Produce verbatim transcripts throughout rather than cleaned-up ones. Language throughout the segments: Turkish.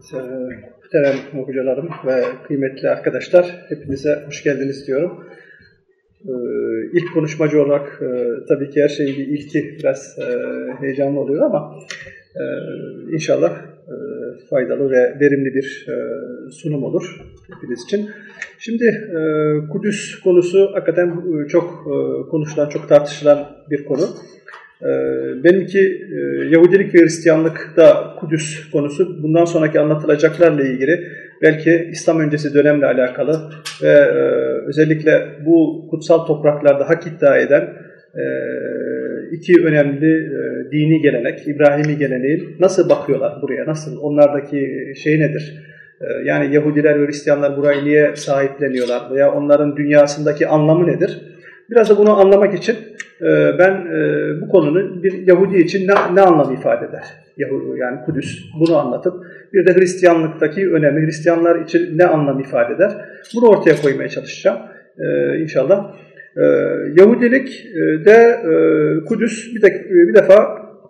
Muhterem hocalarım ve kıymetli arkadaşlar, hepinize hoş geldiniz diyorum. İlk konuşmacı olarak tabii ki her şeyin bir ilki biraz heyecanlı oluyor ama inşallah faydalı ve verimli bir sunum olur hepiniz için. Şimdi Kudüs konusu hakikaten çok konuşulan, çok tartışılan bir konu. Benimki Yahudilik ve Hristiyanlıkta Kudüs konusu bundan sonraki anlatılacaklarla ilgili belki İslam öncesi dönemle alakalı ve özellikle bu kutsal topraklarda hak iddia eden iki önemli dini gelenek, İbrahimi geleneğin nasıl bakıyorlar buraya, nasıl onlardaki şey nedir? Yani Yahudiler ve Hristiyanlar burayı niye sahipleniyorlar veya onların dünyasındaki anlamı nedir? Biraz da bunu anlamak için ben bu konunun bir Yahudi için ne, ne anlam ifade eder? Yani Kudüs, bunu anlatıp bir de Hristiyanlıktaki önemi, Hristiyanlar için ne anlam ifade eder? Bunu ortaya koymaya çalışacağım inşallah. Yahudilik de Kudüs, bir, de, bir defa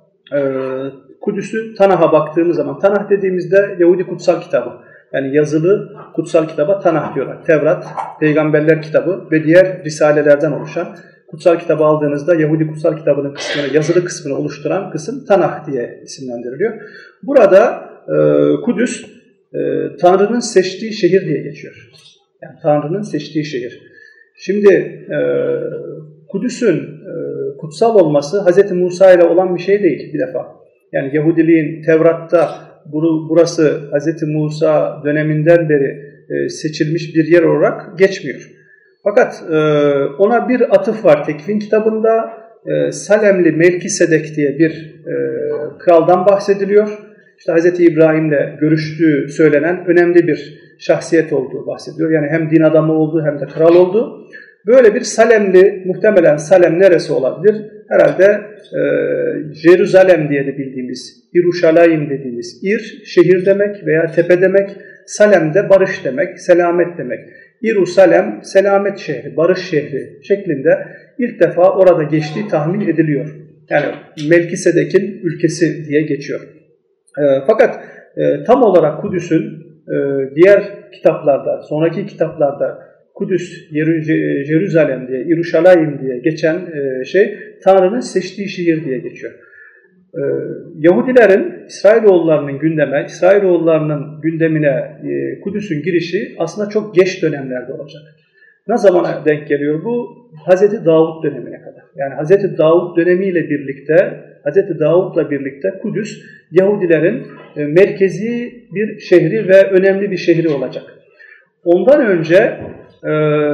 Kudüs'ü Tanah'a baktığımız zaman, Tanah dediğimizde Yahudi kutsal kitabı. Yani yazılı kutsal kitaba Tanah diyorlar. Tevrat, Peygamberler kitabı ve diğer risalelerden oluşan kutsal kitabı aldığınızda Yahudi kutsal kitabının kısmını, yazılı kısmını oluşturan kısım Tanah diye isimlendiriliyor. Burada e, Kudüs e, Tanrı'nın seçtiği şehir diye geçiyor. Yani Tanrı'nın seçtiği şehir. Şimdi e, Kudüs'ün e, kutsal olması Hazreti Musa ile olan bir şey değil bir defa. Yani Yahudiliğin Tevrat'ta burası Hazreti Musa döneminden beri e, seçilmiş bir yer olarak geçmiyor. Fakat e, ona bir atıf var Tekvin kitabında. E, Salemli Melkisedek diye bir e, kraldan bahsediliyor. İşte Hazreti İbrahim'le görüştüğü söylenen önemli bir şahsiyet olduğu bahsediliyor. Yani hem din adamı oldu hem de kral oldu. Böyle bir Salemli, muhtemelen Salem neresi olabilir? Herhalde e, Jeruzalem diye de bildiğimiz, İruşalayim dediğimiz İr, şehir demek veya tepe demek. Salem de barış demek, selamet demek. İrusalem, selamet şehri, barış şehri şeklinde ilk defa orada geçtiği tahmin ediliyor. Yani Melkisedek'in ülkesi diye geçiyor. E, fakat e, tam olarak Kudüs'ün e, diğer kitaplarda, sonraki kitaplarda Kudüs, Jeruzalem diye, İruşalayim diye geçen e, şey Tanrı'nın seçtiği şehir diye geçiyor. Ee, Yahudilerin, İsrailoğullarının gündeme, İsrailoğullarının gündemine e, Kudüs'ün girişi aslında çok geç dönemlerde olacak. Ne zamana denk geliyor bu? Hazreti Davud dönemine kadar. Yani Hazreti Davud dönemiyle birlikte, Hazreti Davud'la birlikte Kudüs, Yahudilerin e, merkezi bir şehri ve önemli bir şehri olacak. Ondan önce e,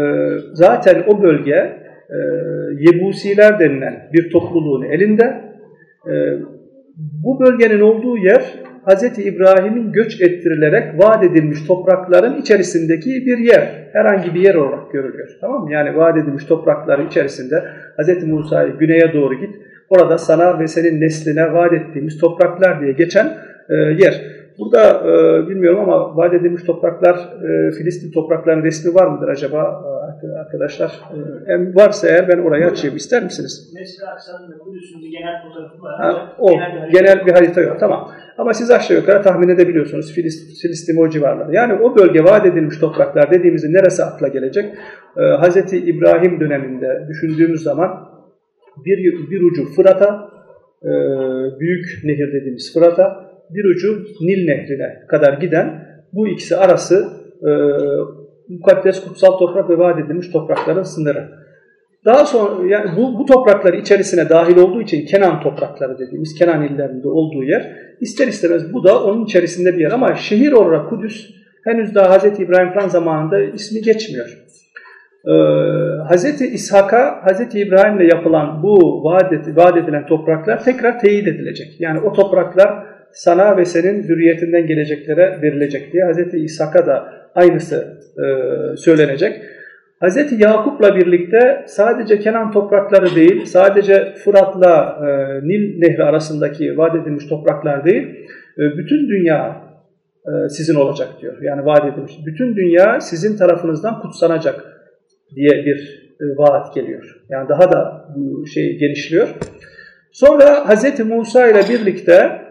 zaten o bölge e, Yebusiler denilen bir topluluğun elinde. Ee, bu bölgenin olduğu yer Hazreti İbrahim'in göç ettirilerek vaat edilmiş toprakların içerisindeki bir yer. Herhangi bir yer olarak görülüyor. Tamam mı? Yani vaat edilmiş toprakların içerisinde Hazreti Musa'yı güneye doğru git. Orada sana ve senin nesline vaat ettiğimiz topraklar diye geçen e, yer. Burada e, bilmiyorum ama vaat edilmiş topraklar, e, Filistin topraklarının resmi var mıdır acaba e, arkadaşlar? E, varsa eğer ben orayı açayım. İster misiniz? Mescid-i Aksa'nın ve Kudüs'ün bir genel fotoğrafı var. Ha, o genel bir, genel bir harita yok. Tamam. Ama siz aşağı yukarı tahmin edebiliyorsunuz. Filistin, Filistin o civarlar. Yani o bölge vaat edilmiş topraklar dediğimizde neresi akla gelecek? E, Hazreti İbrahim döneminde düşündüğümüz zaman bir, bir ucu Fırat'a, e, büyük nehir dediğimiz Fırat'a, bir ucu Nil Nehri'ne kadar giden bu ikisi arası e, mukaddes kutsal toprak ve vaat edilmiş toprakların sınırı. Daha sonra yani bu, bu topraklar içerisine dahil olduğu için Kenan toprakları dediğimiz Kenan illerinde olduğu yer ister istemez bu da onun içerisinde bir yer ama şehir olarak Kudüs henüz daha Hazreti İbrahim falan zamanında ismi geçmiyor. Ee, Hazreti İshak'a Hazreti İbrahim'le yapılan bu vaat, et, vaat edilen topraklar tekrar teyit edilecek. Yani o topraklar sana ve senin zürriyetinden geleceklere verilecek diye Hazreti İshak'a da aynısı e, söylenecek. Hazreti Yakup'la birlikte sadece Kenan toprakları değil, sadece Fırat'la e, Nil Nehri arasındaki vaat edilmiş topraklar değil, e, bütün dünya e, sizin olacak diyor. Yani vaat edilmiş. Bütün dünya sizin tarafınızdan kutsanacak diye bir e, vaat geliyor. Yani daha da bu şey genişliyor. Sonra Hazreti Musa ile birlikte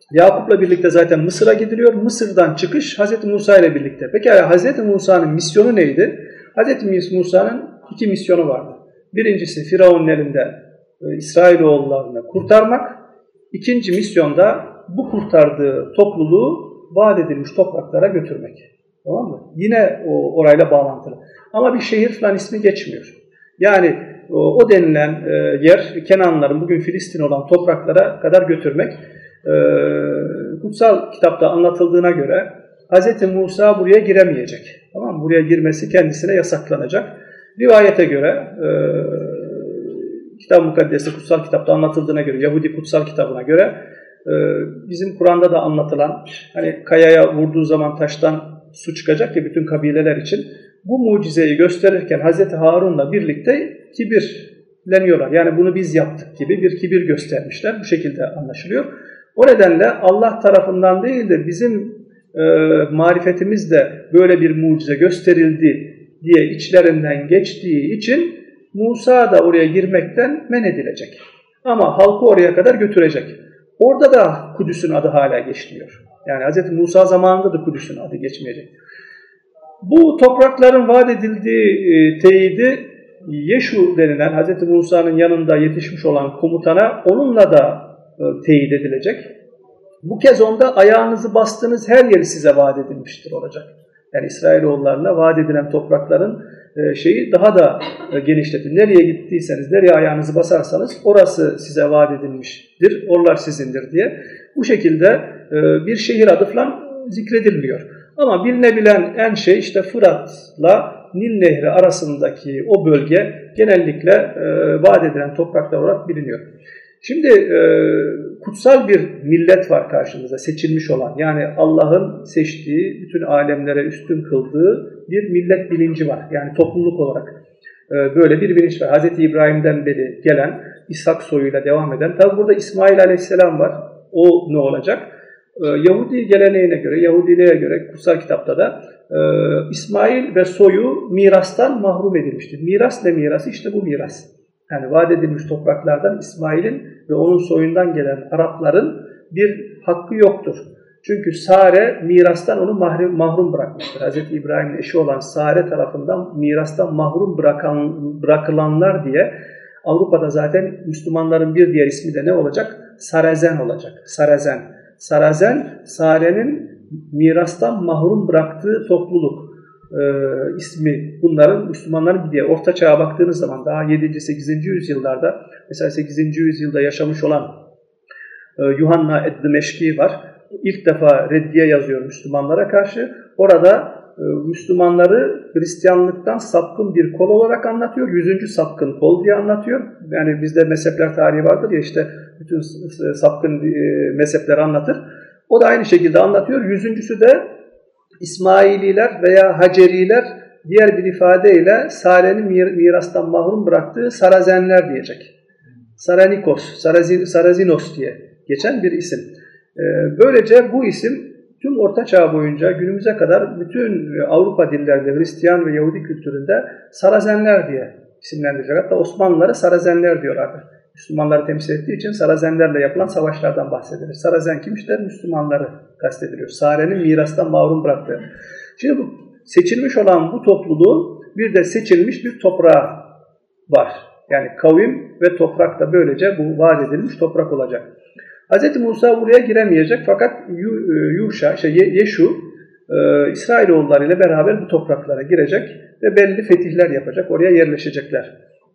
Yakup'la birlikte zaten Mısır'a gidiliyor. Mısır'dan çıkış Hazreti Musa ile birlikte. Peki Hazreti Musa'nın misyonu neydi? Hazreti Musa'nın iki misyonu vardı. Birincisi Firavun'un elinden e, İsrailoğullarını kurtarmak. İkinci misyonda bu kurtardığı topluluğu vaat edilmiş topraklara götürmek. Tamam mı? Yine o, orayla bağlantılı. Ama bir şehir falan ismi geçmiyor. Yani o, o denilen e, yer Kenanlıların bugün Filistin olan topraklara kadar götürmek. E, kutsal kitapta anlatıldığına göre Hz. Musa buraya giremeyecek. Tamam mı? Buraya girmesi kendisine yasaklanacak. Rivayete göre e, Kitab-ı Mukaddes'te kutsal kitapta anlatıldığına göre, Yahudi kutsal kitabına göre e, bizim Kur'an'da da anlatılan hani kayaya vurduğu zaman taştan su çıkacak ya bütün kabileler için bu mucizeyi gösterirken Hz. Harun'la birlikte kibirleniyorlar. Yani bunu biz yaptık gibi bir kibir göstermişler. Bu şekilde anlaşılıyor. O nedenle Allah tarafından değil de bizim e, marifetimizde böyle bir mucize gösterildi diye içlerinden geçtiği için Musa da oraya girmekten men edilecek. Ama halkı oraya kadar götürecek. Orada da Kudüs'ün adı hala geçmiyor. Yani Hz. Musa zamanında da Kudüs'ün adı geçmeyecek. Bu toprakların vaat edildiği e, teyidi Yeşu denilen Hz. Musa'nın yanında yetişmiş olan komutana onunla da e, teyit edilecek. Bu kez onda ayağınızı bastığınız her yeri size vaat edilmiştir olacak. Yani İsrailoğullarına vaat edilen toprakların e, şeyi daha da e, genişletin. Nereye gittiyseniz, nereye ayağınızı basarsanız orası size vaat edilmiştir, oralar sizindir diye. Bu şekilde e, bir şehir adı falan zikredilmiyor. Ama bilinebilen en şey işte Fırat'la Nil Nehri arasındaki o bölge genellikle e, vaat edilen topraklar olarak biliniyor. Şimdi e, kutsal bir millet var karşımızda, seçilmiş olan. Yani Allah'ın seçtiği, bütün alemlere üstün kıldığı bir millet bilinci var. Yani topluluk olarak e, böyle bir bilinç var. Hz. İbrahim'den beri gelen, İshak soyuyla devam eden. Tabi burada İsmail Aleyhisselam var. O ne olacak? E, Yahudi geleneğine göre, Yahudiliğe göre kutsal kitapta da e, İsmail ve soyu mirastan mahrum edilmiştir. Miras ne mirası? İşte bu miras. Yani vaat edilmiş topraklardan İsmail'in ve onun soyundan gelen Arapların bir hakkı yoktur. Çünkü Sare mirastan onu mahrum, mahrum bırakmıştır. Hz. İbrahim'in eşi olan Sare tarafından mirastan mahrum bırakan, bırakılanlar diye Avrupa'da zaten Müslümanların bir diğer ismi de ne olacak? Sarazen olacak. Sarazen. Sarazen, Sare'nin mirastan mahrum bıraktığı topluluk. E, ismi bunların Müslümanların bir diğer. Orta Çağ'a baktığınız zaman daha yedinci sekizinci yüzyıllarda mesela sekizinci yüzyılda yaşamış olan e, Yuhanna ed-Dimeşki var. İlk defa reddiye yazıyor Müslümanlara karşı. Orada e, Müslümanları Hristiyanlıktan sapkın bir kol olarak anlatıyor. Yüzüncü sapkın kol diye anlatıyor. Yani bizde mezhepler tarihi vardır ya işte bütün sapkın e, mezhepleri anlatır. O da aynı şekilde anlatıyor. Yüzüncüsü de İsmaililer veya Haceriler diğer bir ifadeyle Sare'nin mirastan mahrum bıraktığı Sarazenler diyecek. Saranikos, Sarazinos diye geçen bir isim. Böylece bu isim tüm Orta Çağ boyunca günümüze kadar bütün Avrupa dillerinde, Hristiyan ve Yahudi kültüründe Sarazenler diye isimlendirecek. Hatta Osmanlıları Sarazenler diyorlardı. Müslümanları temsil ettiği için Sarazenlerle yapılan savaşlardan bahsedilir. Sarazen kim? İşte Müslümanları kastediliyor. Sare'nin mirastan mahrum bıraktığı. Şimdi bu seçilmiş olan bu topluluğun bir de seçilmiş bir toprağı var. Yani kavim ve toprak da böylece bu vaat edilmiş toprak olacak. Hz. Musa buraya giremeyecek fakat Yuşa, şey Yeşu, e, İsrailoğulları ile beraber bu topraklara girecek ve belli fetihler yapacak. Oraya yerleşecekler.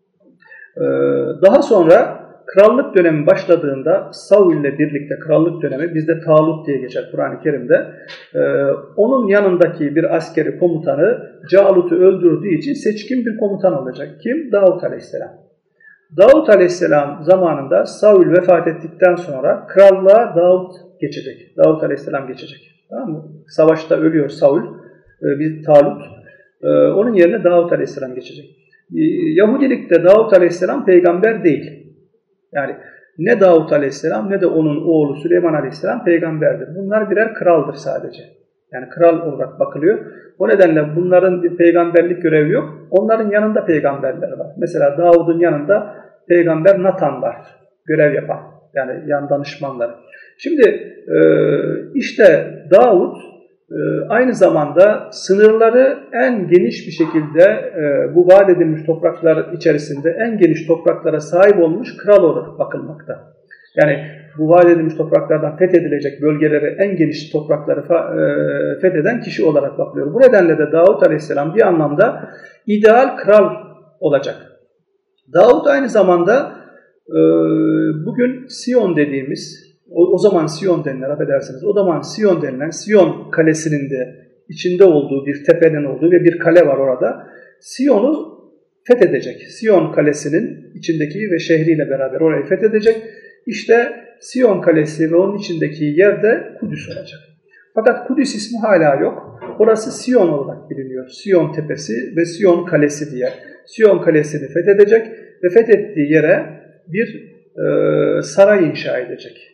Daha sonra krallık dönemi başladığında Saul ile birlikte krallık dönemi bizde Talut diye geçer Kur'an-ı Kerim'de. Onun yanındaki bir askeri komutanı Calut'u öldürdüğü için seçkin bir komutan olacak. Kim? Davut Aleyhisselam. Davut Aleyhisselam zamanında Saul vefat ettikten sonra krallığa Davut geçecek. Davut Aleyhisselam geçecek. Tamam mı? Savaşta ölüyor Saul, bir Talut. Onun yerine Davut Aleyhisselam geçecek. Yahudilikte Davut Aleyhisselam peygamber değil. Yani ne Davut Aleyhisselam ne de onun oğlu Süleyman Aleyhisselam peygamberdir. Bunlar birer kraldır sadece. Yani kral olarak bakılıyor. O nedenle bunların bir peygamberlik görevi yok. Onların yanında peygamberler var. Mesela Davud'un yanında peygamber Natan var. Görev yapan. Yani yan danışmanları. Şimdi e, işte Davud e, aynı zamanda sınırları en geniş bir şekilde e, bu vaat edilmiş topraklar içerisinde en geniş topraklara sahip olmuş kral olarak bakılmakta. Yani bu vaat edilmiş topraklardan fethedilecek bölgeleri en geniş toprakları e, fetheden kişi olarak bakılıyor. Bu nedenle de Davud Aleyhisselam bir anlamda ideal kral olacak. Davud aynı zamanda e, bugün Siyon dediğimiz, o, o zaman Siyon denilen, affedersiniz, o zaman Siyon denilen Siyon kalesinin de içinde olduğu bir tepenin olduğu ve bir kale var orada. Siyon'u fethedecek. Siyon kalesinin içindeki ve şehriyle beraber orayı fethedecek. İşte Siyon kalesi ve onun içindeki yerde Kudüs olacak. Fakat Kudüs ismi hala yok. Orası Siyon olarak biliniyor. Siyon tepesi ve Siyon kalesi diye. Siyon kalesini fethedecek ve fethettiği yere bir e, saray inşa edecek.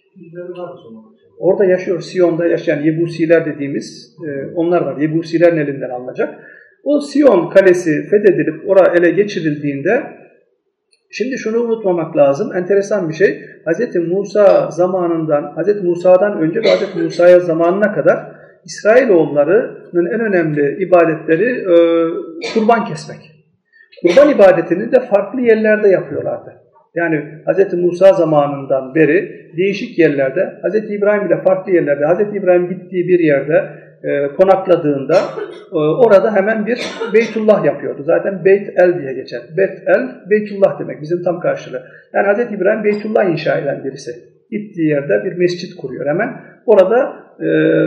Orada yaşıyor, Siyon'da yaşayan Yebusiler dediğimiz e, onlar var. Yebusilerin elinden alınacak. O Siyon kalesi fethedilip oraya ele geçirildiğinde, şimdi şunu unutmamak lazım, enteresan bir şey, Hz. Musa zamanından, Hz. Musa'dan önce ve Hz. Musa'ya zamanına kadar İsrailoğullarının en önemli ibadetleri e, kurban kesmek. Kurban ibadetini de farklı yerlerde yapıyorlardı. Yani Hz. Musa zamanından beri değişik yerlerde, Hz. İbrahim bile farklı yerlerde, Hz. İbrahim gittiği bir yerde e, konakladığında e, orada hemen bir Beytullah yapıyordu. Zaten Beyt-el diye geçer. Beyt-el, Beytullah demek bizim tam karşılığı. Yani Hz. İbrahim Beytullah inşa eden birisi. Gittiği yerde bir mescit kuruyor hemen. Orada e,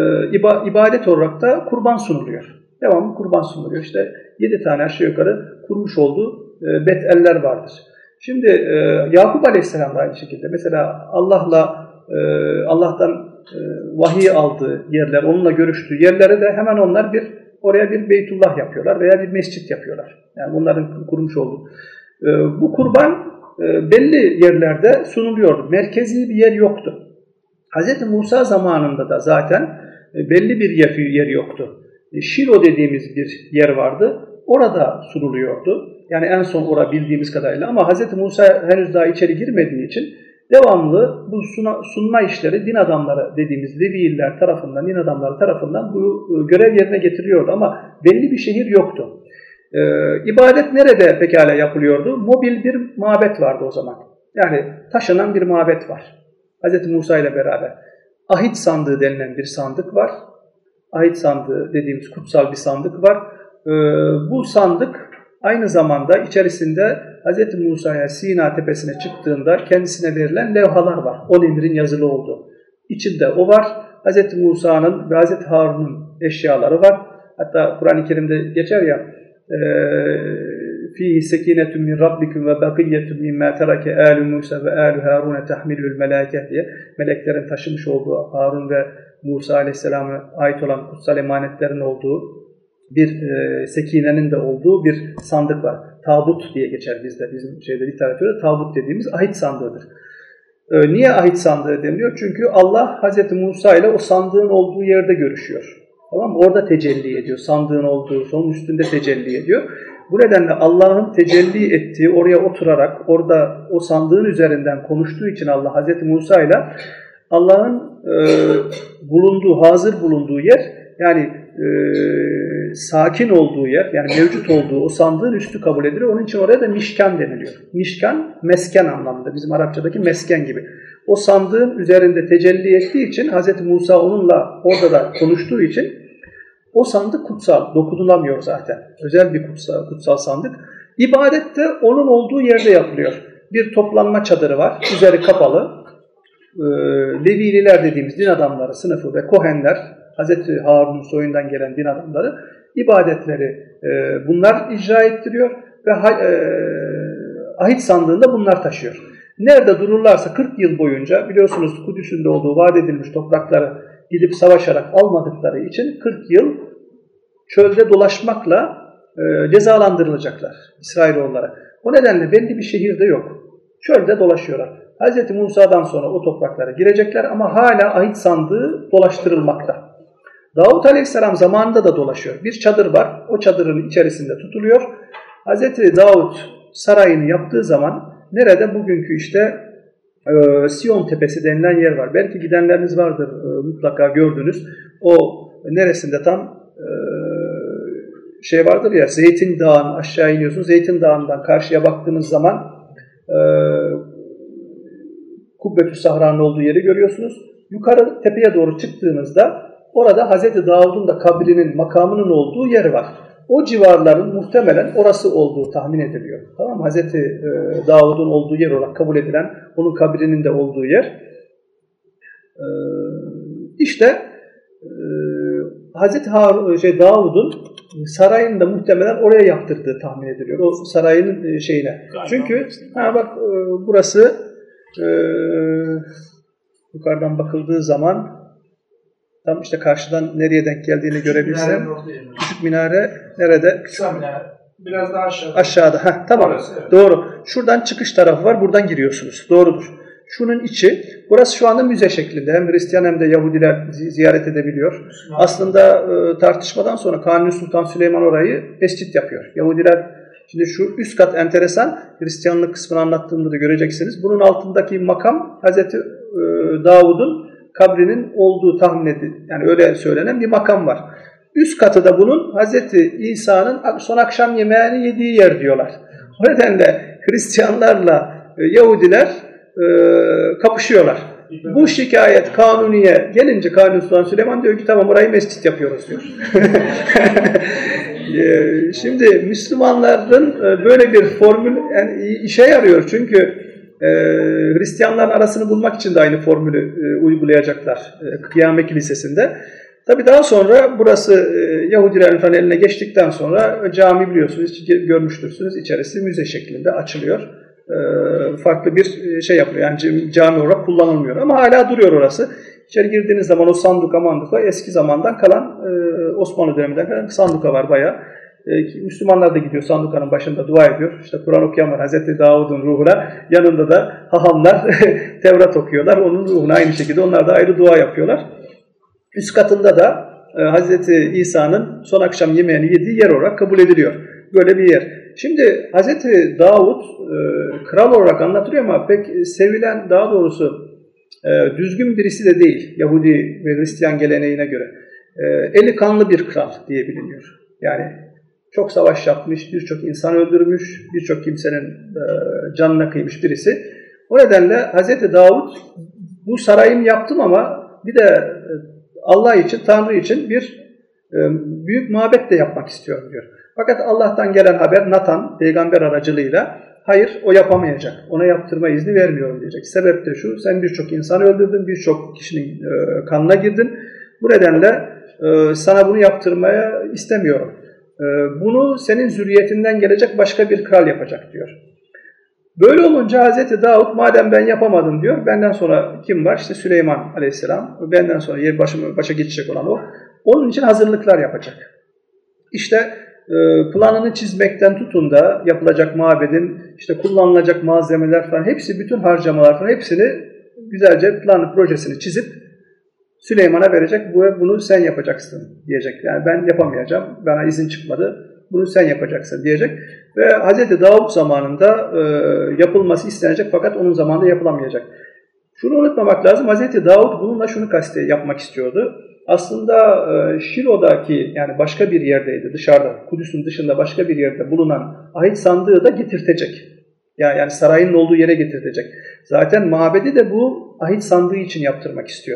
ibadet olarak da kurban sunuluyor. Devamlı kurban sunuluyor. İşte yedi tane aşağı yukarı kurmuş olduğu e, Bet-eller vardır. Şimdi e, Yakup Aleyhisselam da aynı şekilde. Mesela Allah'la e, Allah'tan e, vahiy aldığı yerler, onunla görüştüğü yerlere de hemen onlar bir oraya bir Beytullah yapıyorlar veya bir mescit yapıyorlar. Yani bunların kurmuş olduğu. E, bu kurban e, belli yerlerde sunuluyordu. Merkezi bir yer yoktu. Hz. Musa zamanında da zaten e, belli bir yer, yer yoktu. E, Şilo dediğimiz bir yer vardı. Orada sunuluyordu. Yani en son orada bildiğimiz kadarıyla. Ama Hz. Musa henüz daha içeri girmediği için devamlı bu suna, sunma işleri din adamları dediğimiz Leviiller tarafından, din adamları tarafından bu görev yerine getiriyordu. Ama belli bir şehir yoktu. Ee, ibadet nerede pekala yapılıyordu? Mobil bir mabet vardı o zaman. Yani taşınan bir mabet var. Hz. Musa ile beraber. Ahit sandığı denilen bir sandık var. Ahit sandığı dediğimiz kutsal bir sandık var. Ee, bu sandık aynı zamanda içerisinde Hz. Musa'ya Sina tepesine çıktığında kendisine verilen levhalar var. On emrin yazılı olduğu. İçinde o var. Hz. Musa'nın ve Hz. Harun'un eşyaları var. Hatta Kur'an-ı Kerim'de geçer ya fihi sekinetun min rabbikum ve bakiyetun mimma terake âlu Musa ve âlu Harun'e tahmilül melâket diye meleklerin taşımış olduğu Harun ve Musa Aleyhisselam'a ait olan kutsal emanetlerin olduğu bir e, sekinenin de olduğu bir sandık var. Tabut diye geçer bizde, bizim şeyde literatürde tabut dediğimiz ahit sandığıdır. E, niye ahit sandığı deniliyor? Çünkü Allah Hz. Musa ile o sandığın olduğu yerde görüşüyor. Tamam mı? Orada tecelli ediyor. Sandığın olduğu, onun üstünde tecelli ediyor. Bu nedenle Allah'ın tecelli ettiği, oraya oturarak, orada o sandığın üzerinden konuştuğu için Allah Hz. Musa ile Allah'ın e, bulunduğu, hazır bulunduğu yer, yani e, sakin olduğu yer, yani mevcut olduğu o sandığın üstü kabul ediliyor. Onun için oraya da mişkan deniliyor. Mişkan, mesken anlamında. Bizim Arapçadaki mesken gibi. O sandığın üzerinde tecelli ettiği için Hz. Musa onunla orada da konuştuğu için o sandık kutsal, dokunulamıyor zaten. Özel bir kutsal, kutsal sandık. İbadet de onun olduğu yerde yapılıyor. Bir toplanma çadırı var, üzeri kapalı. Ee, Levililer dediğimiz din adamları sınıfı ve Kohenler, Hz. Harun'un soyundan gelen din adamları ibadetleri e, bunlar icra ettiriyor ve e, ahit sandığında bunlar taşıyor. Nerede dururlarsa kırk yıl boyunca, biliyorsunuz Kudüs'ün de olduğu vaat edilmiş toprakları gidip savaşarak almadıkları için kırk yıl çölde dolaşmakla e, cezalandırılacaklar İsrailoğulları. O nedenle belli bir şehirde yok. Çölde dolaşıyorlar. Hz. Musa'dan sonra o topraklara girecekler ama hala ahit sandığı dolaştırılmakta. Davud Aleyhisselam zamanında da dolaşıyor. Bir çadır var. O çadırın içerisinde tutuluyor. Hz. Davud sarayını yaptığı zaman nerede? Bugünkü işte e, Siyon Tepesi denilen yer var. Belki gidenleriniz vardır, e, mutlaka gördünüz. O neresinde tam e, şey vardır ya, Zeytin Dağı'nın aşağı iniyorsunuz. Zeytin Dağı'ndan karşıya baktığınız zaman e, Kubbetü Sahra'nın olduğu yeri görüyorsunuz. Yukarı tepeye doğru çıktığınızda orada Hazreti Davud'un da kabrinin, makamının olduğu yer var. O civarların muhtemelen orası olduğu tahmin ediliyor. Tamam mı? Hazreti e, Davud'un olduğu yer olarak kabul edilen, onun kabrinin de olduğu yer. E, işte e, Hazreti Har şey, Davud'un sarayını da muhtemelen oraya yaptırdığı tahmin ediliyor. O sarayının şeyine. Çünkü ha bak e, burası e, yukarıdan bakıldığı zaman tam işte karşıdan nereye denk geldiğini görebilsem. Küçük minare nerede? Kısa minare. Biraz daha aşağıda. Aşağıda. Heh, tamam. Orası, evet. Doğru. Şuradan çıkış tarafı var. Buradan giriyorsunuz. Doğrudur. Şunun içi. Burası şu anda müze şeklinde. Hem Hristiyan hem de Yahudiler ziyaret edebiliyor. Müslüman. Aslında e, tartışmadan sonra Kanuni Sultan Süleyman orayı mescit yapıyor. Yahudiler, şimdi şu üst kat enteresan. Hristiyanlık kısmını anlattığımda da göreceksiniz. Bunun altındaki makam Hazreti e, Davud'un kabrinin olduğu tahmin edildi. Yani öyle söylenen bir makam var. Üst katı da bunun Hazreti İsa'nın son akşam yemeğini yediği yer diyorlar. O nedenle Hristiyanlarla Yahudiler e, kapışıyorlar. Bu şikayet Kanuni'ye gelince Kanuni Sultan Süleyman diyor ki tamam orayı mescit yapıyoruz diyor. Şimdi Müslümanların böyle bir formül yani işe yarıyor. Çünkü Ee, Hristiyanların arasını bulmak için de aynı formülü e, uygulayacaklar e, Kıyame Kilisesi'nde. Tabii daha sonra burası e, Yahudilerin falan eline geçtikten sonra cami biliyorsunuz, görmüştürsünüz, içerisi müze şeklinde açılıyor. E, farklı bir şey yapıyor. Yani cami olarak kullanılmıyor ama hala duruyor orası. İçeri girdiğiniz zaman o sanduka manduka eski zamandan kalan e, Osmanlı döneminden kalan sanduka var bayağı. Müslümanlar da gidiyor sandukanın başında dua ediyor. İşte Kur'an okuyan var Hazreti Davud'un ruhuna. Yanında da hahamlar Tevrat okuyorlar. Onun ruhuna aynı şekilde onlar da ayrı dua yapıyorlar. Üst katında da e, Hazreti İsa'nın son akşam yemeğini yediği yer olarak kabul ediliyor. Böyle bir yer. Şimdi Hazreti Davud e, kral olarak anlatılıyor ama pek sevilen, daha doğrusu e, düzgün birisi de değil. Yahudi ve Hristiyan geleneğine göre. E, eli kanlı bir kral diye biliniyor. Yani çok savaş yapmış, birçok insan öldürmüş, birçok kimsenin e, canına kıymış birisi. O nedenle Hazreti Davud bu sarayımı yaptım ama bir de Allah için, Tanrı için bir e, büyük mabet de yapmak istiyorum diyor. Fakat Allah'tan gelen haber Natan peygamber aracılığıyla hayır o yapamayacak, ona yaptırma izni vermiyorum diyecek. Sebep de şu, sen birçok insan öldürdün, birçok kişinin e, kanına girdin. Bu nedenle e, sana bunu yaptırmaya istemiyorum. Bunu senin zürriyetinden gelecek başka bir kral yapacak diyor. Böyle olunca Hazreti Davud madem ben yapamadım diyor, benden sonra kim var? İşte Süleyman Aleyhisselam, benden sonra yer başıma, başa geçecek olan o. Onun için hazırlıklar yapacak. İşte planını çizmekten tutun da yapılacak mabedin, işte kullanılacak malzemeler falan hepsi, bütün harcamalar falan hepsini güzelce planı, projesini çizip Süleyman'a verecek, bunu sen yapacaksın diyecek. Yani ben yapamayacağım, bana izin çıkmadı, bunu sen yapacaksın diyecek. Ve Hazreti Davud zamanında e, yapılması istenecek fakat onun zamanında yapılamayacak. Şunu unutmamak lazım, Hazreti Davud bununla şunu kasti yapmak istiyordu. Aslında e, Şilo'daki, yani başka bir yerdeydi, dışarıda, Kudüs'ün dışında başka bir yerde bulunan ahit sandığı da getirtecek. Yani, yani sarayın olduğu yere getirtecek. Zaten mabedi de bu ahit sandığı için yaptırmak istiyor.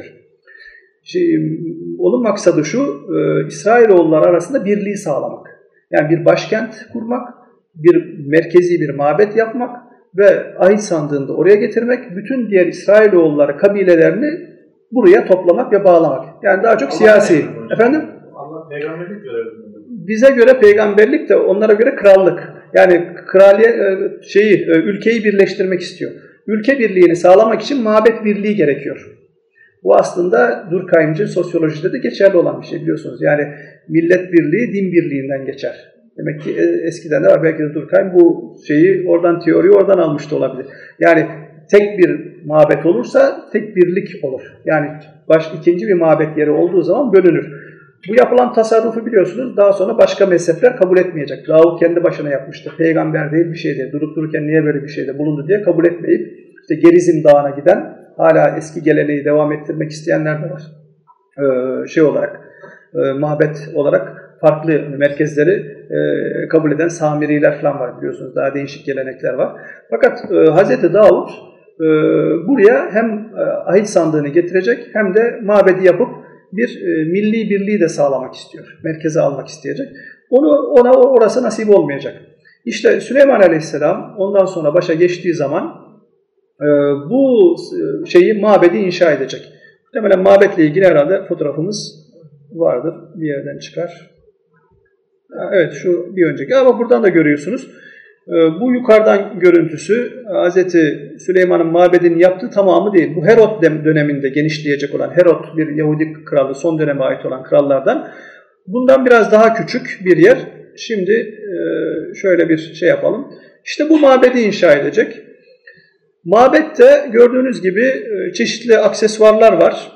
Şey, onun maksadı şu, e, İsrailoğulları arasında birliği sağlamak. Yani bir başkent kurmak, bir merkezi bir mabet yapmak ve ahit sandığını da oraya getirmek, bütün diğer İsrailoğulları kabilelerini buraya toplamak ve bağlamak. Yani daha çok Allah siyasi. Efendim? Allah peygamberlik görevi. Bize göre peygamberlik de onlara göre krallık. Yani kraliye şeyi, ülkeyi birleştirmek istiyor. Ülke birliğini sağlamak için mabet birliği gerekiyor. Bu aslında Durkheimci sosyolojide de geçerli olan bir şey biliyorsunuz. Yani millet birliği din birliğinden geçer. Demek ki eskiden de var. Belki de Durkheim bu şeyi oradan, teoriyi oradan almış da olabilir. Yani tek bir mabet olursa tek birlik olur. Yani baş, ikinci bir mabet yeri olduğu zaman bölünür. Bu yapılan tasarrufu biliyorsunuz daha sonra başka mezhepler kabul etmeyecek. Davud kendi başına yapmıştı. Peygamber değil bir şey değil. Durup dururken niye böyle bir şeyde bulundu diye kabul etmeyip işte Gerizim Dağı'na giden, hala eski geleneği devam ettirmek isteyenler de var. Ee, şey olarak, e, mabet olarak farklı merkezleri e, kabul eden Samiriler falan var, biliyorsunuz. Daha değişik gelenekler var. Fakat e, Hazreti Davud e, buraya hem e, ahit sandığını getirecek hem de mabedi yapıp bir e, milli birliği de sağlamak istiyor. Merkeze almak isteyecek. Onu ona orası nasip olmayacak. İşte Süleyman Aleyhisselam ondan sonra başa geçtiği zaman e, bu şeyi, mabedi inşa edecek. Muhtemelen mabetle ilgili herhalde fotoğrafımız vardır. Bir yerden çıkar. Evet, şu bir önceki. Ama buradan da görüyorsunuz. Bu yukarıdan görüntüsü Hazreti Süleyman'ın mabedini yaptığı tamamı değil. Bu Herod döneminde genişleyecek olan, Herod bir Yahudi kralı, son döneme ait olan krallardan. Bundan biraz daha küçük bir yer. Şimdi şöyle bir şey yapalım. İşte bu mabedi inşa edecek. Mabette gördüğünüz gibi çeşitli aksesuarlar var.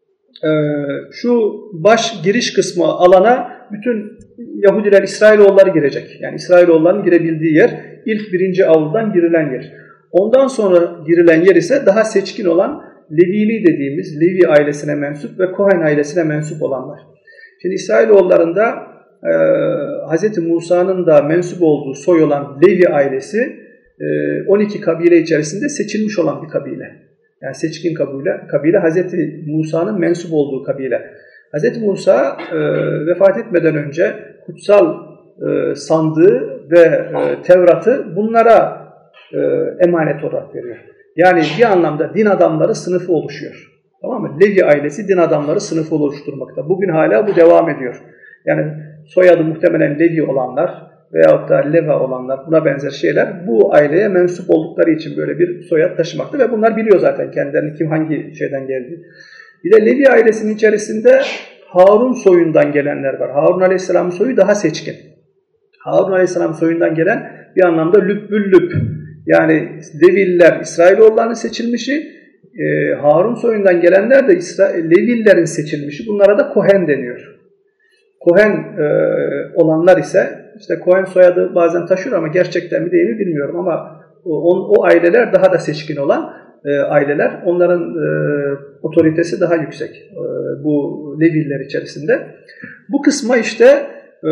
Şu baş giriş kısmı alana bütün Yahudiler, İsrailoğulları girecek. Yani İsrailoğulların girebildiği yer, ilk birinci avludan girilen yer. Ondan sonra girilen yer ise daha seçkin olan Levili dediğimiz Levi ailesine mensup ve Kohen ailesine mensup olanlar. Şimdi İsrailoğullarında e, Hz. Musa'nın da mensup olduğu soy olan Levi ailesi e, on iki kabile içerisinde seçilmiş olan bir kabile. Yani seçkin kabile, kabile Hz. Musa'nın mensup olduğu kabile. Hz. Musa e, vefat etmeden önce kutsal e, sandığı ve e, Tevrat'ı bunlara e, emanet olarak veriyor. Yani bir anlamda din adamları sınıfı oluşuyor. Tamam mı? Levi ailesi din adamları sınıfı oluşturmakta. Bugün hala bu devam ediyor. Yani soyadı muhtemelen Levi olanlar veyahut da Leva olanlar, buna benzer şeyler bu aileye mensup oldukları için böyle bir soyad taşımakta ve bunlar biliyor zaten kendilerini kim hangi şeyden geldiği. Bir de Levi ailesinin içerisinde Harun soyundan gelenler var. Harun Aleyhisselam'ın soyu daha seçkin. Harun Aleyhisselam soyundan gelen bir anlamda lübbüllüb. Yani Leviller İsrailoğullarının seçilmişi, e, Harun soyundan gelenler de Levillerin seçilmişi. Bunlara da Kohen deniyor. Kohen e, olanlar ise, işte Kohen soyadı bazen taşıyor ama gerçekten mi değil mi bilmiyorum ama o, o aileler daha da seçkin olan e, aileler. Onların e, otoritesi daha yüksek e, bu Leviller içerisinde. Bu kısma işte e,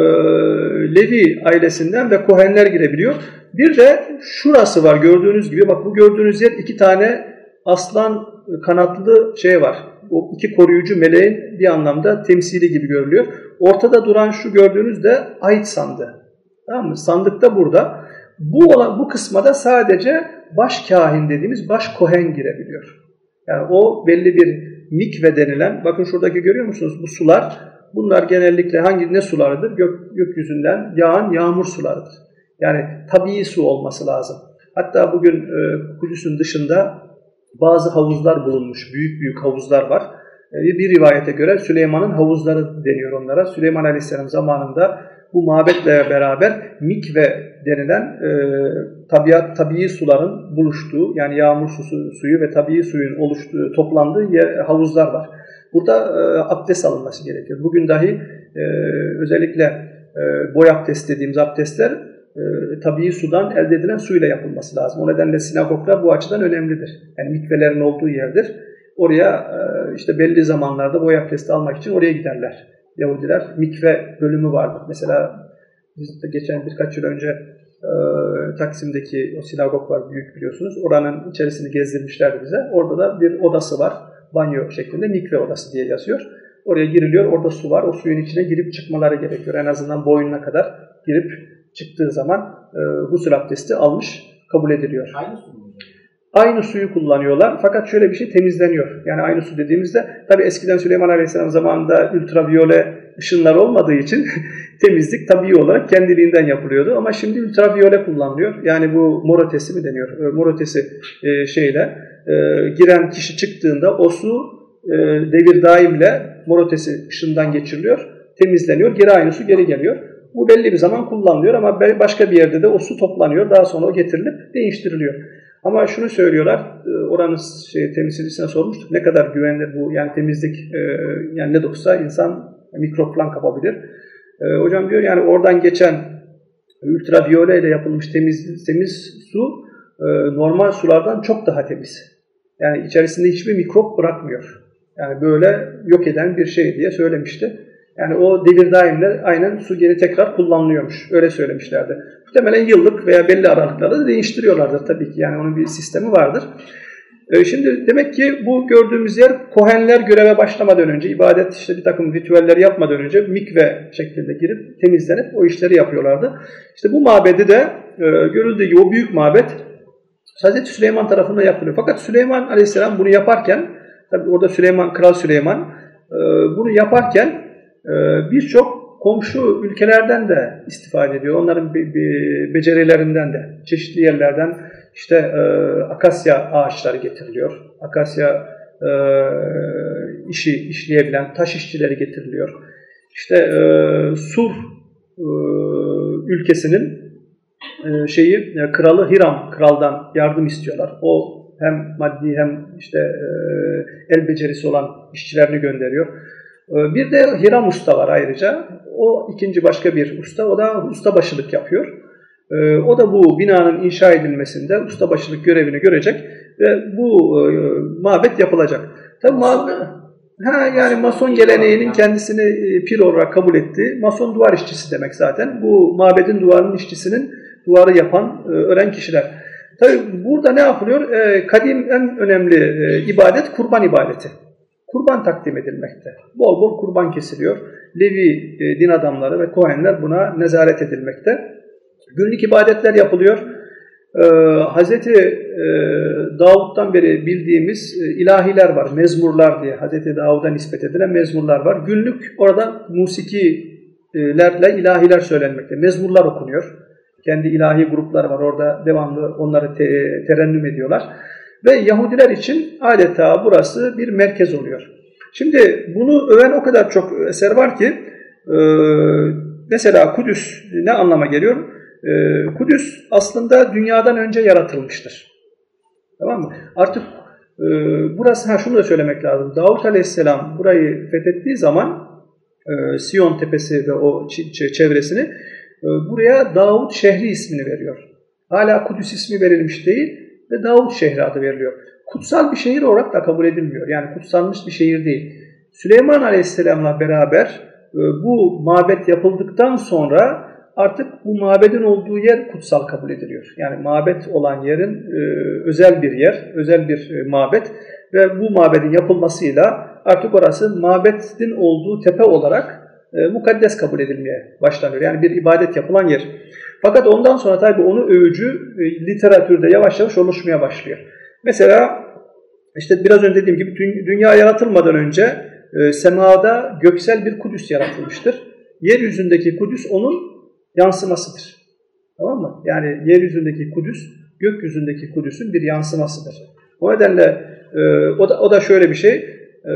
Levi ailesinden ve Kohenler girebiliyor. Bir de şurası var gördüğünüz gibi. Bak bu gördüğünüz yer iki tane aslan kanatlı şey var. O iki koruyucu meleğin bir anlamda temsili gibi görülüyor. Ortada duran şu gördüğünüz de ahit sandığı. Tamam mı? Sandık da burada. Bu, bu kısma da sadece baş kahin dediğimiz baş kohen girebiliyor. Yani o belli bir mikve denilen, bakın şuradaki görüyor musunuz bu sular? Bunlar genellikle hangi ne sularıdır? Gök, gökyüzünden yağan yağmur sularıdır. Yani tabii su olması lazım. Hatta bugün e, Kudüs'ün dışında bazı havuzlar bulunmuş. Büyük büyük havuzlar var. E, bir rivayete göre Süleyman'ın havuzları deniyor onlara. Süleyman Aleyhisselam zamanında bu mabetle beraber mikve denilen e, tabiat, tabii suların buluştuğu, yani yağmur suyu, suyu ve tabii suyun oluştuğu, toplandığı yer, havuzlar var. Burada e, abdest alınması gerekiyor. Bugün dahi e, özellikle e, boy abdest dediğimiz abdestler e, tabii sudan elde edilen suyla yapılması lazım. O nedenle sinagoglar bu açıdan önemlidir. Yani mikvelerin olduğu yerdir. Oraya e, işte belli zamanlarda boy abdesti almak için oraya giderler Yahudiler. Mikve bölümü vardır. Mesela biz de geçen birkaç yıl önce e, Taksim'deki o sinagog var, büyük biliyorsunuz. Oranın içerisini gezdirmişlerdi bize. Orada da bir odası var. Banyo şeklinde mikve odası diye yazıyor. Oraya giriliyor. Orada su var. O suyun içine girip çıkmaları gerekiyor. En azından boynuna kadar girip çıktığı zaman e, gusül abdesti almış kabul ediliyor. Aynı su mu? Aynı suyu kullanıyorlar. Fakat şöyle bir şey, temizleniyor. Yani aynı su dediğimizde tabi eskiden Süleyman Aleyhisselam zamanında ultraviyole ışınlar olmadığı için temizlik tabii olarak kendiliğinden yapılıyordu. Ama şimdi ultraviyole kullanılıyor. Yani bu mor ötesi mi deniyor? Mor ötesi e, şeyle e, giren kişi çıktığında o su e, devir daimle mor ötesi ışından geçiriliyor. Temizleniyor. Geri aynı su geri geliyor. Bu belli bir zaman kullanılıyor ama başka bir yerde de o su toplanıyor. Daha sonra o getirilip değiştiriliyor. Ama şunu söylüyorlar, oranın şey, temsilcisine sormuştuk, ne kadar güvenilir bu, yani temizlik, e, yani ne doksa insan mikrop falan kapabilir. E, hocam diyor yani oradan geçen ultraviyole ile yapılmış temiz, temiz su normal sulardan çok daha temiz. Yani içerisinde hiçbir mikrop bırakmıyor. Yani böyle yok eden bir şey diye söylemişti. Yani o devir daimle aynen su geri tekrar kullanılıyormuş. Öyle söylemişlerdi. Muhtemelen yıllık veya belli aralıklarla da değiştiriyorlardır tabii ki. Yani onun bir sistemi vardır. Şimdi demek ki bu gördüğümüz yer Kohenler göreve başlamadan önce, ibadet işte bir takım ritüelleri yapmadan önce mikve şeklinde girip temizlenip o işleri yapıyorlardı. İşte bu mabedi de e, görüldüğü gibi o büyük mabet Hazreti Süleyman tarafından yapılıyor. Fakat Süleyman Aleyhisselam bunu yaparken, tabii orada Süleyman, Kral Süleyman e, bunu yaparken e, birçok komşu ülkelerden de istifade ediyor. Onların be be becerilerinden de, çeşitli yerlerden işte e, akasya ağaçları getiriliyor. Akasya e, işi işleyebilen taş işçileri getiriliyor. İşte e, Sur e, ülkesinin e, şeyi e, kralı Hiram kraldan yardım istiyorlar. O hem maddi hem işte e, el becerisi olan işçilerini gönderiyor. E, bir de Hiram Usta var ayrıca. O ikinci başka bir usta. O da ustabaşılık yapıyor. E, o da bu binanın inşa edilmesinde ustabaşılık görevini görecek ve bu e, mabet yapılacak. Tabii mabet, ha yani Mason geleneğinin kendisini e, pir olarak kabul ettiği Mason duvar işçisi demek zaten. Bu mabedin duvarının işçisinin duvarı yapan, e, öğren kişiler. Tabii burada ne yapılıyor? E, kadim en önemli e, ibadet kurban ibadeti. Kurban takdim edilmekte. Bol bol kurban kesiliyor. Levi e, din adamları ve Kohenler buna nezaret edilmekte. Günlük ibadetler yapılıyor. Ee, Hazreti e, Davud'dan beri bildiğimiz e, ilahiler var, mezmurlar diye Hazreti Davud'a nispet edilen mezmurlar var. Günlük orada musikilerle ilahiler söylenmekte, mezmurlar okunuyor. Kendi ilahi grupları var orada, devamlı onları te terennüm ediyorlar. Ve Yahudiler için adeta burası bir merkez oluyor. Şimdi bunu öven o kadar çok eser var ki, e, mesela Kudüs ne anlama geliyor? Ee, Kudüs aslında dünyadan önce yaratılmıştır. Tamam mı? Artık e, burası, ha şunu da söylemek lazım. Davut Aleyhisselam burayı fethettiği zaman e, Siyon Tepesi ve o çevresini e, buraya Davut şehri ismini veriyor. Hala Kudüs ismi verilmiş değil ve Davut şehri adı veriliyor. Kutsal bir şehir olarak da kabul edilmiyor. Yani kutsanmış bir şehir değil. Süleyman Aleyhisselam'la beraber e, bu mabet yapıldıktan sonra artık bu mabedin olduğu yer kutsal kabul ediliyor. Yani mabet olan yerin e, özel bir yer, özel bir e, mabet ve bu mabedin yapılmasıyla artık orası mabetin olduğu tepe olarak e, mukaddes kabul edilmeye başlanıyor. Yani bir ibadet yapılan yer. Fakat ondan sonra tabii onu övücü e, literatürde yavaş yavaş oluşmaya başlıyor. Mesela işte biraz önce dediğim gibi dünya yaratılmadan önce e, semada göksel bir Kudüs yaratılmıştır. Yeryüzündeki Kudüs onun yansımasıdır. Tamam mı? Yani yeryüzündeki Kudüs, gökyüzündeki Kudüs'ün bir yansımasıdır. O nedenle e, o, da, o da şöyle bir şey, e,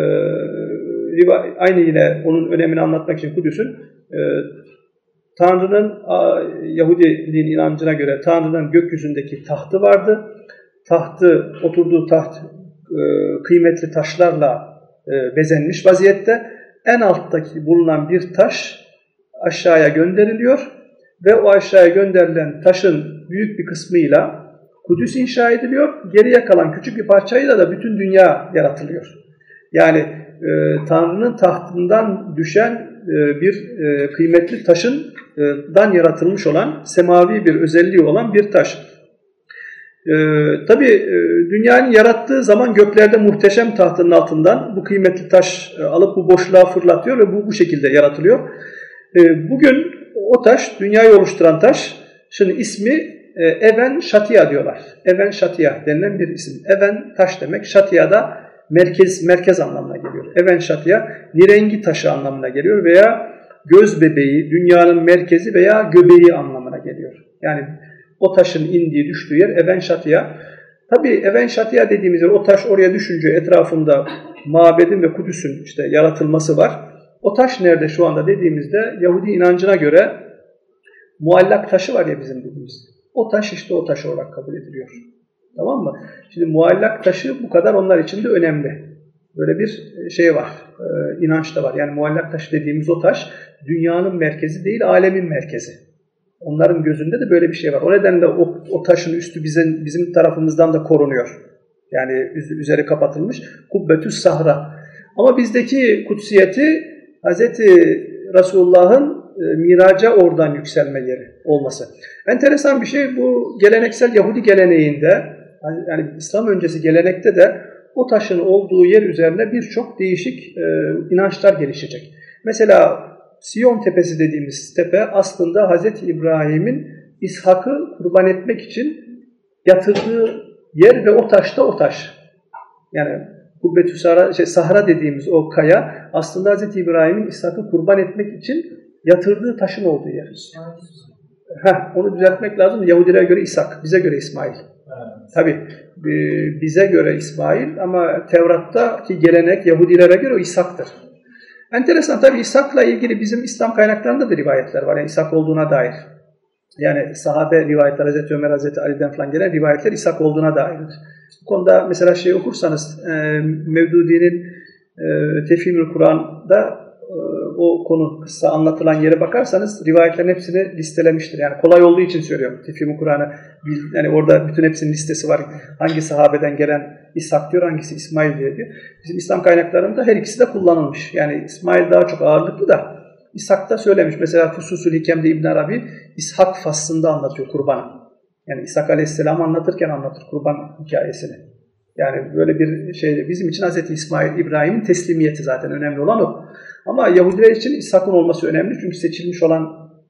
aynı yine onun önemini anlatmak için Kudüs'ün, e, Tanrı'nın, Yahudiliğin inancına göre Tanrı'nın gökyüzündeki tahtı vardı. Tahtı, oturduğu taht e, kıymetli taşlarla e, bezenmiş vaziyette. En alttaki bulunan bir taş aşağıya gönderiliyor ve o aşağıya gönderilen taşın büyük bir kısmıyla Kudüs inşa ediliyor. Geriye kalan küçük bir parçayla da bütün dünya yaratılıyor. Yani e, Tanrı'nın tahtından düşen e, bir e, kıymetli taşından yaratılmış olan, semavi bir özelliği olan bir taş. E, tabii e, dünyanın yarattığı zaman göklerde muhteşem tahtının altından bu kıymetli taş e, alıp bu boşluğa fırlatıyor ve bu bu şekilde yaratılıyor. E, bugün o taş, dünyayı oluşturan taş, şimdi ismi e, Even Şatiya diyorlar. Even Şatiya denilen bir isim. Even taş demek, Şatiya da merkez merkez anlamına geliyor. Even Şatiya, nirengi taşı anlamına geliyor veya göz bebeği, dünyanın merkezi veya göbeği anlamına geliyor. Yani o taşın indiği, düştüğü yer Even Şatiya. Tabii Even Şatiya dediğimiz yer, o taş oraya düşünce etrafında mabedin ve Kudüs'ün işte yaratılması var. O taş nerede şu anda dediğimizde Yahudi inancına göre muallak taşı var ya bizim dediğimiz. O taş işte o taş olarak kabul ediliyor. Tamam mı? Şimdi muallak taşı bu kadar onlar için de önemli. Böyle bir şey var, e, inanç da var. Yani muallak taşı dediğimiz o taş dünyanın merkezi değil, alemin merkezi. Onların gözünde de böyle bir şey var. O nedenle o, o taşın üstü bizim, bizim tarafımızdan da korunuyor. Yani üzeri kapatılmış. Kubbetü's Sahra. Ama bizdeki kutsiyeti Hazreti Resulullah'ın e, miraca oradan yükselme yeri olması. Enteresan bir şey, bu geleneksel Yahudi geleneğinde, yani İslam öncesi gelenekte de o taşın olduğu yer üzerine birçok değişik e, inançlar gelişecek. Mesela Siyon Tepesi dediğimiz tepe aslında Hazreti İbrahim'in İshak'ı kurban etmek için yatırdığı yer ve o taş da o taş. Yani Kubbetü Sahra, şey, Sahra dediğimiz o kaya aslında Hazreti İbrahim'in İshak'ı kurban etmek için yatırdığı taşın olduğu yer. Heh, onu düzeltmek lazım. Yahudilere göre İshak, bize göre İsmail. Evet. Tabii bize göre İsmail ama Tevrat'taki gelenek Yahudilere göre o İshak'tır. Enteresan, tabii İshak'la ilgili bizim İslam kaynaklarında da rivayetler var. Yani İshak olduğuna dair. Yani sahabe rivayetler, Hazreti Ömer, Hazreti Ali'den falan gelen rivayetler İshak olduğuna dairdir. Bu konuda mesela şey okursanız e, Mevdudi'nin e, Tefhimül Kur'an'da e, o konu kısa anlatılan yere bakarsanız rivayetlerin hepsini listelemiştir. Yani kolay olduğu için söylüyorum Tefhimül Kur'an'ı. Yani orada bütün hepsinin listesi var. Hangi sahabeden gelen İshak diyor, hangisi İsmail diyor. Bizim İslam kaynaklarında her ikisi de kullanılmış. Yani İsmail daha çok ağırlıklı da İshak da söylemiş. Mesela Fususül Hikem'de İbn Arabi İshak faslında anlatıyor kurbanı. Yani İshak Aleyhisselam anlatırken anlatır kurban hikayesini. Yani böyle bir şey bizim için Hazreti İsmail, İbrahim'in teslimiyeti zaten önemli olan o. Ama Yahudiler için İshak'ın olması önemli çünkü seçilmiş olan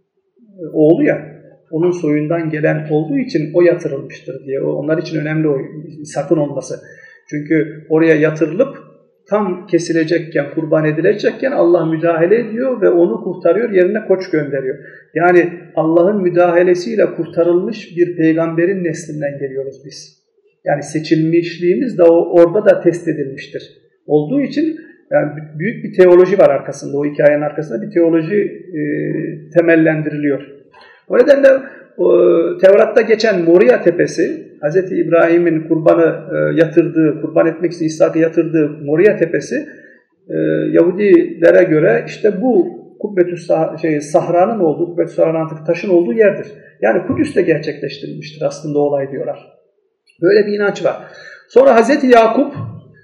oğlu ya, onun soyundan gelen olduğu için o yatırılmıştır diye. Onlar için önemli o İshak'ın olması. Çünkü oraya yatırılıp tam kesilecekken, kurban edilecekken Allah müdahale ediyor ve onu kurtarıyor, yerine koç gönderiyor. Yani Allah'ın müdahalesiyle kurtarılmış bir peygamberin neslinden geliyoruz biz. Yani seçilmişliğimiz de orada da test edilmiştir. Olduğu için yani büyük bir teoloji var arkasında, o hikayenin arkasında bir teoloji e, temellendiriliyor. O nedenle o, Tevrat'ta geçen Moriya Tepesi, Hazreti İbrahim'in kurbanı e, yatırdığı, kurban etmek için İshak'ı yatırdığı Moriya Tepesi, e, Yahudilere göre işte bu Kubbetü Sah şey, Sahra'nın olduğu, Kubbetü Sahra'nın taşın olduğu yerdir. Yani Kudüs'te gerçekleştirilmiştir aslında olay diyorlar. Böyle bir inanç var. Sonra Hazreti Yakup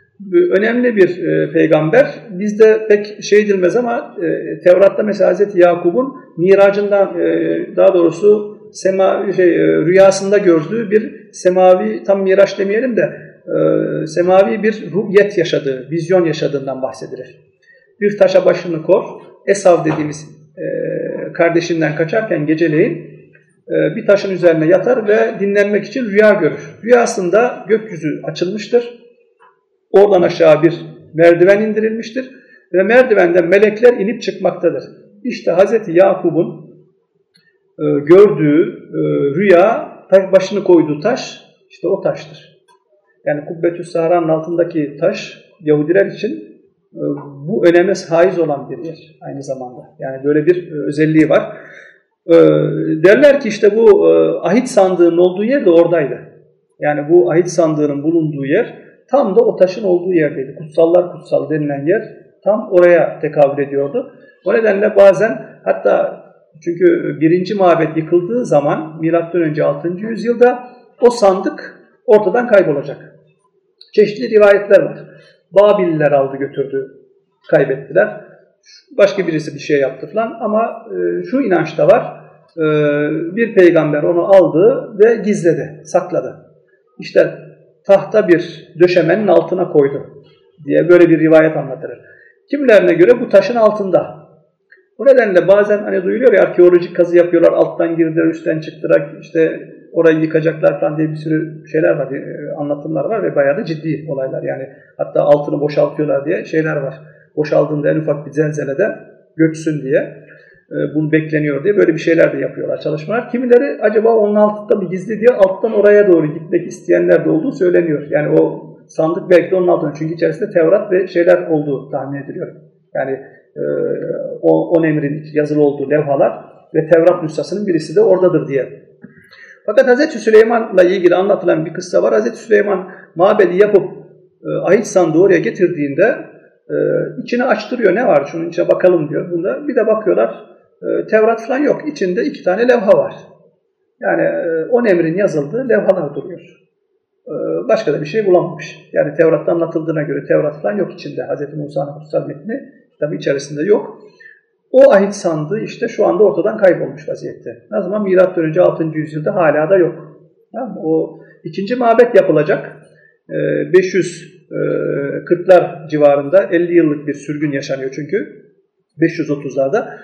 önemli bir e, peygamber. Bizde pek şey edilmez ama e, Tevrat'ta mesela Hazreti Yakup'un miracından e, daha doğrusu sema şey e, rüyasında gördüğü bir semavi, tam miraç demeyelim de e, semavi bir ruhiyet yaşadığı, vizyon yaşadığından bahsedilir. Bir taşa başını kor, Esav dediğimiz e, kardeşinden kaçarken geceleyin e, bir taşın üzerine yatar ve dinlenmek için rüya görür. Rüyasında gökyüzü açılmıştır. Oradan aşağı bir merdiven indirilmiştir ve merdivenden melekler inip çıkmaktadır. İşte Hazreti Yakup'un e, gördüğü e, rüya, başını koyduğu taş işte o taştır. Yani Kubbetü Sahra'nın altındaki taş Yahudiler için e, bu öneme haiz olan bir yer aynı zamanda. Yani böyle bir e, özelliği var. E, derler ki işte bu e, ahit sandığının olduğu yer de oradaydı. Yani bu ahit sandığının bulunduğu yer tam da o taşın olduğu yerdeydi. Kutsallar kutsal denilen yer tam oraya tekabül ediyordu. O nedenle bazen hatta çünkü birinci mabet yıkıldığı zaman milattan önce altıncı yüzyılda o sandık ortadan kaybolacak. Çeşitli rivayetler var. Babiller aldı götürdü, kaybettiler. Başka birisi bir şey yaptı falan ama e, şu inanç da var. E, bir peygamber onu aldı ve gizledi, sakladı. İşte tahta bir döşemenin altına koydu diye böyle bir rivayet anlatılır. Kimilerine göre bu taşın altında. Bu nedenle bazen hani duyuluyor ya arkeolojik kazı yapıyorlar, alttan girdiler, üstten çıktılar, işte orayı yıkacaklar falan diye bir sürü şeyler var, anlatımlar var ve bayağı da ciddi olaylar. Yani hatta altını boşaltıyorlar diye şeyler var. Boşaldığında en ufak bir zelzelede göçsün diye. Bunu bekleniyor diye böyle bir şeyler de yapıyorlar, çalışmalar. Kimileri acaba onun altında bir gizli diye alttan oraya doğru gitmek isteyenler de olduğu söyleniyor. Yani o sandık belki de onun altında. Çünkü içerisinde Tevrat ve şeyler olduğu tahmin ediliyor. Yani e, o, on emrin yazılı olduğu levhalar ve Tevrat nüshasının birisi de oradadır diye. Fakat Hazreti Süleyman'la ilgili anlatılan bir kıssa var. Hazreti Süleyman mabedi yapıp e, ahit sandığı oraya getirdiğinde e, içini açtırıyor. Ne var? Şunun içine bakalım diyor. Bunda bir de bakıyorlar. E, Tevrat falan yok. İçinde iki tane levha var. Yani e, on emrin yazıldığı levhalar duruyor. E, başka da bir şey bulamamış. Yani Tevrat'ta anlatıldığına göre Tevrat falan yok içinde. Hazreti Musa'nın kutsal metni tabi içerisinde yok. O ahit sandığı işte şu anda ortadan kaybolmuş vaziyette. Ne zaman? Milattan önce altıncı yüzyılda hala da yok. Tamam mı? O ikinci mabet yapılacak. beş yüz kırklar civarında elli yıllık bir sürgün yaşanıyor çünkü. beş yüz otuzlarda.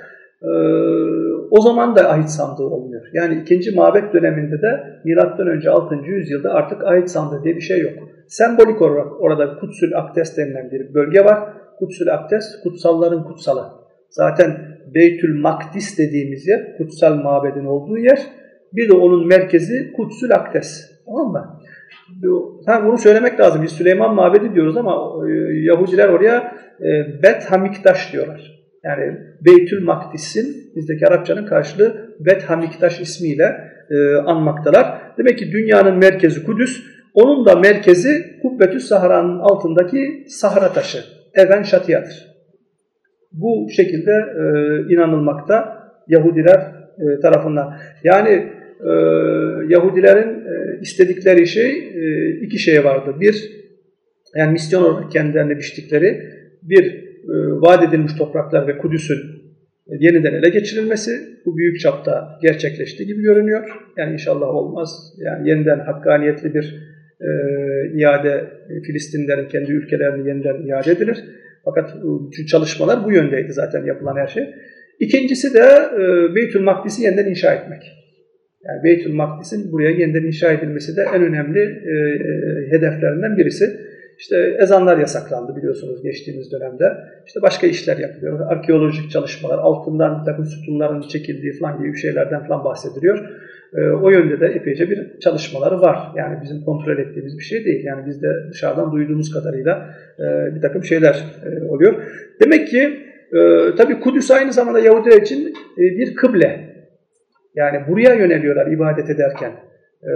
O zaman da ahit sandığı olmuyor. Yani ikinci mabet döneminde de milattan önce altıncı yüzyılda artık ahit sandığı diye bir şey yok. Sembolik olarak orada Kutsül Akdes denilen bir bölge var. Kutsül Akdes, kutsalların kutsalı. Zaten Beytül Makdis dediğimiz yer, kutsal mabedin olduğu yer. Bir de onun merkezi Kutsül Akdes. Tamam mı? Tabii bunu söylemek lazım. Biz Süleyman Mabedi diyoruz ama Yahudiler oraya Bet Hamikdaş diyorlar. Yani Beytül Makdis'in bizdeki Arapçanın karşılığı Bet Hamikdaş ismiyle anmaktalar. Demek ki dünyanın merkezi Kudüs, onun da merkezi Kubbetü Sahra'nın altındaki Sahra taşı, Even Şatiya'dır. Bu şekilde e, inanılmakta Yahudiler e, tarafından. Yani e, Yahudilerin e, istedikleri şey e, iki şey vardı. Bir, yani misyon olarak kendilerine biçtikleri bir e, vaat edilmiş topraklar ve Kudüs'ün yeniden ele geçirilmesi. Bu büyük çapta gerçekleştiği gibi görünüyor. Yani inşallah olmaz. Yani yeniden hakkaniyetli bir e, iade, Filistinlerin kendi ülkelerini yeniden iade edilir. Fakat bütün çalışmalar bu yöndeydi zaten yapılan her şey. İkincisi de e, Beytül Makdis'i yeniden inşa etmek. Yani Beytül Makdis'in buraya yeniden inşa edilmesi de en önemli e, e, hedeflerinden birisi. İşte ezanlar yasaklandı biliyorsunuz geçtiğimiz dönemde. İşte başka işler yapılıyor. Arkeolojik çalışmalar, altından bir takım sütunların çekildiği falan gibi şeylerden falan bahsediliyor. E, o yönde de epeyce bir çalışmaları var. Yani bizim kontrol ettiğimiz bir şey değil. Yani biz de dışarıdan duyduğumuz kadarıyla e, bir takım şeyler e, oluyor. Demek ki e, tabii Kudüs aynı zamanda Yahudiler için e, bir kıble. Yani buraya yöneliyorlar ibadet ederken. E,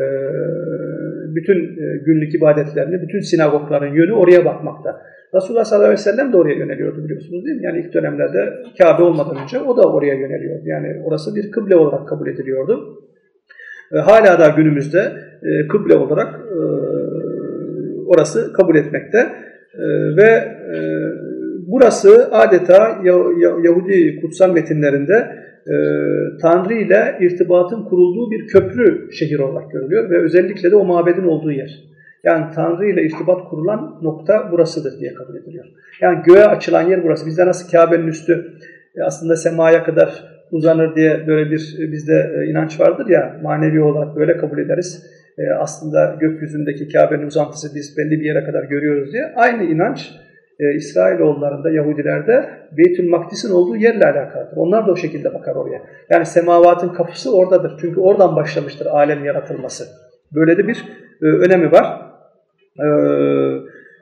bütün e, günlük ibadetlerini, bütün sinagogların yönü oraya bakmakta. Resulullah sallallahu aleyhi ve sellem de oraya yöneliyordu biliyorsunuz değil mi? Yani ilk dönemlerde Kabe olmadan önce o da oraya yöneliyordu. Yani orası bir kıble olarak kabul ediliyordu. E, hala da günümüzde e, kıble olarak e, orası kabul etmekte. E, ve e, burası adeta Yahudi kutsal metinlerinde e, Tanrı ile irtibatın kurulduğu bir köprü şehir olarak görülüyor ve özellikle de o mabedin olduğu yer. Yani Tanrı ile irtibat kurulan nokta burasıdır diye kabul ediliyor. Yani göğe açılan yer burası. Bizde nasıl Kabe'nin üstü e, aslında semaya kadar uzanır diye böyle bir bizde inanç vardır ya, manevi olarak böyle kabul ederiz. E, aslında gökyüzündeki Kabe'nin uzantısı biz belli bir yere kadar görüyoruz diye. Aynı inanç e, İsrailoğullarında, Yahudilerde Beytül Makdis'in olduğu yerle alakalıdır. Onlar da o şekilde bakar oraya. Yani semavatın kapısı oradadır. Çünkü oradan başlamıştır alem yaratılması. Böyle de bir e, önemi var. Eee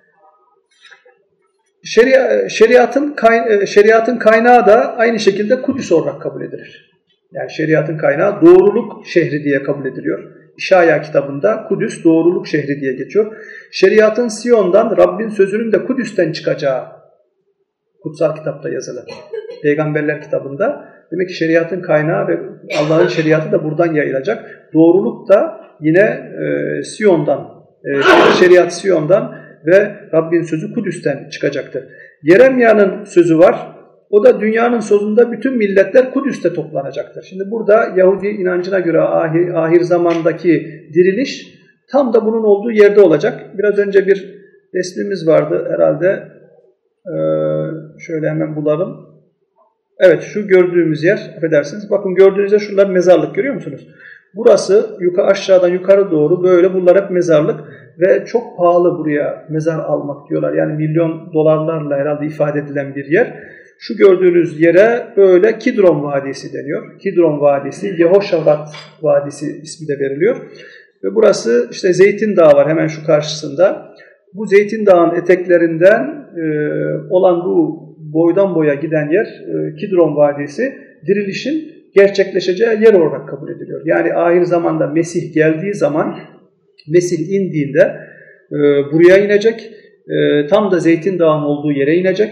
Şeria, şeriatın, kay, şeriatın kaynağı da aynı şekilde Kudüs olarak kabul edilir. Yani şeriatın kaynağı doğruluk şehri diye kabul ediliyor. İşaya kitabında Kudüs doğruluk şehri diye geçiyor. Şeriatın Siyon'dan, Rabbin sözünün de Kudüs'ten çıkacağı kutsal kitapta yazılı. Peygamberler kitabında. Demek ki şeriatın kaynağı ve Allah'ın şeriatı da buradan yayılacak. Doğruluk da yine e, Siyon'dan, e, şeriat Siyon'dan ve Rabbin sözü Kudüs'ten çıkacaktır. Yeremya'nın sözü var. O da dünyanın sonunda bütün milletler Kudüs'te toplanacaktır. Şimdi burada Yahudi inancına göre ahir, ahir zamandaki diriliş tam da bunun olduğu yerde olacak. Biraz önce bir resmimiz vardı herhalde. Ee, şöyle hemen bulalım. Evet, şu gördüğümüz yer, affedersiniz. Bakın gördüğünüz yer şuralar mezarlık, görüyor musunuz? Burası yukarı, aşağıdan yukarı doğru böyle, bunlar hep mezarlık. Ve çok pahalı buraya mezar almak diyorlar. Yani milyon dolarlarla herhalde ifade edilen bir yer. Şu gördüğünüz yere böyle Kidron Vadisi deniyor. Kidron Vadisi, Yehoşavat Vadisi ismi de veriliyor. Ve burası işte Zeytin Dağı var hemen şu karşısında. Bu Zeytin Dağı'nın eteklerinden e, olan bu boydan boya giden yer e, Kidron Vadisi dirilişin gerçekleşeceği yer olarak kabul ediliyor. Yani ahir zamanda Mesih geldiği zaman, Mesih indiğinde e, buraya inecek, e, tam da Zeytin Dağı'nın olduğu yere inecek.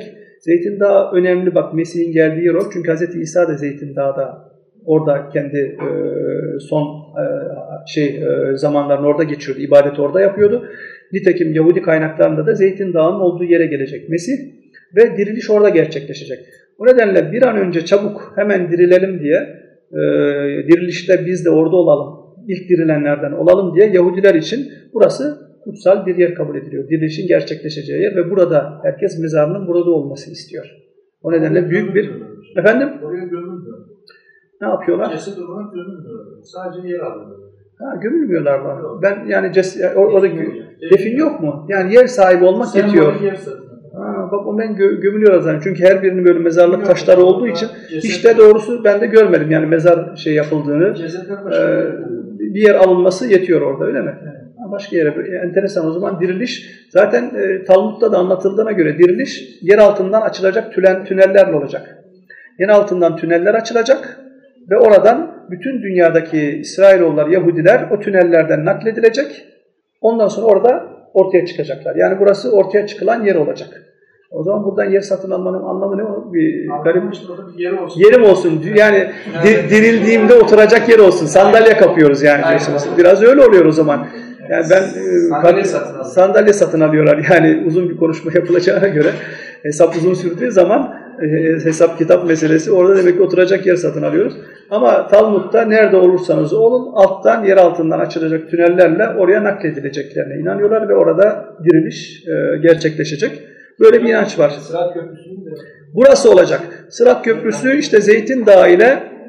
Zeytin Dağı önemli, bak Mesih'in geldiği yer o. Çünkü Hazreti İsa da Zeytin Dağı'da orada kendi e, son e, şey e, zamanlarını orada geçiyordu. İbadeti orada yapıyordu. Nitekim Yahudi kaynaklarında da Zeytin Dağı'nın olduğu yere gelecek Mesih ve diriliş orada gerçekleşecek. O nedenle bir an önce çabuk hemen dirilelim diye, e, dirilişte biz de orada olalım, ilk dirilenlerden olalım diye Yahudiler için burası kutsal bir yer kabul ediliyor. Dirilişin gerçekleşeceği yer ve burada herkes mezarının burada olmasını istiyor. O nedenle büyük bir... Efendim? Oraya gömülmüyor. Ne yapıyorlar? Ceset olarak gömülmüyor. Sadece yer alıyor. Ha, gömülmüyorlar var. Ben yani ces- orada defin yok mu? Yani yer sahibi olmak Sen yetiyor. yer satın. Ha, bak o ben gö- gömülüyorlar zaten. Çünkü her birinin böyle mezarlık taşları olduğu için hiç de doğrusu ben de görmedim yani mezar şey yapıldığını. Ee, bir yer alınması yetiyor orada, öyle mi? Evet. Başka yere, enteresan. O zaman diriliş zaten e, Talmud'da da anlatıldığına göre diriliş yer altından açılacak tülen, tünellerle olacak. Yer altından tüneller açılacak ve oradan bütün dünyadaki İsrailoğulları, Yahudiler o tünellerden nakledilecek. Ondan sonra orada ortaya çıkacaklar. Yani burası ortaya çıkılan yer olacak. O zaman buradan yer satın almanın anlamı ne? Bir garip işte bir yeri olsun. Yerim olsun. Yani di, dirildiğimde oturacak yer olsun. Sandalye kapıyoruz yani diyorsunuz. Biraz öyle oluyor o zaman. Yani ben sandalye, e, satın sandalye satın alıyorlar. Yani uzun bir konuşma yapılacağına göre hesap uzun sürdüğü zaman e, hesap kitap meselesi, orada demek ki oturacak yer satın alıyoruz. Ama Talmud'da nerede olursanız olun alttan, yer altından açılacak tünellerle oraya nakledileceklerine inanıyorlar ve orada diriliş e, gerçekleşecek. Böyle bir inanç var. Sırat Köprüsü'nün de burası olacak. Sırat Köprüsü işte Zeytin Dağı ile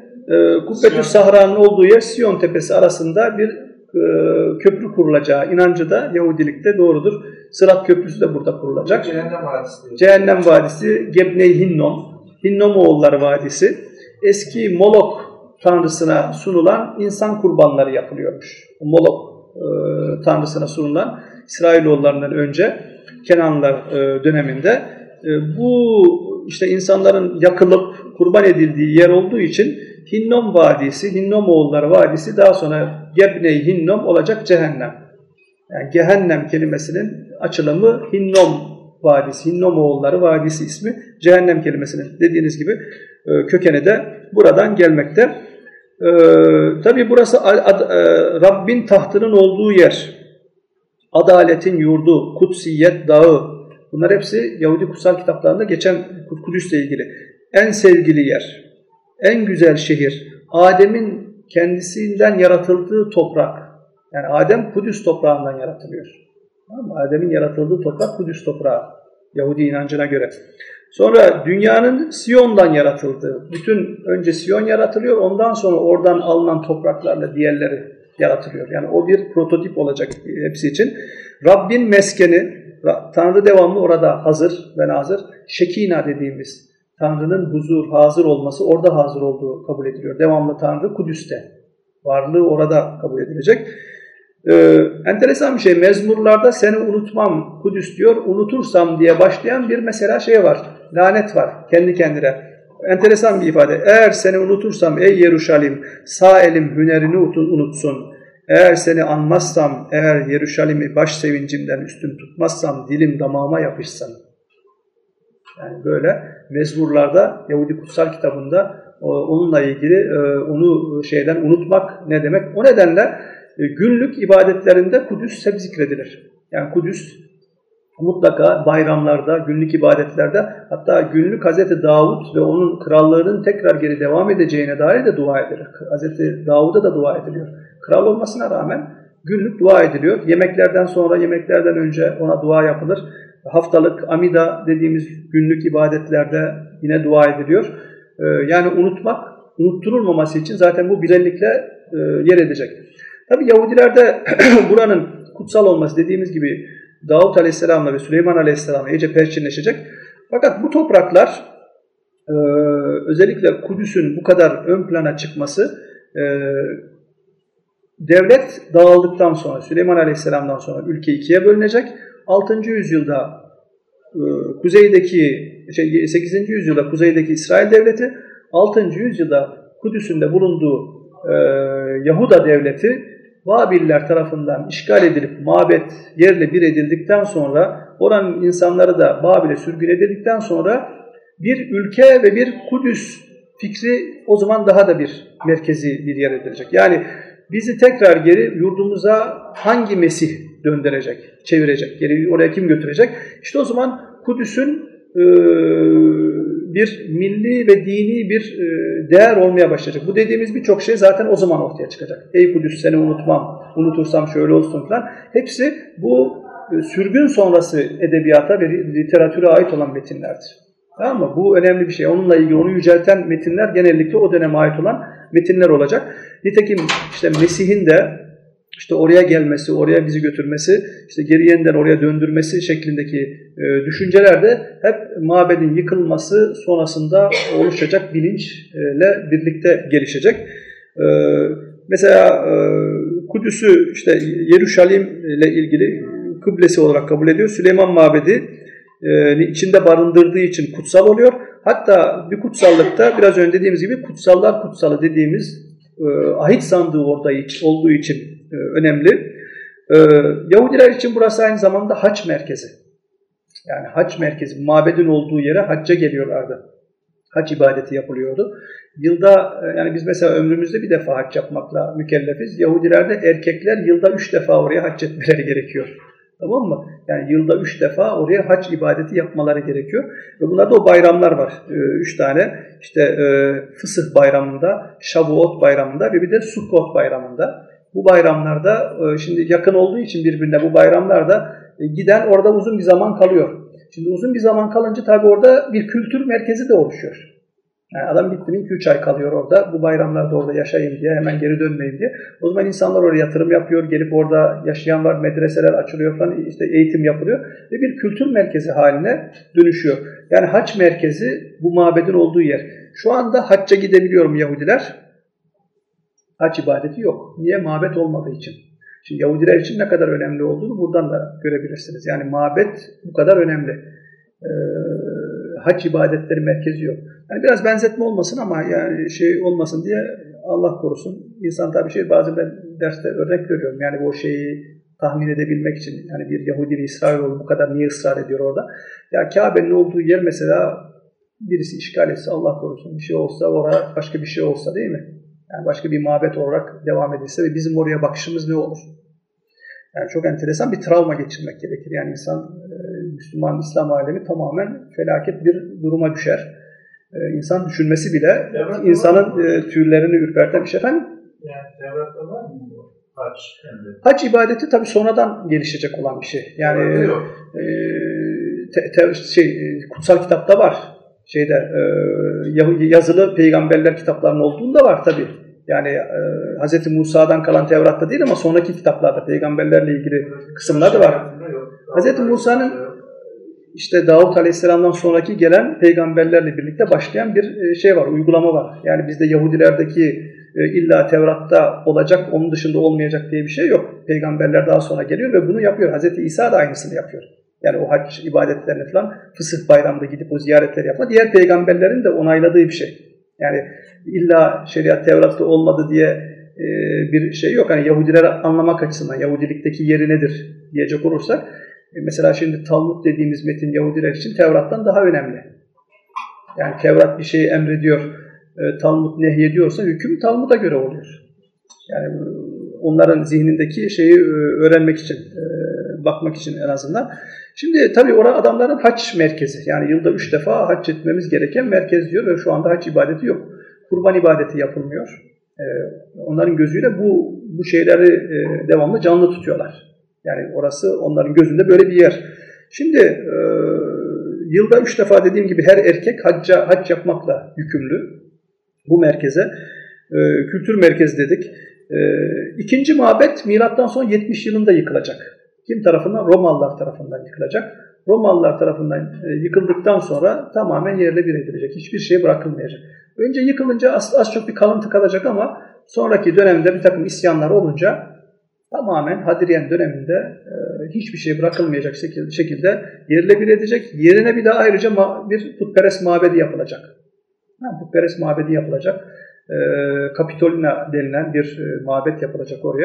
e, Kubbetü Sahra'nın olduğu yer Siyon Tepesi arasında bir e, köprü kurulacağı inancı da Yahudilikte doğrudur. Sırat Köprüsü de burada kurulacak. Cehennem Vadisi. Cehennem Vadisi, Gebne-i Hinnom, Hinnomoğulları Vadisi. Eski Molok tanrısına sunulan insan kurbanları yapılıyormuş. Molok e, tanrısına sunulan İsrailoğullarından önce Kenanlılar e, döneminde e, bu işte insanların yakılıp kurban edildiği yer olduğu için Hinnom Vadisi, Hinnomoğulları Vadisi daha sonra Gebne-i Hinnom olacak cehennem. Yani Gehennem kelimesinin açılımı Hinnom Vadisi, Hinnomoğulları Vadisi ismi cehennem kelimesinin dediğiniz gibi e, kökeni de buradan gelmekte. E, tabii burası ad, e, Rabbin tahtının olduğu yer. Adaletin yurdu, kutsiyet dağı, bunlar hepsi Yahudi kutsal kitaplarında geçen Kudüs'le ilgili. En sevgili yer, en güzel şehir, Adem'in kendisinden yaratıldığı toprak. Yani Adem Kudüs toprağından yaratılıyor. Adem'in yaratıldığı toprak Kudüs toprağı, Yahudi inancına göre. Sonra dünyanın Siyon'dan yaratıldığı, bütün önce Siyon yaratılıyor, ondan sonra oradan alınan topraklarla diğerleri yaratılıyor. Yani o bir prototip olacak hepsi için. Rabbin meskeni, Tanrı devamlı orada hazır ve nazır. Şekina dediğimiz Tanrı'nın huzur, hazır olması orada hazır olduğu kabul ediliyor. Devamlı Tanrı Kudüs'te. Varlığı orada kabul edilecek. Ee, enteresan bir şey. Mezmurlarda seni unutmam Kudüs diyor. Unutursam diye başlayan bir mesela şey var. Lanet var kendi kendine. Enteresan bir ifade. Eğer seni unutursam ey Yeruşalim, sağ elim hünerini unutsun. Eğer seni anmazsam, eğer Yeruşalim'i baş sevincimden üstün tutmazsam, dilim damağıma yapışsın. Yani böyle mezmurlarda, Yahudi kutsal kitabında onunla ilgili onu şeyden unutmak ne demek? O nedenle günlük ibadetlerinde Kudüs hep zikredilir. Yani Kudüs mutlaka bayramlarda, günlük ibadetlerde, hatta günlük Hazreti Davud ve onun krallığının tekrar geri devam edeceğine dair de dua edilir. Hazreti Davud'a da dua ediliyor. Kral olmasına rağmen günlük dua ediliyor. Yemeklerden sonra, yemeklerden önce ona dua yapılır. Haftalık amida dediğimiz günlük ibadetlerde yine dua ediliyor. Yani unutmak, unutturulmaması için zaten bu birellikle yer edecek. Tabi Yahudilerde buranın kutsal olması dediğimiz gibi Davut Aleyhisselam'la ve Süleyman Aleyhisselam'la iyice perçinleşecek. Fakat bu topraklar e, özellikle Kudüs'ün bu kadar ön plana çıkması e, devlet dağıldıktan sonra, Süleyman Aleyhisselam'dan sonra ülke ikiye bölünecek. altıncı yüzyılda e, kuzeydeki, şey, sekizinci yüzyılda kuzeydeki İsrail devleti, altıncı yüzyılda Kudüs'ün de bulunduğu e, Yahuda devleti Babiller tarafından işgal edilip mabet yerle bir edildikten sonra, oranın insanları da Babil'e sürgün edildikten sonra bir ülke ve bir Kudüs fikri o zaman daha da bir merkezi bir yer edilecek. Yani bizi tekrar geri yurdumuza hangi Mesih döndürecek, çevirecek, geri oraya kim götürecek? İşte o zaman Kudüs'ün e, bir milli ve dini bir e, değer olmaya başlayacak. Bu dediğimiz birçok şey zaten o zaman ortaya çıkacak. Ey Kudüs seni unutmam, unutursam şöyle olsun falan. Hepsi bu e, sürgün sonrası edebiyata ve literatüre ait olan metinlerdir. Tamam mı? Bu önemli bir şey. Onunla ilgili onu yücelten metinler genellikle o döneme ait olan metinler olacak. Nitekim işte Mesih'in de işte oraya gelmesi, oraya bizi götürmesi, işte geri yeniden oraya döndürmesi şeklindeki e, düşünceler de hep mabedin yıkılması sonrasında oluşacak bilinçle birlikte gelişecek. E, mesela e, Kudüs'ü işte Yeruşalim ile ilgili kıblesi olarak kabul ediyor. Süleyman Mabedi e, içinde barındırdığı için kutsal oluyor. Hatta bir kutsallıkta biraz önce dediğimiz gibi kutsallar kutsalı dediğimiz e, ahit sandığı orada olduğu için e, önemli. E, Yahudiler için burası aynı zamanda haç merkezi. Yani haç merkezi, mabedin olduğu yere hacca geliyorlardı. Hac ibadeti yapılıyordu. Yılda yani biz mesela ömrümüzde bir defa hac yapmakla mükellefiz. Yahudilerde erkekler yılda üç defa oraya hac etmeleri gerekiyor. Tamam mı? Yani yılda üç defa oraya hac ibadeti yapmaları gerekiyor. Ve bunlarda o bayramlar var. Ee, üç tane. İşte e, Fısıh bayramında, Şavuot bayramında ve bir de Sukkot bayramında. Bu bayramlarda e, şimdi yakın olduğu için birbirine bu bayramlarda e, giden orada uzun bir zaman kalıyor. Şimdi uzun bir zaman kalınca tabii orada bir kültür merkezi de oluşuyor. Yani adam gitti mi iki üç ay kalıyor orada. Bu bayramlarda orada yaşayayım diye, hemen geri dönmeyeyim diye. O zaman insanlar oraya yatırım yapıyor. Gelip orada yaşayan var, medreseler açılıyor falan, işte eğitim yapılıyor. Ve bir kültür merkezi haline dönüşüyor. Yani hac merkezi bu mabedin olduğu yer. Şu anda hacca gidebiliyor mu Yahudiler? Hac ibadeti yok. Niye? Mabet olmadığı için. Şimdi Yahudiler için ne kadar önemli olduğunu buradan da görebilirsiniz. Yani mabet bu kadar önemli. Ee, hac ibadetleri merkezi yok. Yani biraz benzetme olmasın ama yani şey olmasın diye Allah korusun. İnsan tabii şey bazen ben derste örnek veriyorum. Yani o şeyi tahmin edebilmek için. Yani bir Yahudi bir İsrailoğlu bu kadar niye ısrar ediyor orada? Ya Kabe'nin olduğu yer mesela birisi işgal etse Allah korusun bir şey olsa orada başka bir şey olsa değil mi? Yani başka bir mabet olarak devam edilse ve bizim oraya bakışımız ne olur? Yani çok enteresan bir travma geçirmek gerekir. Yani insan, Müslüman, İslam alemi tamamen felaket bir duruma düşer. İnsan düşünmesi bile Tevrat'ta insanın tüylerini ürperten bir şey. Efendim? Yani Tevrat'ta var mı bu hac? Hac ibadeti tabii sonradan gelişecek olan bir şey. Yani e, te, te, şey kutsal kitapta var. Şeyde e, yazılı peygamberler kitaplarının olduğunda var tabii. Yani e, Hz. Musa'dan kalan Tevrat'ta değil ama sonraki kitaplarda peygamberlerle ilgili kısımlar da var. Hz. Musa'nın işte Davut Aleyhisselam'dan sonraki gelen peygamberlerle birlikte başlayan bir şey var, uygulama var. Yani bizde Yahudilerdeki e, illa Tevrat'ta olacak, onun dışında olmayacak diye bir şey yok. Peygamberler daha sonra geliyor ve bunu yapıyor. Hz. İsa da aynısını yapıyor. Yani o hac ibadetlerini falan Fısıh bayramında gidip o ziyaretleri yapma. Diğer peygamberlerin de onayladığı bir şey. Yani illa şeriat Tevrat'ta olmadı diye e, bir şey yok. Hani Yahudileri anlamak açısından Yahudilikteki yeri nedir diyecek olursak e, mesela şimdi Talmud dediğimiz metin Yahudiler için Tevrat'tan daha önemli. Yani Tevrat bir şeyi emrediyor, e, Talmud nehyediyorsa hüküm Talmud'a göre oluyor. Yani onların zihnindeki şeyi e, öğrenmek için, e, bakmak için en azından. Şimdi tabii orada adamların hac merkezi. Yani yılda üç defa hac etmemiz gereken merkez diyor ve şu anda hac ibadeti yok. Kurban ibadeti yapılmıyor. Ee, onların gözüyle bu bu şeyleri e, devamlı canlı tutuyorlar. Yani orası onların gözünde böyle bir yer. Şimdi e, yılda üç defa dediğim gibi her erkek hacca, hac yapmakla yükümlü. Bu merkeze. E, kültür merkezi dedik. E, ikinci mabet milattan sonra yetmiş yılında yıkılacak. Kim tarafından? Romalılar tarafından yıkılacak. Romalılar tarafından yıkıldıktan sonra tamamen yerle bir edilecek. Hiçbir şey bırakılmayacak. Önce yıkılınca az, az çok bir kalıntı kalacak ama sonraki dönemde bir takım isyanlar olunca tamamen Hadrian döneminde e, hiçbir şey bırakılmayacak şekilde, şekilde yerle bir edecek. Yerine bir de ayrıca ma- bir putperest mabedi yapılacak. Ha, putperest mabedi yapılacak. E, Kapitolina denilen bir e, mabet yapılacak oraya.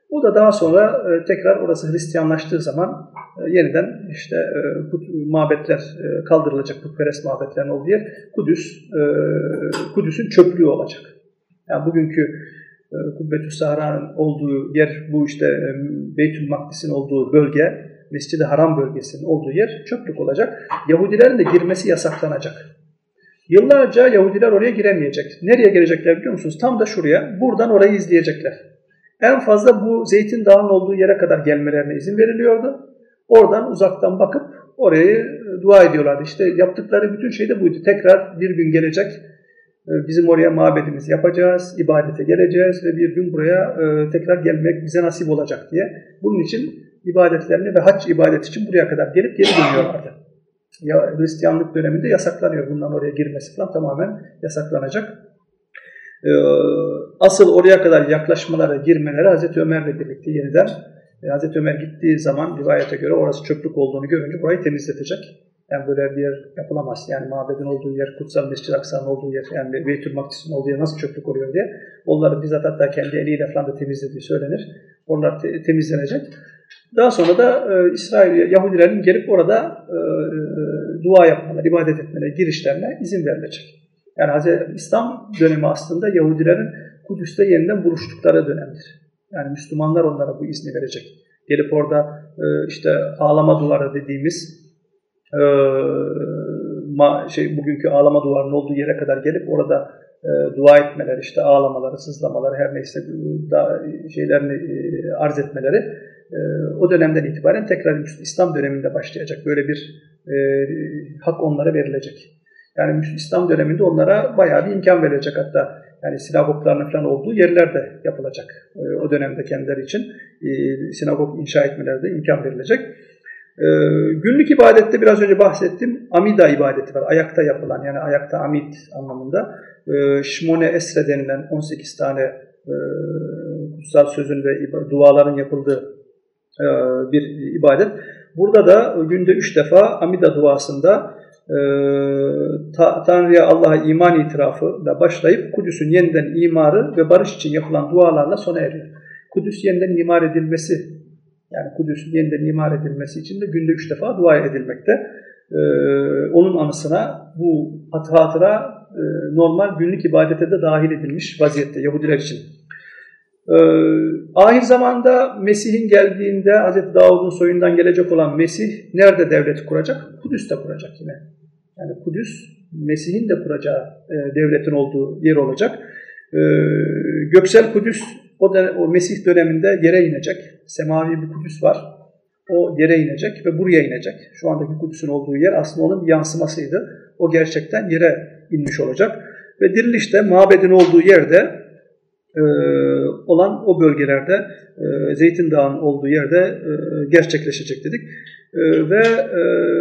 O da daha sonra e, tekrar orası Hristiyanlaştığı zaman e, yeniden işte e, put, mabetler e, kaldırılacak, putperest mabetlerin olduğu yer Kudüs, e, Kudüs'ün çöplüğü olacak. Yani bugünkü e, Kubbetü Sahra'nın olduğu yer, bu işte e, Beytül Makdis'in olduğu bölge, Mescid-i Haram bölgesinin olduğu yer çöplük olacak. Yahudilerin de girmesi yasaklanacak. Yıllarca Yahudiler oraya giremeyecek. Nereye girecekler biliyor musunuz? Tam da şuraya. Buradan orayı izleyecekler. En fazla bu Zeytin Dağı'nın olduğu yere kadar gelmelerine izin veriliyordu. Oradan uzaktan bakıp orayı dua ediyorlardı. İşte yaptıkları bütün şey de buydu. Tekrar bir gün gelecek, bizim oraya mabedimizi yapacağız, ibadete geleceğiz ve bir gün buraya tekrar gelmek bize nasip olacak diye. Bunun için ibadetlerini ve hac ibadeti için buraya kadar gelip geri dönüyorlardı. Ya, Hristiyanlık döneminde yasaklanıyor. Bundan oraya girmesi falan tamamen yasaklanacak. Ee, asıl oraya kadar yaklaşmalara, girmeleri Hazreti Ömer'le birlikte yeniden e, Hazreti Ömer gittiği zaman rivayete göre orası çöplük olduğunu görünce burayı temizletecek. Yani böyle bir yer yapılamaz. Yani mabedin olduğu yer, Kutsal Mescid-i Aksa'nın olduğu yer, yani Beytül Makdis'in olduğu yer nasıl çöplük oluyor diye. Onları bizzat hatta kendi eliyle falan da temizlediği söylenir. Onlar te- temizlenecek. Daha sonra da e, İsrail Yahudilerin gelip orada e, dua yapmaları, ibadet etmeleri, girişlerine izin verilecek. Yani Hazreti İslam dönemi aslında Yahudilerin Kudüs'te yeniden buluştukları dönemdir. Yani Müslümanlar onlara bu izni verecek. Gelip orada e, işte ağlama duvarı dediğimiz e, ma, şey bugünkü ağlama duvarının olduğu yere kadar gelip orada e, dua etmeleri, işte ağlamaları, sızlamaları, her neyse da, şeylerini e, arz etmeleri e, o dönemden itibaren tekrar İslam döneminde başlayacak. Böyle bir e, hak onlara verilecek. Yani İslam döneminde onlara bayağı bir imkan verilecek, hatta yani sinagoglarının falan olduğu yerlerde yapılacak. O dönemde kendileri için sinagog inşa etmelerinde imkan verilecek. Günlük ibadette biraz önce bahsettim. Amida ibadeti var. Ayakta yapılan, yani ayakta amid anlamında. Şmone Esre denilen on sekiz tane kutsal sözün ve duaların yapıldığı bir ibadet. Burada da günde üç defa Amida duasında Ee, ta, Tanrı'ya, Allah'a iman itirafıyla başlayıp Kudüs'ün yeniden imarı ve barış için yapılan dualarla sona eriyor. Kudüs yeniden imar edilmesi, yani Kudüs'ün yeniden imar edilmesi için de günde üç defa dua edilmekte. Ee, onun anısına bu hatıra e, normal günlük ibadete de dahil edilmiş vaziyette Yahudiler için. Ee, ahir zamanda Mesih'in geldiğinde Hazreti Davud'un soyundan gelecek olan Mesih nerede devlet kuracak? Kudüs'te kuracak yine. Yani Kudüs, Mesih'in de kuracağı e, devletin olduğu yer olacak. E, Göksel Kudüs o, da, o Mesih döneminde yere inecek. Semavi bir Kudüs var. O yere inecek ve buraya inecek. Şu andaki Kudüs'ün olduğu yer aslında onun bir yansımasıydı. O gerçekten yere inmiş olacak. Ve dirilişte mabedin olduğu yerde Ee, olan o bölgelerde e, Zeytin Dağı'nın olduğu yerde e, gerçekleşecek dedik. E, ve e,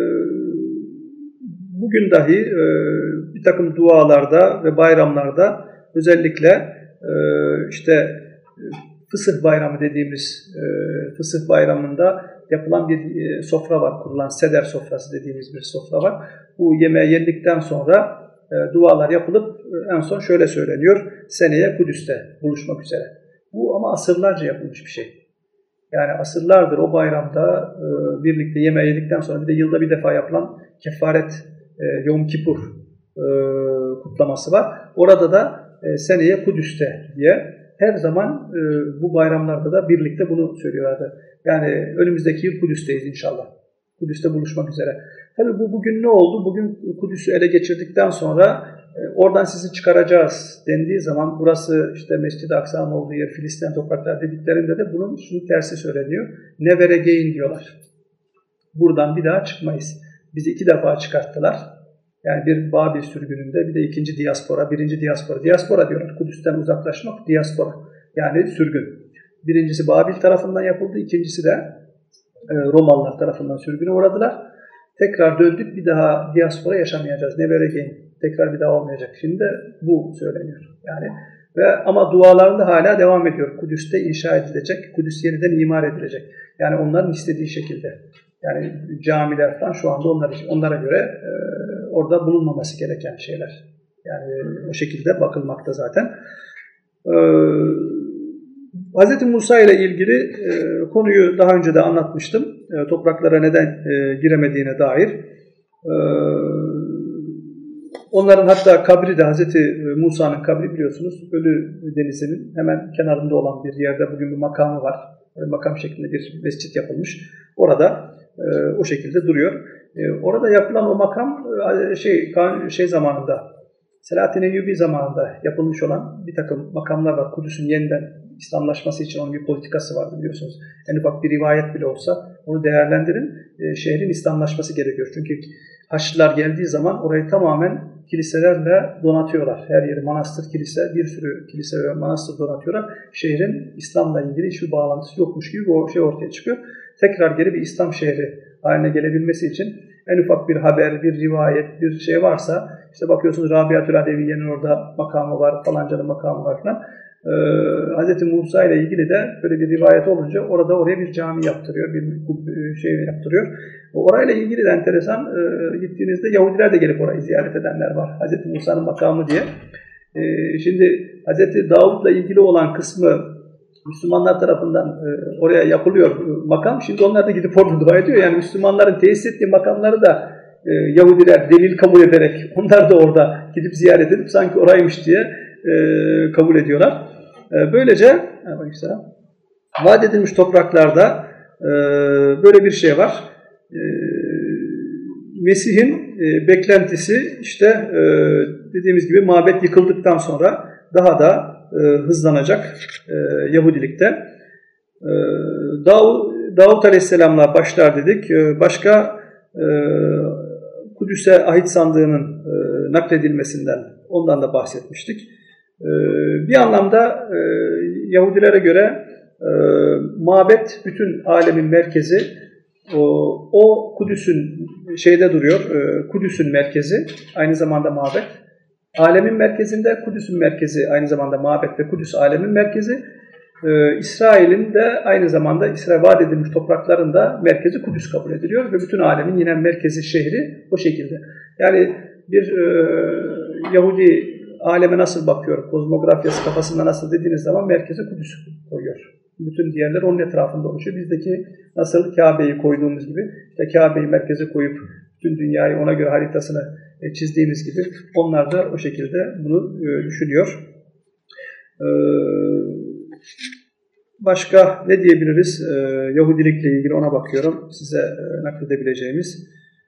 bugün dahi e, bir takım dualarda ve bayramlarda özellikle e, işte Fısıh Bayramı dediğimiz e, Fısıh Bayramı'nda yapılan bir e, sofra var, kurulan seder sofrası dediğimiz bir sofra var. Bu yemeği yedikten sonra e, dualar yapılıp e, en son şöyle söyleniyor: seneye Kudüs'te buluşmak üzere. Bu ama asırlarca yapılmış bir şey. Yani asırlardır o bayramda e, birlikte yemeği yedikten sonra bir de yılda bir defa yapılan kefaret e, Yom Kipur e, kutlaması var. Orada da e, seneye Kudüs'te diye her zaman e, bu bayramlarda da birlikte bunu söylüyorlardı. Yani önümüzdeki yıl Kudüs'teyiz inşallah. Kudüs'te buluşmak üzere. Tabii bu bugün ne oldu? Bugün Kudüs'ü ele geçirdikten sonra e, oradan sizi çıkaracağız dendiği zaman burası işte Mescid-i Aksa'nın olduğu yer, Filistin topraklar dediklerinde de bunun şunu tersi söyleniyor. Never again diyorlar. Buradan bir daha çıkmayız. Bizi iki defa çıkarttılar. Yani bir Babil sürgününde, bir de ikinci diaspora, birinci diaspora. Diaspora diyorlar. Kudüs'ten uzaklaşmak, diaspora. Yani sürgün. Birincisi Babil tarafından yapıldı, ikincisi de Romalılar tarafından sürgüne uğradılar. Tekrar döndük, bir daha diaspora yaşamayacağız. Never again. Tekrar bir daha olmayacak. Şimdi de bu söyleniyor. Yani ve ama dualarında hala devam ediyor. Kudüs'te inşa edilecek, Kudüs yeniden imar edilecek. Yani onların istediği şekilde. Yani camiler falan şu anda onlar için, onlara göre e, orada bulunmaması gereken şeyler. Yani o şekilde bakılmakta zaten. E, Hz. Musa ile ilgili e, konuyu daha önce de anlatmıştım. E, topraklara neden e, giremediğine dair. E, onların hatta kabri de Hz. Musa'nın kabri biliyorsunuz Ölü Denizi'nin hemen kenarında olan bir yerde bugün bir makamı var. E, makam şeklinde bir mescit yapılmış. Orada e, o şekilde duruyor. E, orada yapılan o makam e, şey şey zamanında Selahaddin Eyyubi zamanında yapılmış olan bir takım makamlar var. Kudüs'ün yeniden İslamlaşması için onun bir politikası var biliyorsunuz. En ufak bir rivayet bile olsa onu değerlendirin. E, şehrin İslamlaşması gerekiyor. Çünkü Haçlılar geldiği zaman orayı tamamen kiliselerle donatıyorlar. Her yeri manastır, kilise, bir sürü kilise ve manastır donatıyorlar. Şehrin İslam'la ilgili hiçbir bağlantısı yokmuş gibi bir şey ortaya çıkıyor. Tekrar geri bir İslam şehri haline gelebilmesi için en ufak bir haber, bir rivayet, bir şey varsa işte bakıyorsunuz Rabiatül Adeviye'nin orada makamı var, falancanın makamı var falan. Ee, Hz. Musa ile ilgili de böyle bir rivayet olunca orada oraya bir cami yaptırıyor, bir şey yaptırıyor. Orayla ilgili de enteresan e, gittiğinizde Yahudiler de gelip orayı ziyaret edenler var. Hz. Musa'nın makamı diye. E, şimdi Hz. Davud'la ilgili olan kısmı Müslümanlar tarafından e, oraya yapılıyor e, makam. Şimdi onlar da gidip orada dua ediyor. Yani Müslümanların tesis ettiği makamları da e, Yahudiler delil kabul ederek onlar da orada gidip ziyaret edip sanki oraymış diye e, kabul ediyorlar. E, böylece vaat edilmiş topraklarda e, böyle bir şey var. E, Mesih'in e, beklentisi işte e, dediğimiz gibi mabet yıkıldıktan sonra daha da e, hızlanacak e, Yahudilikte. E, Davud, Davud Aleyhisselam'la başlar dedik. E, başka e, Kudüs'e ahit sandığının e, nakledilmesinden ondan da bahsetmiştik. E, bir anlamda e, Yahudilere göre e, mabet bütün alemin merkezi. O, o Kudüs'ün şeyde duruyor. E, Kudüs'ün merkezi aynı zamanda mabet. Alemin merkezinde Kudüs'ün merkezi aynı zamanda mabet ve Kudüs alemin merkezi. Ee, İsrail'in de aynı zamanda İsrail vaat edilmiş topraklarında merkezi Kudüs kabul ediliyor ve bütün alemin yine merkezi şehri o şekilde. Yani bir e, Yahudi aleme nasıl bakıyor, kozmografyası kafasında nasıl dediğiniz zaman merkezi Kudüs koyuyor. Bütün diğerler onun etrafında oluşuyor. Bizdeki nasıl Kabe'yi koyduğumuz gibi işte Kabe'yi merkeze koyup bütün dünyayı ona göre haritasını çizdiğimiz gibi onlar da o şekilde bunu e, düşünüyor. E, başka ne diyebiliriz? E, Yahudilikle ilgili ona bakıyorum. Size e, nakledebileceğimiz.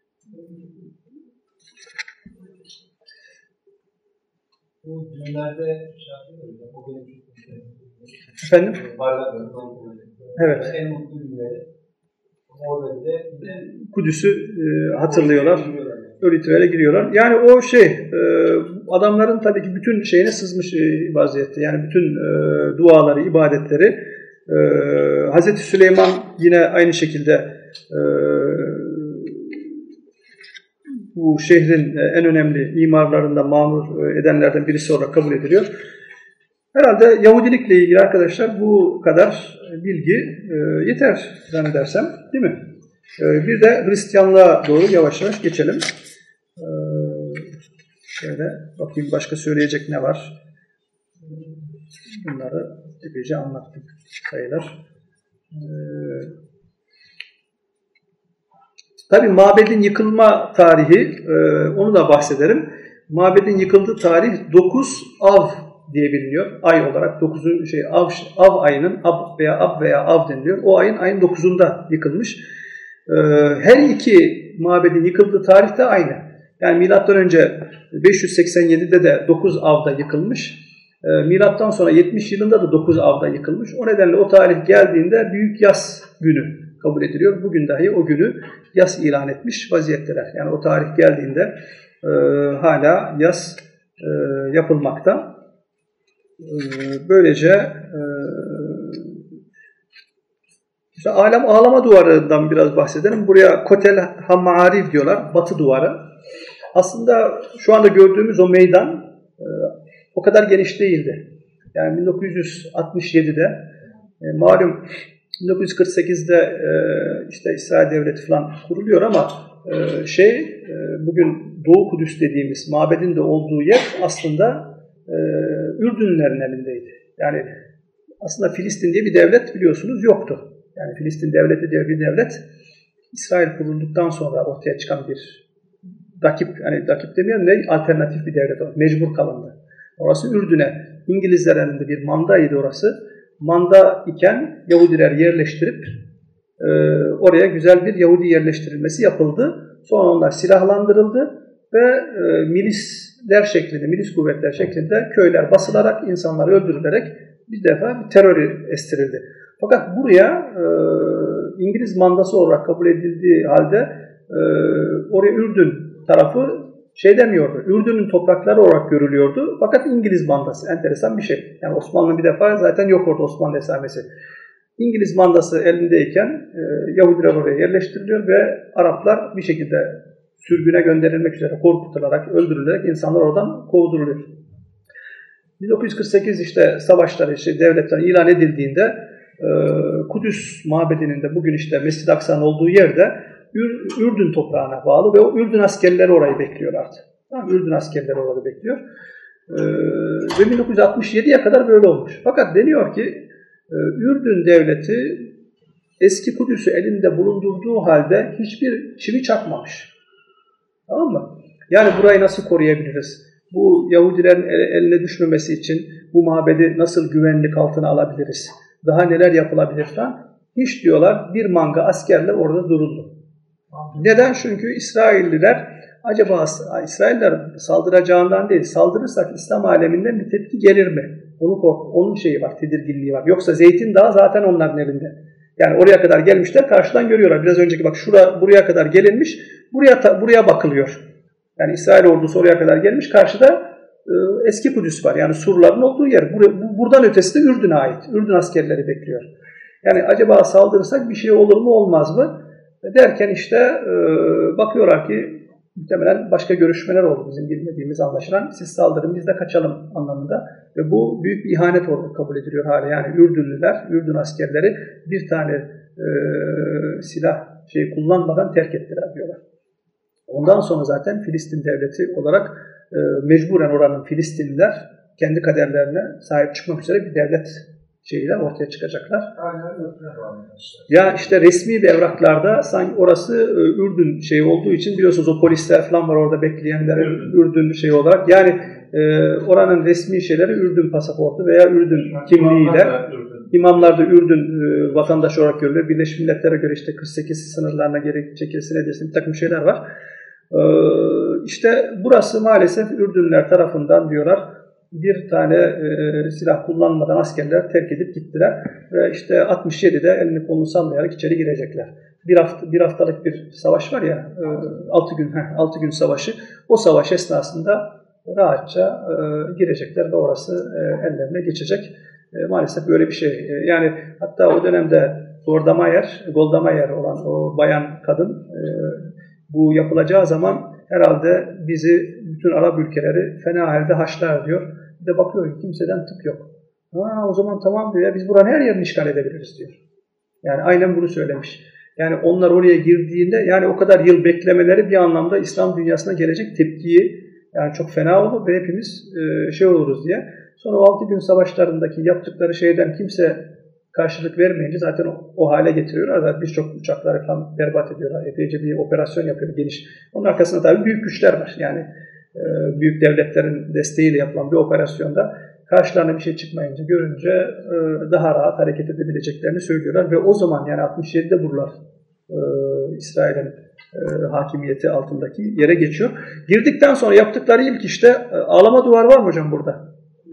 Bu düğünlerde şarkı var. O benim çok istedim. Efendim? Evet. En mutlu günleri. Orada bir de Kudüs'ü e, hatırlıyorlar. O ritüele giriyorlar. Yani o şey, e, adamların tabii ki bütün şeyine sızmış e, vaziyette. Yani bütün e, duaları, ibadetleri. E, Hazreti Süleyman yine aynı şekilde e, bu şehrin en önemli imarlarından, mamur edenlerden birisi olarak kabul ediliyor. Herhalde Yahudilikle ilgili arkadaşlar bu kadar bilgi e, yeter zannedersem, değil mi? E, bir de Hristiyanlığa doğru yavaş yavaş geçelim. E, şöyle bakayım başka söyleyecek ne var? Bunları epeyce anlattık sayılır. E, tabii mabedin yıkılma tarihi, e, onu da bahsederim. Mabedin yıkıldığı tarih dokuz Av diye biliniyor. Ay olarak dokuzuncu şey Av, Av ayının Ab veya Ab veya Av deniliyor. O ayın ayın dokuzunda yıkılmış. Ee, her iki mabedin yıkıldığı tarih de aynı. Yani milattan önce beş yüz seksen yedide de dokuz Av'da yıkılmış. Ee, milattan sonra yetmiş yılında da dokuz Av'da yıkılmış. O nedenle o tarih geldiğinde büyük yas günü kabul ediliyor. Bugün dahi o günü yas ilan etmiş vaziyetteler. Yani o tarih geldiğinde e, hala yas e, yapılmakta. Böylece işte alem ağlama duvarından biraz bahsedelim. Buraya Kotel Hamma'arif diyorlar. Batı duvarı. Aslında şu anda gördüğümüz o meydan o kadar geniş değildi. Yani bin dokuz yüz altmış yedide malum bin dokuz yüz kırk sekizde işte İsrail Devleti falan kuruluyor ama şey bugün Doğu Kudüs dediğimiz mabedin de olduğu yer aslında Ee, Ürdünlerin elindeydi. Yani aslında Filistin diye bir devlet biliyorsunuz yoktu. Yani Filistin devleti diye bir devlet İsrail kurulduktan sonra ortaya çıkan bir rakip, hani rakip demeyelim de alternatif bir devlet oldu. Mecbur kalındı. Orası Ürdün'e, İngilizler elinde bir mandaydı orası. Manda iken Yahudiler yerleştirip e, oraya güzel bir Yahudi yerleştirilmesi yapıldı. Sonra onlar silahlandırıldı ve e, milisler şeklinde, milis kuvvetler şeklinde köyler basılarak, insanlar öldürülerek bir defa bir terör estirildi. Fakat buraya e, İngiliz mandası olarak kabul edildiği halde e, oraya Ürdün tarafı şey demiyordu. Ürdün'ün toprakları olarak görülüyordu. Fakat İngiliz mandası. Enteresan bir şey. Yani Osmanlı bir defa zaten yok orada Osmanlı esamesi. İngiliz mandası elindeyken e, Yahudiler oraya yerleştiriliyor ve Araplar bir şekilde sürgüne gönderilmek üzere korkutularak, öldürülerek insanlar oradan kovduruluyor. bin dokuz yüz kırk sekiz işte savaşları, işte devletler ilan edildiğinde e, Kudüs mabedinin de bugün işte Mescid-i Aksa'nın olduğu yerde Ür, Ürdün toprağına bağlı ve o Ürdün askerleri orayı bekliyorlardı. Tamam, Ürdün askerleri orada bekliyor. E, ve bin dokuz yüz altmış yediye kadar böyle olmuş. Fakat deniyor ki e, Ürdün devleti eski Kudüs'ü elinde bulundurduğu halde hiçbir çivi çakmamış. Tamam mı? Yani burayı nasıl koruyabiliriz? Bu Yahudilerin eline düşmemesi için bu mabedi nasıl güvenlik altına alabiliriz? Daha neler yapılabilir falan? Hiç diyorlar bir manga askerler orada duruldu. Neden? Çünkü İsrailliler acaba İsrailler saldıracağından değil, saldırırsak İslam aleminden bir tepki gelir mi? Onun korku, onun şeyi var, tedirginliği var. Yoksa Zeytin Dağı zaten onların elinde. Yani oraya kadar gelmişler, karşıdan görüyorlar. Biraz önceki bak şura buraya kadar gelinmiş, buraya buraya bakılıyor. Yani İsrail ordusu oraya kadar gelmiş, karşıda e, eski Kudüs var. Yani surların olduğu yer. Bur buradan ötesi de Ürdün'e ait. Ürdün askerleri bekliyor. Yani acaba saldırırsak bir şey olur mu olmaz mı? Derken işte e, bakıyorlar ki muhtemelen başka görüşmeler oldu bizim bilmediğimiz anlaşılan. Siz saldırın biz de kaçalım anlamında. Ve bu büyük bir ihanet olarak kabul ediliyor hala. Yani Ürdünlüler, Ürdün askerleri bir tane e, silah şeyi kullanmadan terk ettiler diyorlar. Ondan sonra zaten Filistin devleti olarak e, mecburen oranın Filistinliler kendi kaderlerine sahip çıkmak üzere bir devlet şeyler ortaya çıkacaklar. Ya işte resmi bir evraklarda sanki orası e, Ürdün şey olduğu için biliyorsunuz o polisler falan var orada bekleyenler Ürdün şey olarak. Yani e, oranın resmi şeyleri Ürdün pasaportu veya Ürdün kimliğiyle. İmamlar da Ürdün e, vatandaşı olarak görülüyor. Birleşmiş Milletler'e göre işte kırk sekiz sınırlarına geri çekilsin edilsin bir takım şeyler var. E, işte burası maalesef Ürdünler tarafından diyorlar bir tane e, silah kullanmadan askerler terk edip gittiler. Ve işte altmış yedide elini kolunu sallayarak içeri girecekler. Bir hafta bir haftalık bir savaş var ya, e, altı gün heh, altı gün savaşı. O savaş esnasında rahatça e, girecekler ve orası e, ellerine geçecek. E, maalesef böyle bir şey. E, yani hatta o dönemde Golda Meir, Golda Meir olan o bayan kadın e, bu yapılacağı zaman herhalde bizi bütün Arap ülkeleri fena halde haşlar diyor. Bir de bakıyor ki kimseden tık yok. Ha, o zaman tamam diyor ya biz buranın her yerini işgal edebiliriz diyor. Yani aynen bunu söylemiş. Yani onlar oraya girdiğinde yani o kadar yıl beklemeleri bir anlamda İslam dünyasına gelecek tepkiyi yani çok fena olur ve hepimiz e, şey oluruz diye. Sonra o altı gün savaşlarındaki yaptıkları şeyden kimse karşılık vermeyince zaten o, o hale getiriyorlar. Zaten birçok uçakları falan berbat ediyorlar. Epeyce bir operasyon yapıyor geniş. Onun arkasında tabii büyük güçler var. Yani e, büyük devletlerin desteğiyle yapılan bir operasyonda karşılarına bir şey çıkmayınca görünce e, daha rahat hareket edebileceklerini söylüyorlar. Ve o zaman yani altmış yedide buralar e, İsrail'in e, hakimiyeti altındaki yere geçiyor. Girdikten sonra yaptıkları ilk işte e, ağlama duvarı var mı hocam burada?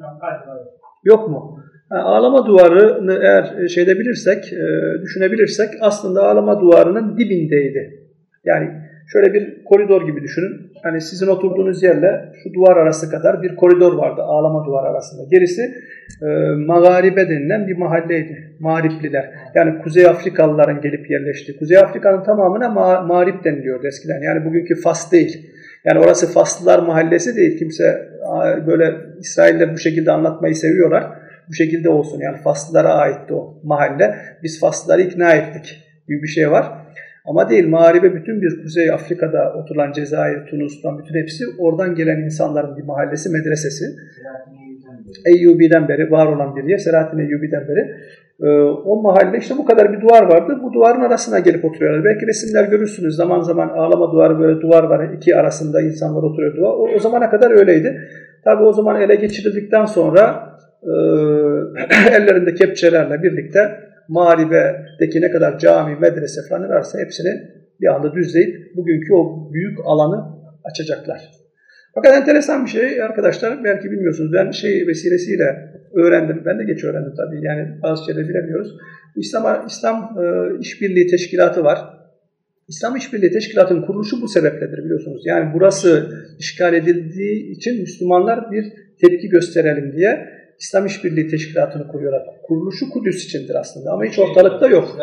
Yok mu? Yani ağlama duvarını eğer şeyde bilirsek, e, düşünebilirsek aslında ağlama duvarının dibindeydi. Yani şöyle bir koridor gibi düşünün. Hani sizin oturduğunuz yerle şu duvar arası kadar bir koridor vardı ağlama duvarı arasında. Gerisi e, Mağaribe denilen bir mahalleydi. Mağripliler. Yani Kuzey Afrikalıların gelip yerleştiği. Kuzey Afrika'nın tamamına ma Mağrip deniliyordu eskiden. Yani bugünkü Fas değil. Yani orası Faslılar mahallesi değil. Kimse böyle İsrailler bu şekilde anlatmayı seviyorlar. Bu şekilde olsun. Yani Faslılara aitti o mahalle. Biz Faslıları ikna ettik gibi bir şey var. Ama değil. Mağaribe bütün bir Kuzey Afrika'da oturulan Cezayir, Tunus'tan bütün hepsi oradan gelen insanların bir mahallesi, medresesi. Eyyubi'den beri var olan bir yer. Selahaddin Eyyubi'den beri. Ee, o mahallede işte bu kadar bir duvar vardı. Bu duvarın arasına gelip oturuyorlar. Belki resimler görürsünüz. Zaman zaman ağlama duvarı, böyle duvar var. İki arasında insanlar oturuyor duvar. O, o zamana kadar öyleydi. Tabii o zaman ele geçirildikten sonra e, ellerinde kepçelerle birlikte Mağribe'deki ne kadar cami, medrese falan varsa hepsini bir anda düzleyip bugünkü o büyük alanı açacaklar. Fakat enteresan bir şey arkadaşlar, belki bilmiyorsunuz, ben şey vesilesiyle öğrendim, ben de geç öğrendim tabii, yani bazı şeyleri bilemiyoruz. İslam, İslam e, İşbirliği Teşkilatı var. İslam İşbirliği Teşkilatı'nın kuruluşu bu sebepledir biliyorsunuz. Yani burası işgal edildiği için Müslümanlar bir tepki gösterelim diye İslam İşbirliği Teşkilatı'nı kuruyorlar. Kuruluşu Kudüs içindir aslında ama hiç ortalıkta yok.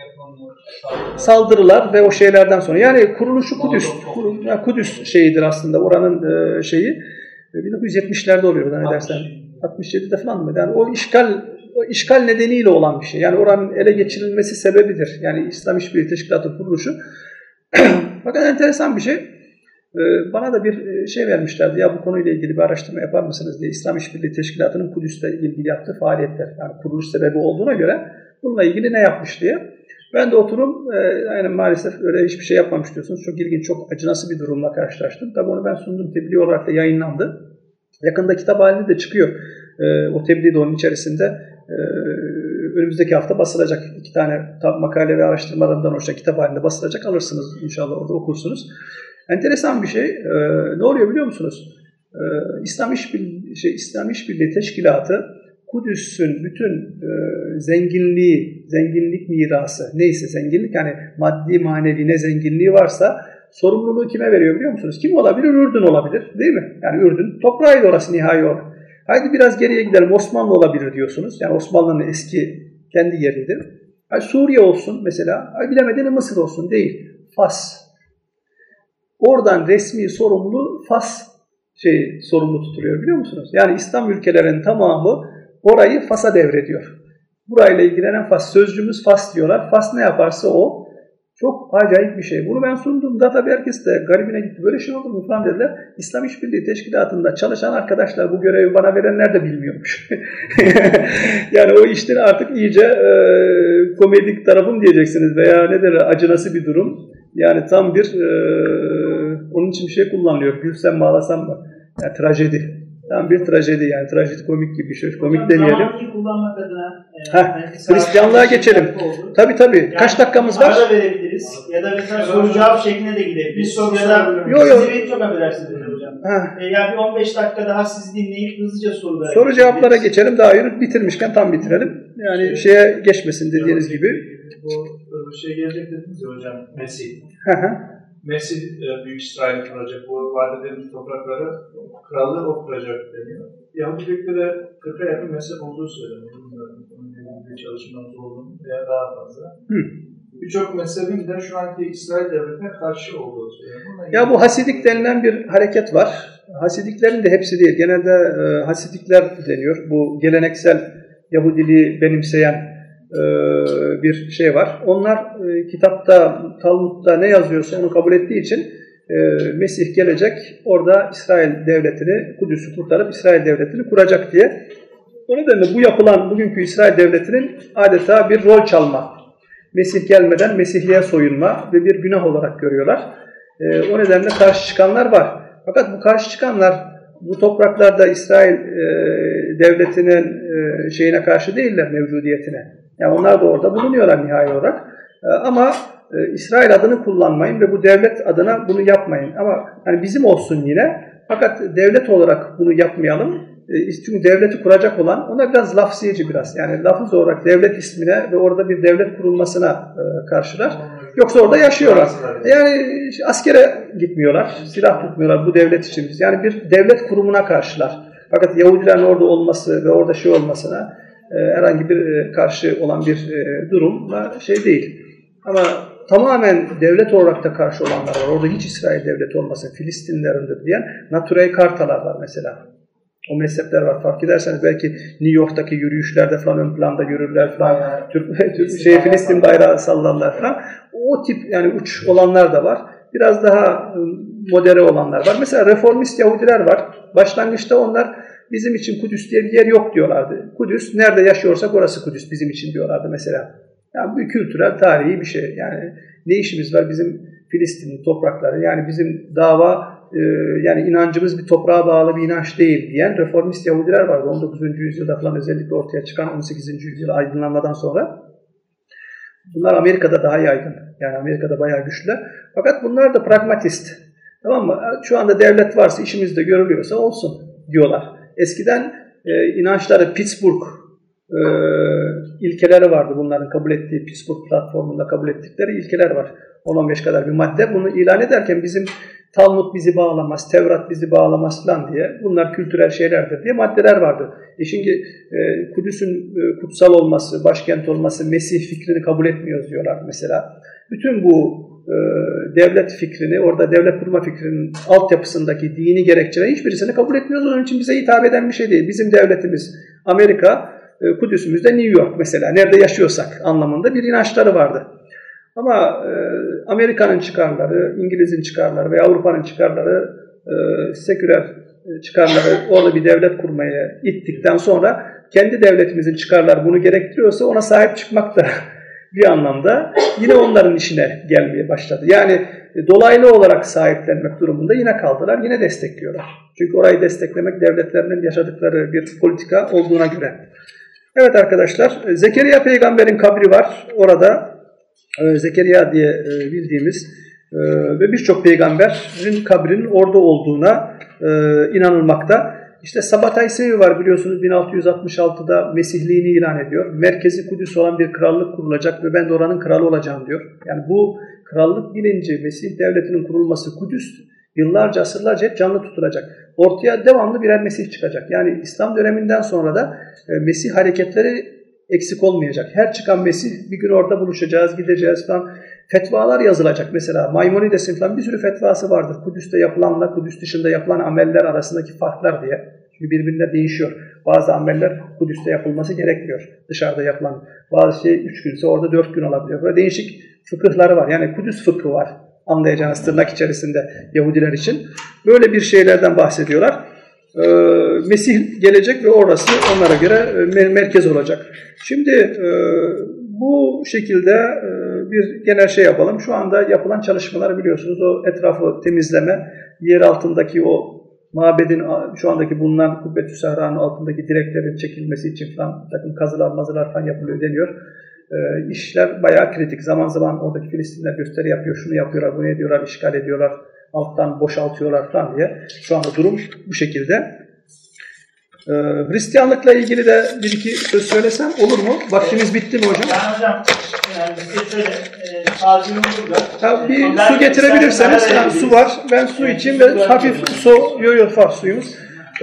Saldırılar ve o şeylerden sonra. Yani kuruluşu Kudüs, Kudüs şeyidir aslında, oranın şeyi. bin dokuz yüz yetmişlerde oluyor zannedersem. altmış yedide falan mı? Yani o işgal o işgal nedeniyle olan bir şey. Yani oranın ele geçirilmesi sebebidir. Yani İslam İşbirliği Teşkilatı kuruluşu. Fakat enteresan bir şey. Bana da bir şey vermişlerdi. Ya bu konuyla ilgili bir araştırma yapar mısınız diye. İslam İşbirliği Teşkilatı'nın Kudüs'te ilgili yaptığı faaliyetler. Yani kuruluş sebebi olduğuna göre bununla ilgili ne yapmış diye. Ben de oturum, yani maalesef öyle hiçbir şey yapmamış diyorsunuz. Çok ilginç, çok acınası bir durumla karşılaştım. Tabii onu ben sundum, tebliğ olarak da yayınlandı. Yakında kitap halinde de çıkıyor. O tebliğ de onun içerisinde. Önümüzdeki hafta basılacak, iki tane makale ve araştırmalarından oluşan kitap halinde basılacak. Alırsınız inşallah, orada okursunuz. Enteresan bir şey. Ne oluyor biliyor musunuz? İslam İşbirliği, şey, İslam İşbirliği Teşkilatı Kudüs'ün bütün e, zenginliği, zenginlik mirası, neyse zenginlik, yani maddi manevi ne zenginliği varsa sorumluluğu kime veriyor biliyor musunuz? Kim olabilir? Ürdün olabilir, değil mi? Yani Ürdün toprağıydı orası nihai olarak. Haydi biraz geriye gidelim, Osmanlı olabilir diyorsunuz. Yani Osmanlı'nın eski kendi yeridir. Haydi Suriye olsun mesela, haydi bilemediğiniz Mısır olsun, değil. Fas. Oradan resmi sorumlu Fas şey sorumlu tutuluyor biliyor musunuz? Yani İslam ülkelerinin tamamı orayı Fas'a devrediyor. Burayla ilgilenen Fas. Sözcüğümüz Fas diyorlar. Fas ne yaparsa o. Çok acayip bir şey. Bunu ben sunduğumda tabii herkes de garibine gitti. Böyle şey olur mu falan dediler. İslam İşbirliği Teşkilatı'nda çalışan arkadaşlar, bu görevi bana verenler de bilmiyormuş. Yani o işten artık iyice e, komedik tarafım diyeceksiniz veya ne derler, acınası bir durum. Yani tam bir e, onun için bir şey kullanılıyor. Gülsem mi ağlasam mı? Yani trajedi. Tam bir trajedi, yani trajedi komik gibi bir şey. Komik hocam, demeyelim. Zamanı kullanmak adına e, Hristiyanlığa geçelim. Tabii tabii. Yani kaç dakikamız var? Ara verebiliriz. Ya da mesela soru cevap şeklinde de gidebiliriz. Soru ya da yo, yo. sizi çok affedersiniz hocam. E, yani bir on beş dakika daha sizi dinleyip hızlıca sorulara Soru cevaplara geçelim. Daha yürüt bitirmişken tam bitirelim. Yani şey, şeye geçmesin dediğiniz gibi. Bu şey gelecek dediniz ya hocam, Mesih. Hı hı. Mesih Büyük İsrail kuracak, bu vaat edilmiş toprakları krallığı o kuracak deniyor. Yahudilikte de kırka yakın mezhep olduğu söyleniyor. Bilmiyorum, onun bir çalışmanız olduğunu veya daha fazla. Birçok mezhebin de şu anki İsrail devletine karşı olduğu söyleniyor. Ya bu Hasidik denilen bir hareket var. Hasidiklerin de hepsi değil. Genelde e, Hasidikler deniyor. Bu geleneksel Yahudiliği benimseyen bir şey var. Onlar e, kitapta, Talmud'da ne yazıyorsa onu kabul ettiği için e, Mesih gelecek, orada İsrail devletini, Kudüs'ü kurtarıp İsrail devletini kuracak diye. O nedenle bu yapılan bugünkü İsrail devletinin adeta bir rol çalma. Mesih gelmeden Mesihliğe soyunma ve bir günah olarak görüyorlar. E, o nedenle karşı çıkanlar var. Fakat bu karşı çıkanlar bu topraklarda İsrail e, devletinin e, şeyine karşı değiller, mevcudiyetine. Yani onlar da orada bulunuyorlar nihai olarak. Ee, ama e, İsrail adını kullanmayın ve bu devlet adına bunu yapmayın. Ama yani bizim olsun yine. Fakat devlet olarak bunu yapmayalım. E, çünkü devleti kuracak olan, ona biraz lafziyeci biraz. Yani lafız olarak devlet ismine ve orada bir devlet kurulmasına e, karşılar. Yoksa orada yaşıyorlar. Yani askere gitmiyorlar, silah tutmuyorlar bu devlet için. Yani bir devlet kurumuna karşılar. Fakat Yahudilerin orada olması ve orada şey olmasına herhangi bir karşı olan bir durumla şey değil. Ama tamamen devlet olarak da karşı olanlar var. Orada hiç İsrail devleti olmasın, Filistinlerindir diyen Naturey Kartalar var mesela. O mezhepler var. Fark ederseniz belki New York'taki yürüyüşlerde falan ön planda görürler falan. Türk, Türk şey, Filistin bayrağı sallarlar falan. O tip yani uç olanlar da var. Biraz daha modere olanlar var. Mesela reformist Yahudiler var. Başlangıçta onlar bizim için Kudüs diye bir yer yok diyorlardı. Kudüs, nerede yaşıyorsak orası Kudüs bizim için diyorlardı mesela. Yani bu kültürel, tarihi bir şey. Yani ne işimiz var bizim Filistin'in toprakları, yani bizim dava, e, yani inancımız bir toprağa bağlı bir inanç değil diyen reformist Yahudiler vardı. on dokuzuncu yüzyılda falan özellikle ortaya çıkan on sekizinci yüzyıl aydınlanmadan sonra. Bunlar Amerika'da daha yaygın. Yani Amerika'da bayağı güçlüler. Fakat bunlar da pragmatist. Tamam mı? Şu anda devlet varsa, işimizde görülüyorsa olsun diyorlar. Eskiden e, inançları Pittsburgh e, ilkeleri vardı. Bunların kabul ettiği, Pittsburgh platformunda kabul ettikleri ilkeler var. on on beş kadar bir madde. Bunu ilan ederken bizim Talmud bizi bağlamaz, Tevrat bizi bağlamaz falan diye, bunlar kültürel şeylerdir diye maddeler vardı. E şimdi e, Kudüs'ün e, kutsal olması, başkent olması, Mesih fikrini kabul etmiyoruz diyorlar mesela. Bütün bu e, devlet fikrini, orada devlet kurma fikrinin altyapısındaki dini gerekçelerin hiçbirisini kabul etmiyoruz. Onun için bize hitap eden bir şey değil. Bizim devletimiz Amerika, e, Kudüs'ümüz de New York mesela. Nerede yaşıyorsak anlamında bir inançları vardı. Ama e, Amerika'nın çıkarları, İngiliz'in çıkarları ve Avrupa'nın çıkarları, e, seküler çıkarları orada bir devlet kurmaya ittikten sonra kendi devletimizin çıkarları bunu gerektiriyorsa ona sahip çıkmak da bir anlamda yine onların işine gelmeye başladı. Yani e, dolaylı olarak sahiplenmek durumunda yine kaldılar, yine destekliyorlar. Çünkü orayı desteklemek devletlerinin yaşadıkları bir politika olduğuna göre. Evet arkadaşlar, Zekeriya peygamberin kabri var orada. Zekeriya diye bildiğimiz ve birçok peygamberin kabrinin orada olduğuna inanılmakta. İşte Sabatay Sevi var biliyorsunuz, bin altı yüz altmış altıda Mesihliğini ilan ediyor. Merkezi Kudüs olan bir krallık kurulacak ve ben de oranın kralı olacağım diyor. Yani bu krallık bilinci, Mesih devletinin kurulması, Kudüs yıllarca, asırlarca hep canlı tutulacak. Ortaya devamlı birer Mesih çıkacak. Yani İslam döneminden sonra da Mesih hareketleri eksik olmayacak. Her çıkan Mesih bir gün orada buluşacağız, gideceğiz falan. Fetvalar yazılacak mesela. Maimonides'in falan bir sürü fetvası vardır. Kudüs'te yapılanla Kudüs dışında yapılan ameller arasındaki farklar diye. Çünkü birbirine değişiyor. Bazı ameller Kudüs'te yapılması gerekmiyor. Dışarıda yapılan. Bazı şey üç günse orada dört gün olabiliyor. Böyle değişik fıkıhları var. Yani Kudüs fıkhı var. Anlayacağınız tırnak içerisinde Yahudiler için. Böyle bir şeylerden bahsediyorlar. Ee, Mesih gelecek ve orası onlara göre e, merkez olacak. Şimdi e, bu şekilde e, bir genel şey yapalım. Şu anda yapılan çalışmalar biliyorsunuz, o etrafı temizleme, yer altındaki o mabedin şu andaki bulunan Kubbetü Sahra'nın altındaki direklerin çekilmesi için falan takım kazılar mazılar falan yapılıyor deniyor. E, işler bayağı kritik. Zaman zaman oradaki Filistinler gösteri yapıyor, şunu yapıyorlar, bunu ediyorlar, işgal ediyorlar, alttan boşaltıyorlar falan diye. Şu anda durum bu şekilde. Ee, Hristiyanlıkla ilgili de bir iki söz söylesem olur mu? Vaktimiz bitti mi hocam? Yani hocam, yani şöyle, e, tacının burada. Ya bir ben su getirebilirseniz, yani su var. Ben su evet, için ve hafif su, yo yo var suyumuz. Ee,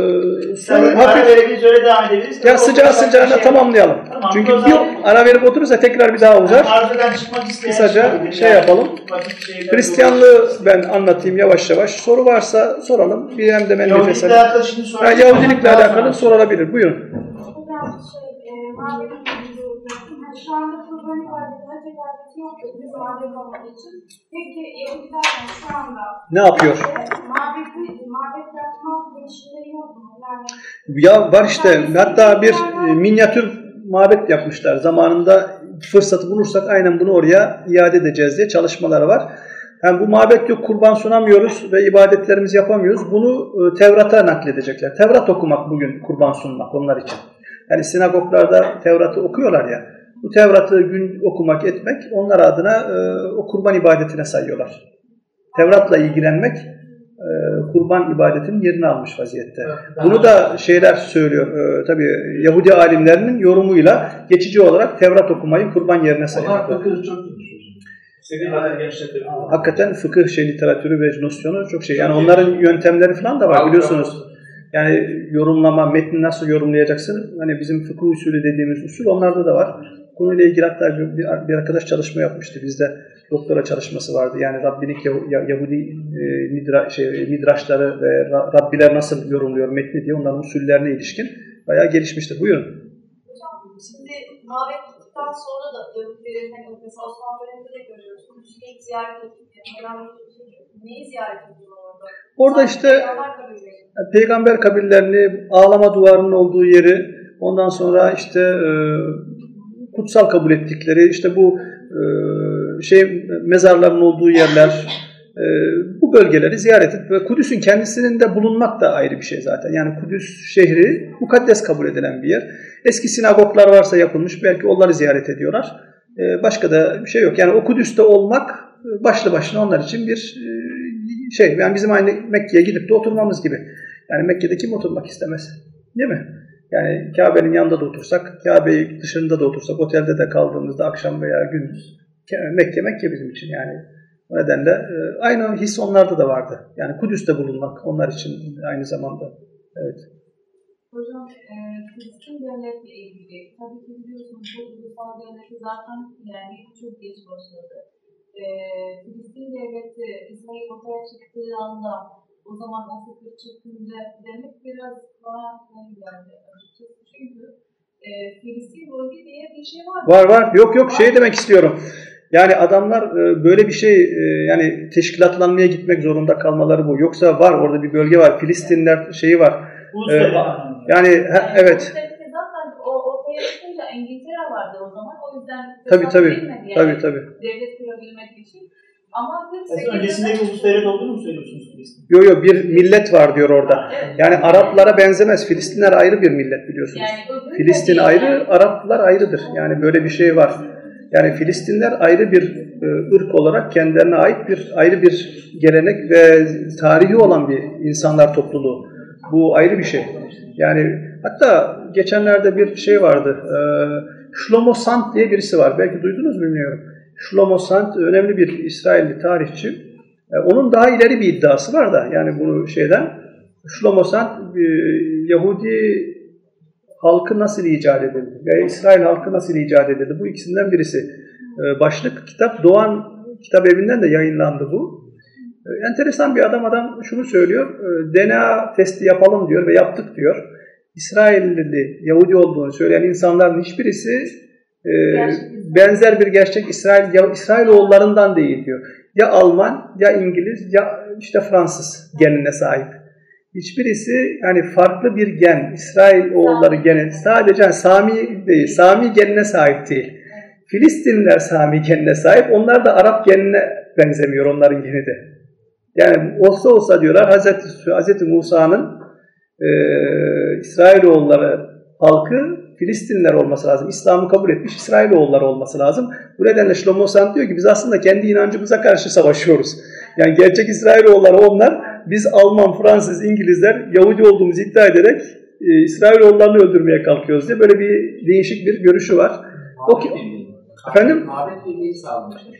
su hafif. Öyle devam edebiliriz. Ya sıcağı sıcağına şey tamamlayalım. Tamam, çünkü bir ara verip oturursa tekrar bir daha uzar. Arkadan çıkmak isteyen kısaca şey yapalım. Hristiyanlığı ben anlatayım yavaş yavaş. Soru varsa soralım. Bir hem de ben nefes alayım. Yani Yahudilikle alakalı sorulabilir. Buyurun. Hocam şey, e, manevi yani şu anda kurban ibadetine tek adeti yok dedi, biz manevi olmadığı için. Peki Yahudiler şu anda ne yapıyor? Mabedi, mabet yapma girişimleri yok mu? Yani, ya var işte, hatta bir e, minyatür mabet yapmışlar. Zamanında fırsatı bulursak aynen bunu oraya iade edeceğiz diye çalışmaları var. Yani bu mabet yok, kurban sunamıyoruz ve ibadetlerimizi yapamıyoruz. Bunu e, Tevrat'a nakledecekler. Tevrat okumak bugün kurban sunmak onlar için. Yani sinagoglarda Tevrat'ı okuyorlar ya. Bu Tevrat'ı gün okumak, etmek onlar adına e, o kurban ibadetine sayıyorlar. Tevrat'la ilgilenmek e, kurban ibadetinin yerini almış vaziyette. Bunu da şeyler söylüyor. E, tabii Yahudi alimlerinin yorumuyla geçici olarak Tevrat okumayı kurban yerine sayıyorlar. Hakikaten fıkıh şey literatürü ve nosyonu çok şey. Yani onların yöntemleri falan da var biliyorsunuz. Yani yorumlama, metni nasıl yorumlayacaksın? Hani bizim fıkıh usulü dediğimiz usul onlarda da var. Konuyla ilgili hatta bir, bir arkadaş çalışma yapmıştı. Bizde doktora çalışması vardı. Yani Rabbinik Yahudi e, midra, şey, midraşları ve Rabbiler nasıl yorumluyor metni diye onların usullerine ilişkin bayağı gelişmiştir. Buyurun. Hocam şimdi mabet gittikten sonra da Yahudilerin mesela Osmanlı döneminde de görüyoruz. Kudüs'ü ziyaret ediyor. Neyi ziyaret ediyor orada? Orada işte peygamber kabirlerini, ağlama duvarının olduğu yeri, ondan sonra işte e, kutsal kabul ettikleri, işte bu e, şey mezarların olduğu yerler, e, bu bölgeleri ziyaret edip ve Kudüs'ün kendisinin de bulunmak da ayrı bir şey zaten. Yani Kudüs şehri mukaddes kabul edilen bir yer. Eski sinagoglar varsa yapılmış, belki onları ziyaret ediyorlar. E, başka da bir şey yok. Yani o Kudüs'te olmak başlı başına onlar için bir e, şey. Yani bizim aynı Mekke'ye gidip de oturmamız gibi. Yani Mekke'de kim oturmak istemez? Değil mi? Yani Kabe'nin yanında da otursak, Kabe'yi dışında da otursak, otelde de kaldığımızda akşam veya gündüz, Mekke Mekke bizim için yani. O nedenle e, aynı his onlarda da vardı. Yani Kudüs'te bulunmak onlar için aynı zamanda. Evet. Hocam, e, Filistin devletle ilgili, tabii ki biliyorsunuz bu ulusal devleti zaten yani çok geç başladı. E, Filistin devleti İsrail ortaya çıktığı anda, o zaman o fikir çıktığında demek biraz daha önemli geldi açıkçası. Çünkü e, Filistin bölge diye bir şey var. Var var. Yok yok şey demek istiyorum. Yani adamlar e, böyle bir şey e, yani teşkilatlanmaya gitmek zorunda kalmaları bu. Yoksa var orada bir bölge var. Filistinler şeyi var. E, yani he, evet. Zaten o ortaya çıkınca İngiltere vardı o zaman. O yüzden tabii tabii. Yani, tabii tabii. devlet kurabilmek için. Ama öncesinde bir ulus devlet olduğunu mu söylüyorsunuz Filistin? Yok yok bir millet var diyor orada. Yani Araplara benzemez. Filistinler ayrı bir millet biliyorsunuz. Yani Filistin ayrı, yani. Araplar ayrıdır. Yani böyle bir şey var. Yani Filistinler ayrı bir e, ırk olarak kendilerine ait bir ayrı bir gelenek ve tarihi olan bir insanlar topluluğu. Bu ayrı bir şey. Yani hatta geçenlerde bir şey vardı. E, Shlomo Sant diye birisi var. Belki duydunuz mu bilmiyorum. Shlomo Sant önemli bir İsrailli tarihçi. E, onun daha ileri bir iddiası var da yani bunu şeyden. Shlomo Sant e, Yahudi halkı nasıl icat edildi ve İsrail halkı nasıl icat edildi? Bu ikisinden birisi. Ee, başlık kitap Doğan Kitap Evi'nden de yayınlandı bu. Ee, enteresan bir adam adam şunu söylüyor. E, D N A testi yapalım diyor ve yaptık diyor. İsrailli Yahudi olduğunu söyleyen insanların hiçbirisi e, benzer bir gerçek İsrail ya, İsrailoğullarından değil diyor. Ya Alman, ya İngiliz, ya işte Fransız genine sahip. Hiçbirisi yani farklı bir gen, İsrailoğulları geni, sadece yani Sami değil, Sami genine sahip değil. Filistinliler Sami genine sahip, onlar da Arap genine benzemiyor onların geni de. Yani olsa olsa diyorlar Hazreti, Hazreti Musa'nın e, İsrailoğulları halkı Filistinliler olması lazım. İslam'ı kabul etmiş İsrailoğulları olması lazım. Bu nedenle Shlomo Sant diyor ki biz aslında kendi inancımıza karşı savaşıyoruz. Yani gerçek İsrailoğulları onlar, biz Alman, Fransız, İngilizler Yahudi olduğumuzu iddia ederek e, İsrailoğullarını öldürmeye kalkıyoruz diye böyle bir değişik bir görüşü var. O ki, efendim? Mabet birliği sağlamışlar.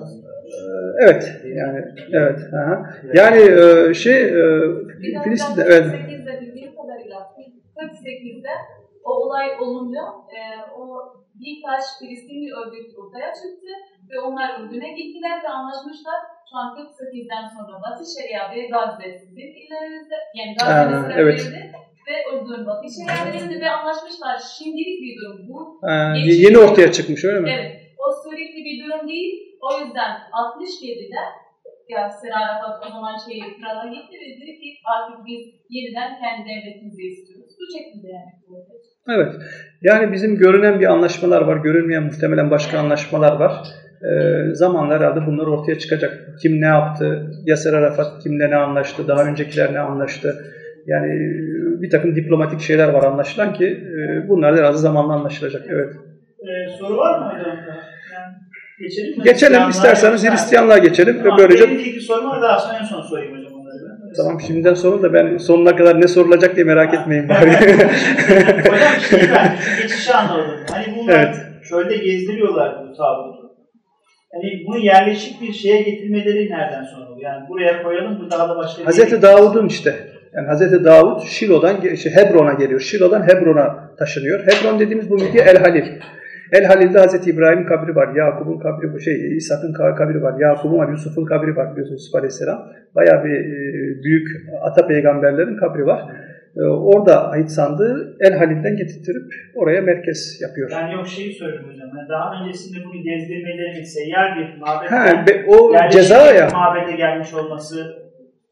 Evet, yani evet. Aha. Yani e, şey e, Filistin'de evet. kırk sekizde bildiğim kadarıyla kırk sekizde o olay olunca e, o birkaç Filistinli örgüt ortaya çıktı ve onlar Ürdün'e gittiler ve anlaşmışlar. Şu an kırk sekizden sonra Batı Şeria ve Gazze sizin illerinizde, yani Gazze'de sıra evet. verildi ve Ürdün Batı Şeria verildi ve anlaşmışlar. Şimdilik bir durum bu. Aa, yeni ortaya çıkmış öyle mi? Evet. O sürekli bir durum değil. O yüzden altmış yedide Yasser Arafat o zaman şey krala gitti ve dedi ki artık biz yeniden kendi devletimizi istiyoruz. Bu şekilde yani. Evet. Yani bizim görünen bir anlaşmalar var. Görünmeyen muhtemelen başka anlaşmalar var. Ee, zamanla herhalde bunlar ortaya çıkacak. Kim ne yaptı? Yasser Arafat kimle ne anlaştı? Daha öncekiler ne anlaştı? Yani bir takım diplomatik şeyler var anlaşılan ki e, bunlar da herhalde zamanla anlaşılacak. Evet. Ee, soru var mı hocam? Yani geçelim mi? Geçelim isterseniz Hristiyanlığa geçelim tamam, ve böylece... Benim ilk sorum var daha sonra en son sorayım hocam onları ben. Tamam şimdiden sorun da ben sonuna kadar ne sorulacak diye merak etmeyin bari. Hocam şimdi ben geçişi anladım. Hani bunlar evet. çölde gezdiriyorlar bu tabutu. Yani bunu yerleşik bir şeye getirmeleri nereden sonra oluyor? Yani buraya koyalım bu daha da başka bir Hazreti Davud'un işte. Yani Hazreti Davud Şilo'dan, işte Hebron'a geliyor. Şilo'dan Hebron'a taşınıyor. Hebron dediğimiz bu mülki El Halil. El Halil'de Hazreti İbrahim'in kabri var, Yakup'un kabri bu şey, İshak'ın kabri var, Yakup'un var, Yusuf'un kabri var biliyorsunuz Yusuf Aleyhisselam. Bayağı bir büyük ata peygamberlerin kabri var. Orada ait sandığı El Halil'den getirtip oraya merkez yapıyor. Yani yok şeyi söyleyeyim hocam. Yani daha öncesinde bunu gezdirmeleri seyyar bir mabet. Ha, o ceza ya. Mabede gelmiş olması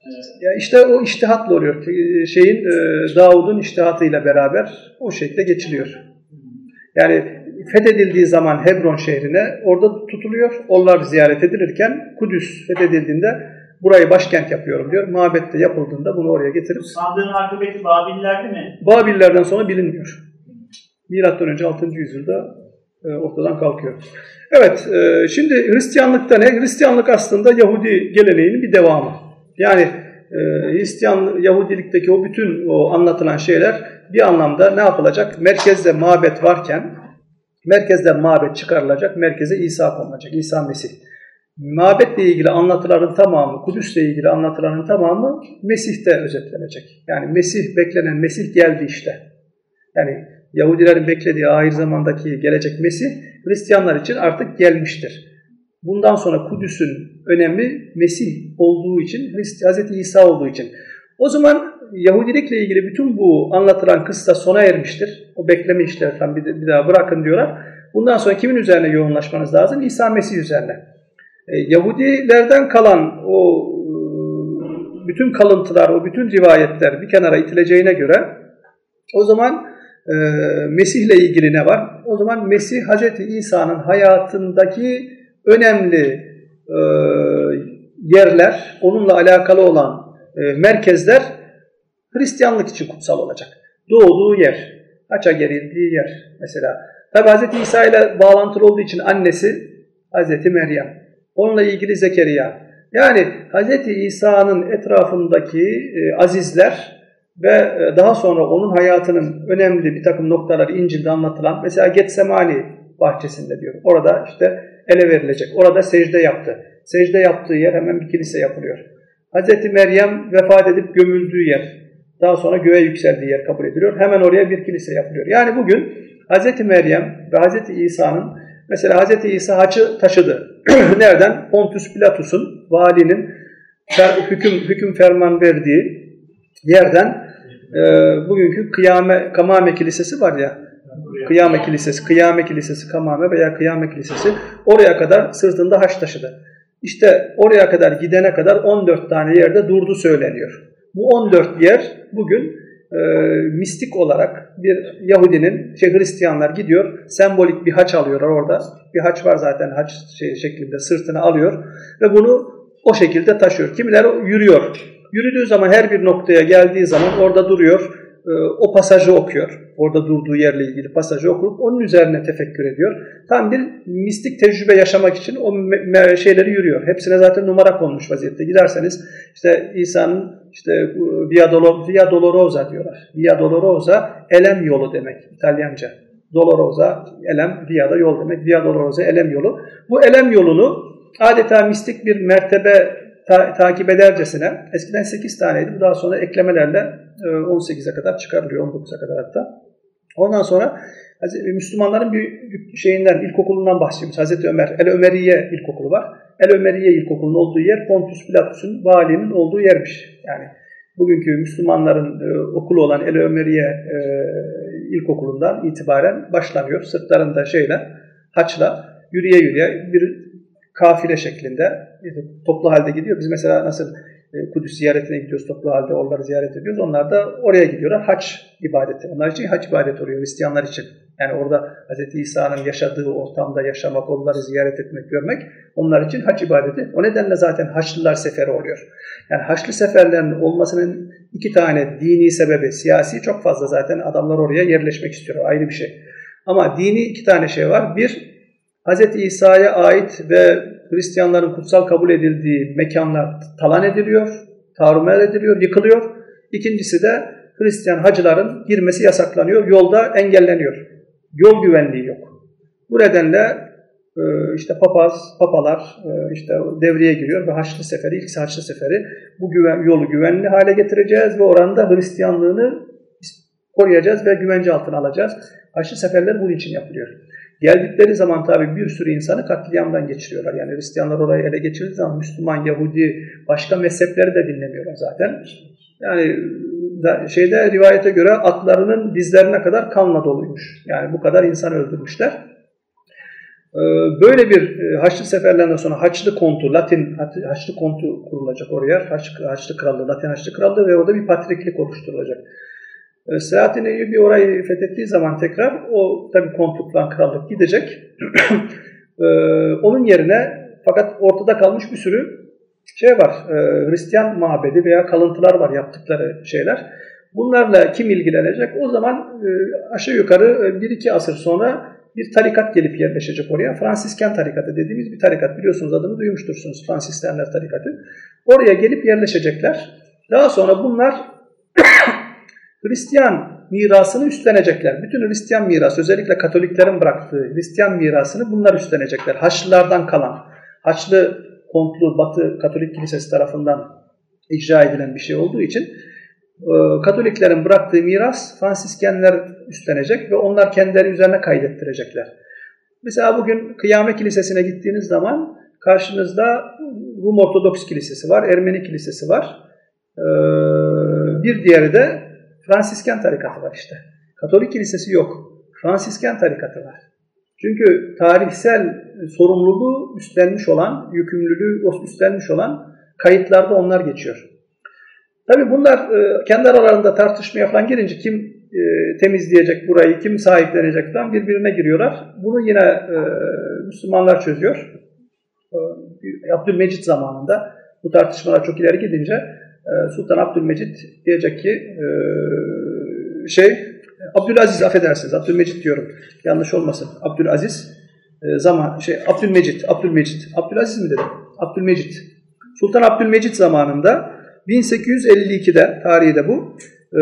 Ya işte o içtihatla oluyor. Şeyin e, Davud'un içtihatıyla beraber o şekilde geçiliyor. Yani fethedildiği zaman Hebron şehrine orada tutuluyor. Onlar ziyaret edilirken Kudüs fethedildiğinde burayı başkent yapıyorum diyor. Mabette yapıldığında bunu oraya getirip... Sandığın akıbeti Babillerde mi? Babillerden sonra bilinmiyor. Milattan önce altıncı yüzyılda e, ortadan kalkıyor. Evet, e, şimdi Hristiyanlıkta ne? Hristiyanlık aslında Yahudi geleneğinin bir devamı. Yani e, Hristiyan, Yahudilikteki o bütün o anlatılan şeyler bir anlamda ne yapılacak? Merkezde mabet varken, merkezden mabet çıkarılacak, merkeze İsa konulacak, İsa Mesih. Mabetle ilgili anlatıların tamamı, Kudüs'le ilgili anlatıların tamamı Mesih'te özetlenecek. Yani Mesih, beklenen Mesih geldi işte. Yani Yahudilerin beklediği ahir zamandaki gelecek Mesih, Hristiyanlar için artık gelmiştir. Bundan sonra Kudüs'ün önemi Mesih olduğu için, Hazreti İsa olduğu için. O zaman Yahudilikle ilgili bütün bu anlatılan kıssa sona ermiştir. O bekleme işleri tam bir, bir daha bırakın diyorlar. Bundan sonra kimin üzerine yoğunlaşmanız lazım? İsa Mesih üzerine. E, Yahudilerden kalan o bütün kalıntılar, o bütün rivayetler bir kenara itileceğine göre o zaman e, Mesih'le ilgili ne var? O zaman Mesih, Hazreti İsa'nın hayatındaki önemli e, yerler, onunla alakalı olan e, merkezler Hristiyanlık için kutsal olacak. Doğduğu yer, haça gerildiği yer mesela. Tabi Hazreti İsa ile bağlantılı olduğu için annesi Hazreti Meryem. Onunla ilgili Zekeriya. Yani Hazreti İsa'nın etrafındaki e, azizler ve e, daha sonra onun hayatının önemli bir takım noktaları İncil'de anlatılan, mesela Getsemani bahçesinde diyor. Orada işte ele verilecek. Orada secde yaptı. Secde yaptığı yer hemen bir kilise yapılıyor. Hazreti Meryem vefat edip gömüldüğü yer, daha sonra göğe yükseldiği yer kabul ediliyor. Hemen oraya bir kilise yapılıyor. Yani bugün Hazreti Meryem ve Hazreti İsa'nın, mesela Hazreti İsa haçı taşıdı. Nereden? Pontius Pilatus'un, valinin hüküm, hüküm ferman verdiği yerden e, bugünkü Kıyame, Kamame Kilisesi var ya, Kıyame Kilisesi, Kıyame Kilisesi, Kamame veya Kıyame Kilisesi, oraya kadar sırtında haç taşıdı. İşte oraya kadar gidene kadar on dört tane yerde durdu söyleniyor. Bu on dört yer bugün e, mistik olarak bir Yahudinin, şey, Hristiyanlar gidiyor, sembolik bir haç alıyorlar orada. Bir haç var zaten, haç şey, şeklinde sırtına alıyor ve bunu o şekilde taşıyor. Kimileri yürüyor. Yürüdüğü zaman her bir noktaya geldiği zaman orada duruyor, e, o pasajı okuyor. Orada durduğu yerle ilgili pasajı okup onun üzerine tefekkür ediyor. Tam bir mistik tecrübe yaşamak için o şeyleri yürüyor. Hepsine zaten numara konmuş vaziyette. Giderseniz işte İsa'nın işte Via, Dolor, Via Dolorosa diyorlar. Via Dolorosa elem yolu demek İtalyanca. Dolorosa elem, Via da yol demek. Via Dolorosa elem yolu. Bu elem yolunu adeta mistik bir mertebe ta takip edercesine, eskiden sekiz taneydi. Bu daha sonra eklemelerle on sekize kadar çıkarılıyor. on dokuza kadar hatta. Ondan sonra Müslümanların bir şeyinden, ilkokulundan bahsediyoruz. Hazreti Ömer, El Ömeriye İlkokulu var. El Ömeriye İlkokulu'nun olduğu yer Pontius Pilatus'un valinin olduğu yermiş. Yani bugünkü Müslümanların e, okulu olan El Ömeriye e, İlkokulu'ndan itibaren başlanıyor. Sırtlarında şeyle, haçla, yürüye yürüye bir kafile şeklinde toplu halde gidiyor. Biz mesela nasıl Kudüs ziyaretine gidiyoruz toplu halde, onları ziyaret ediyoruz. Onlar da oraya gidiyorlar. Haç ibadeti. Onlar için haç ibadeti oluyor Hristiyanlar için. Yani orada Hz. İsa'nın yaşadığı ortamda yaşamak, onları ziyaret etmek, görmek onlar için haç ibadeti. O nedenle zaten Haçlılar seferi oluyor. Yani Haçlı seferlerin olmasının iki tane dini sebebi, siyasi çok fazla zaten adamlar oraya yerleşmek istiyor. Ayrı bir şey. Ama dini iki tane şey var. Bir, Hz. İsa'ya ait ve Hristiyanların kutsal kabul edildiği mekanlar talan ediliyor, tarumar ediliyor, yıkılıyor. İkincisi de Hristiyan hacıların girmesi yasaklanıyor, yolda engelleniyor. Yol güvenliği yok. Bu nedenle işte papaz, papalar işte devreye giriyor ve Haçlı Seferi, ilk Haçlı Seferi bu güven, yolu güvenli hale getireceğiz ve oranda Hristiyanlığını koruyacağız ve güvence altına alacağız. Haçlı Seferler bunun için yapılıyor. Geldikleri zaman tabii bir sürü insanı katliamdan geçiriyorlar. Yani Hristiyanlar orayı ele geçirdiği zaman Müslüman, Yahudi, başka mezhepleri de dinlemiyorlar zaten. Yani şeyde rivayete göre atlarının dizlerine kadar kanla doluymuş. Yani bu kadar insan öldürmüşler. Böyle bir Haçlı seferlerinden sonra Haçlı kontu, Latin Haçlı kontu kurulacak oraya. Haçlı, Haçlı Krallığı, Latin Haçlı Krallığı ve orada bir patriklik oluşturulacak. Selahaddin Eyyubi orayı fethettiği zaman tekrar o tabii kontluk falan krallık gidecek. Onun yerine fakat ortada kalmış bir sürü şey var. Hristiyan mabedi veya kalıntılar var yaptıkları şeyler. Bunlarla kim ilgilenecek? O zaman aşağı yukarı bir iki asır sonra bir tarikat gelip yerleşecek oraya. Fransisken tarikatı dediğimiz bir tarikat. Biliyorsunuz adını duymuştursunuz. Fransiskenler tarikatı. Oraya gelip yerleşecekler. Daha sonra bunlar Hristiyan mirasını üstlenecekler. Bütün Hristiyan mirası, özellikle Katoliklerin bıraktığı Hristiyan mirasını bunlar üstlenecekler. Haçlılardan kalan, Haçlı kontlu Batı Katolik Kilisesi tarafından icra edilen bir şey olduğu için Katoliklerin bıraktığı miras Fransiskenler üstlenecek ve onlar kendileri üzerine kaydettirecekler. Mesela bugün Kıyame Kilisesi'ne gittiğiniz zaman karşınızda Rum Ortodoks Kilisesi var, Ermeni Kilisesi var. Bir diğeri de Fransisken tarikatı var işte. Katolik Kilisesi yok. Fransisken tarikatı var. Çünkü tarihsel sorumluluğu üstlenmiş olan, yükümlülüğü üstlenmiş olan kayıtlarda onlar geçiyor. Tabii bunlar kendi aralarında tartışmaya falan girince kim temizleyecek burayı, kim sahiplenecek falan birbirine giriyorlar. Bunu yine Müslümanlar çözüyor. Abdülmecit zamanında bu tartışmalar çok ileri gidince Sultan Abdülmecit diyecek ki şey Abdülaziz affedersiniz Abdülmecit diyorum yanlış olmasın Abdülaziz zaman şey Abdülmecit Abdülmecit Abdülaziz mi dedim Abdülmecit Sultan Abdülmecit zamanında bin sekiz yüz elli ikide tarihi de bu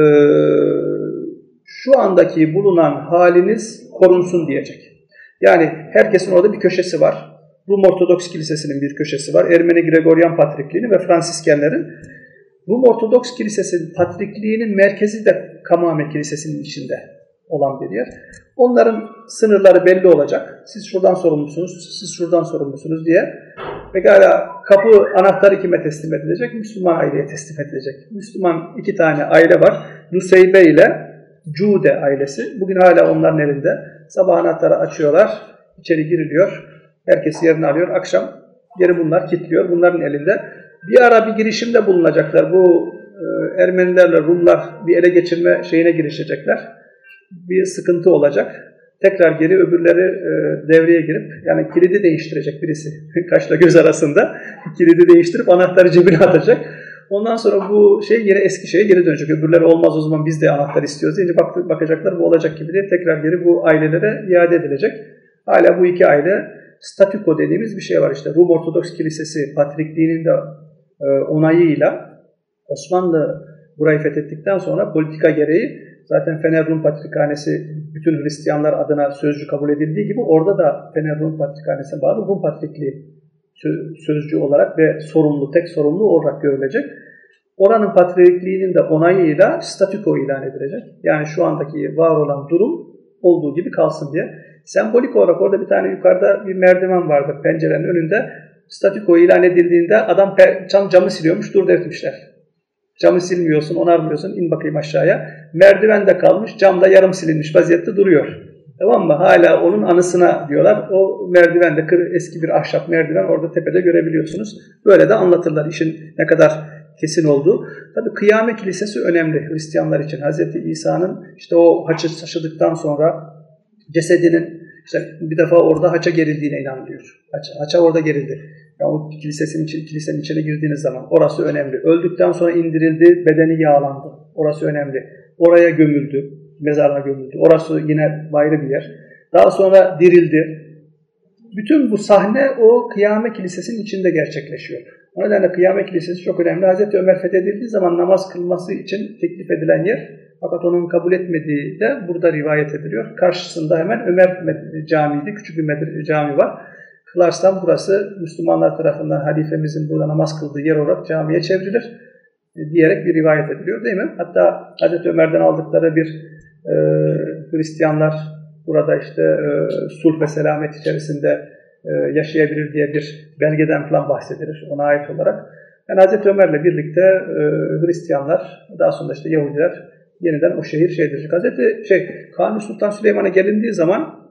şu andaki bulunan haliniz korunsun diyecek. Yani herkesin orada bir köşesi var. Rum Ortodoks Kilisesi'nin bir köşesi var. Ermeni Gregoryan Patrikliği'nin ve Fransiskenlerin. Rum Ortodoks Kilisesi Patrikliği'nin merkezi de Kamame Kilisesi'nin içinde olan bir yer. Onların sınırları belli olacak. Siz şuradan sorumlusunuz, siz şuradan sorumlusunuz diye. Pekala kapı anahtarı kime teslim edilecek? Müslüman aileye teslim edilecek. Müslüman iki tane aile var. Nuseybe ile Cude ailesi. Bugün hala onların elinde. Sabah anahtarı açıyorlar. İçeri giriliyor. Herkes yerini alıyor. Akşam geri bunlar kilitliyor. Bunların elinde. Bir ara bir girişimde bulunacaklar. Bu e, Ermenilerle Rumlar bir ele geçirme şeyine girişecekler. Bir sıkıntı olacak. Tekrar geri öbürleri e, devreye girip yani kilidi değiştirecek birisi. Kaşla göz arasında kilidi değiştirip anahtarı cebine atacak. Ondan sonra bu şey yine eski şeye geri dönecek. Öbürleri olmaz o zaman biz de anahtar istiyoruz deyince bak, bakacaklar bu olacak gibi diye tekrar geri bu ailelere iade edilecek. Hala bu iki aile statüko dediğimiz bir şey var işte. Rum Ortodoks Kilisesi Patrikliğinin de e, onayıyla Osmanlı burayı fethettikten sonra politika gereği zaten Fener Rum Patrikhanesi bütün Hristiyanlar adına sözcü kabul edildiği gibi orada da Fener Rum Patrikhanesi'ne bağlı Rum Patrikliği sözcü olarak ve sorumlu, tek sorumlu olarak görülecek. Oranın patrikliğinin de onayıyla statüko ilan edilecek. Yani şu andaki var olan durum olduğu gibi kalsın diye. Sembolik olarak orada bir tane yukarıda bir merdiven vardır pencerenin önünde. Statüko ilan edildiğinde adam cam, camı siliyormuş, dur etmişler. Camı silmiyorsun, onarmıyorsun, in bakayım aşağıya. Merdiven de kalmış, cam da yarım silinmiş vaziyette duruyor. Tamam mı? Hala onun anısına diyorlar. O merdiven de eski bir ahşap merdiven orada tepede görebiliyorsunuz. Böyle de anlatırlar işin ne kadar kesin olduğu. Tabii Kıyame Kilisesi önemli Hristiyanlar için. Hazreti İsa'nın işte o haçı taşıdıktan sonra cesedinin işte bir defa orada haça gerildiğine inanılıyor. Haça, haça orada gerildi. Yani o kilisenin, için, kilisenin içine girdiğiniz zaman orası önemli. Öldükten sonra indirildi, bedeni yağlandı. Orası önemli. Oraya gömüldü, mezarına gömüldü. Orası yine ayrı bir yer. Daha sonra dirildi. Bütün bu sahne o Kıyame Kilisesi'nin içinde gerçekleşiyor. O nedenle Kıyame Kilisesi çok önemli. Hazreti Ömer fethedildiği zaman namaz kılması için teklif edilen yer. Fakat onun kabul etmediği de burada rivayet ediliyor. Karşısında hemen Ömer Camii'de küçük bir cami var. Kılarsan burası Müslümanlar tarafından halifemizin burada namaz kıldığı yer olarak camiye çevrilir diyerek bir rivayet ediliyor değil mi? Hatta Hazreti Ömer'den aldıkları bir e, Hristiyanlar burada işte e, sulh ve selamet içerisinde e, yaşayabilir diye bir belgeden falan bahsedilir ona ait olarak. Yani Hazreti Ömer'le birlikte e, Hristiyanlar daha sonra işte Yahudiler yeniden o şehir şey edecek. Hazreti şey, Kanuni Sultan Süleyman'a gelindiği zaman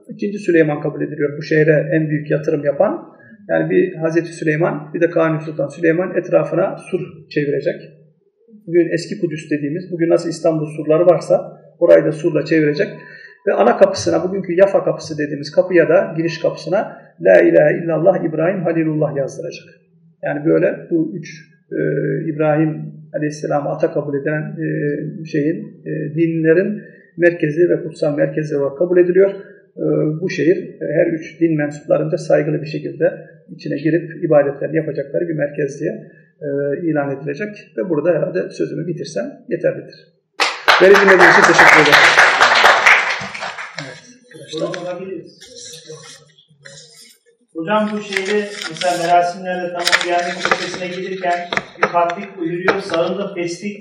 ikinci Süleyman kabul ediliyor. Bu şehre en büyük yatırım yapan. Yani bir Hazreti Süleyman, bir de Kanuni Sultan Süleyman etrafına sur çevirecek. Bugün eski Kudüs dediğimiz, bugün nasıl İstanbul surları varsa orayı da surla çevirecek. Ve ana kapısına, bugünkü Yafa kapısı dediğimiz kapıya da, giriş kapısına La ilahe illallah İbrahim Halilullah yazdıracak. Yani böyle bu üç e, İbrahim Aleyhisselam'ı ata kabul edilen e, şeyin, e, dinlerin merkezi ve kutsal merkezi olarak kabul ediliyor. E, bu şehir e, her üç din mensuplarınca saygılı bir şekilde içine girip ibadetlerini yapacakları bir merkez diye e, ilan edilecek. Ve burada herhalde sözümü bitirsem yeterlidir. Beni dinlediğiniz için teşekkür ederim. Hocam bu şeyde mesela merasimlerde tam kıyamet köşesine gelirken bir patlik uyuruyor, sağında festik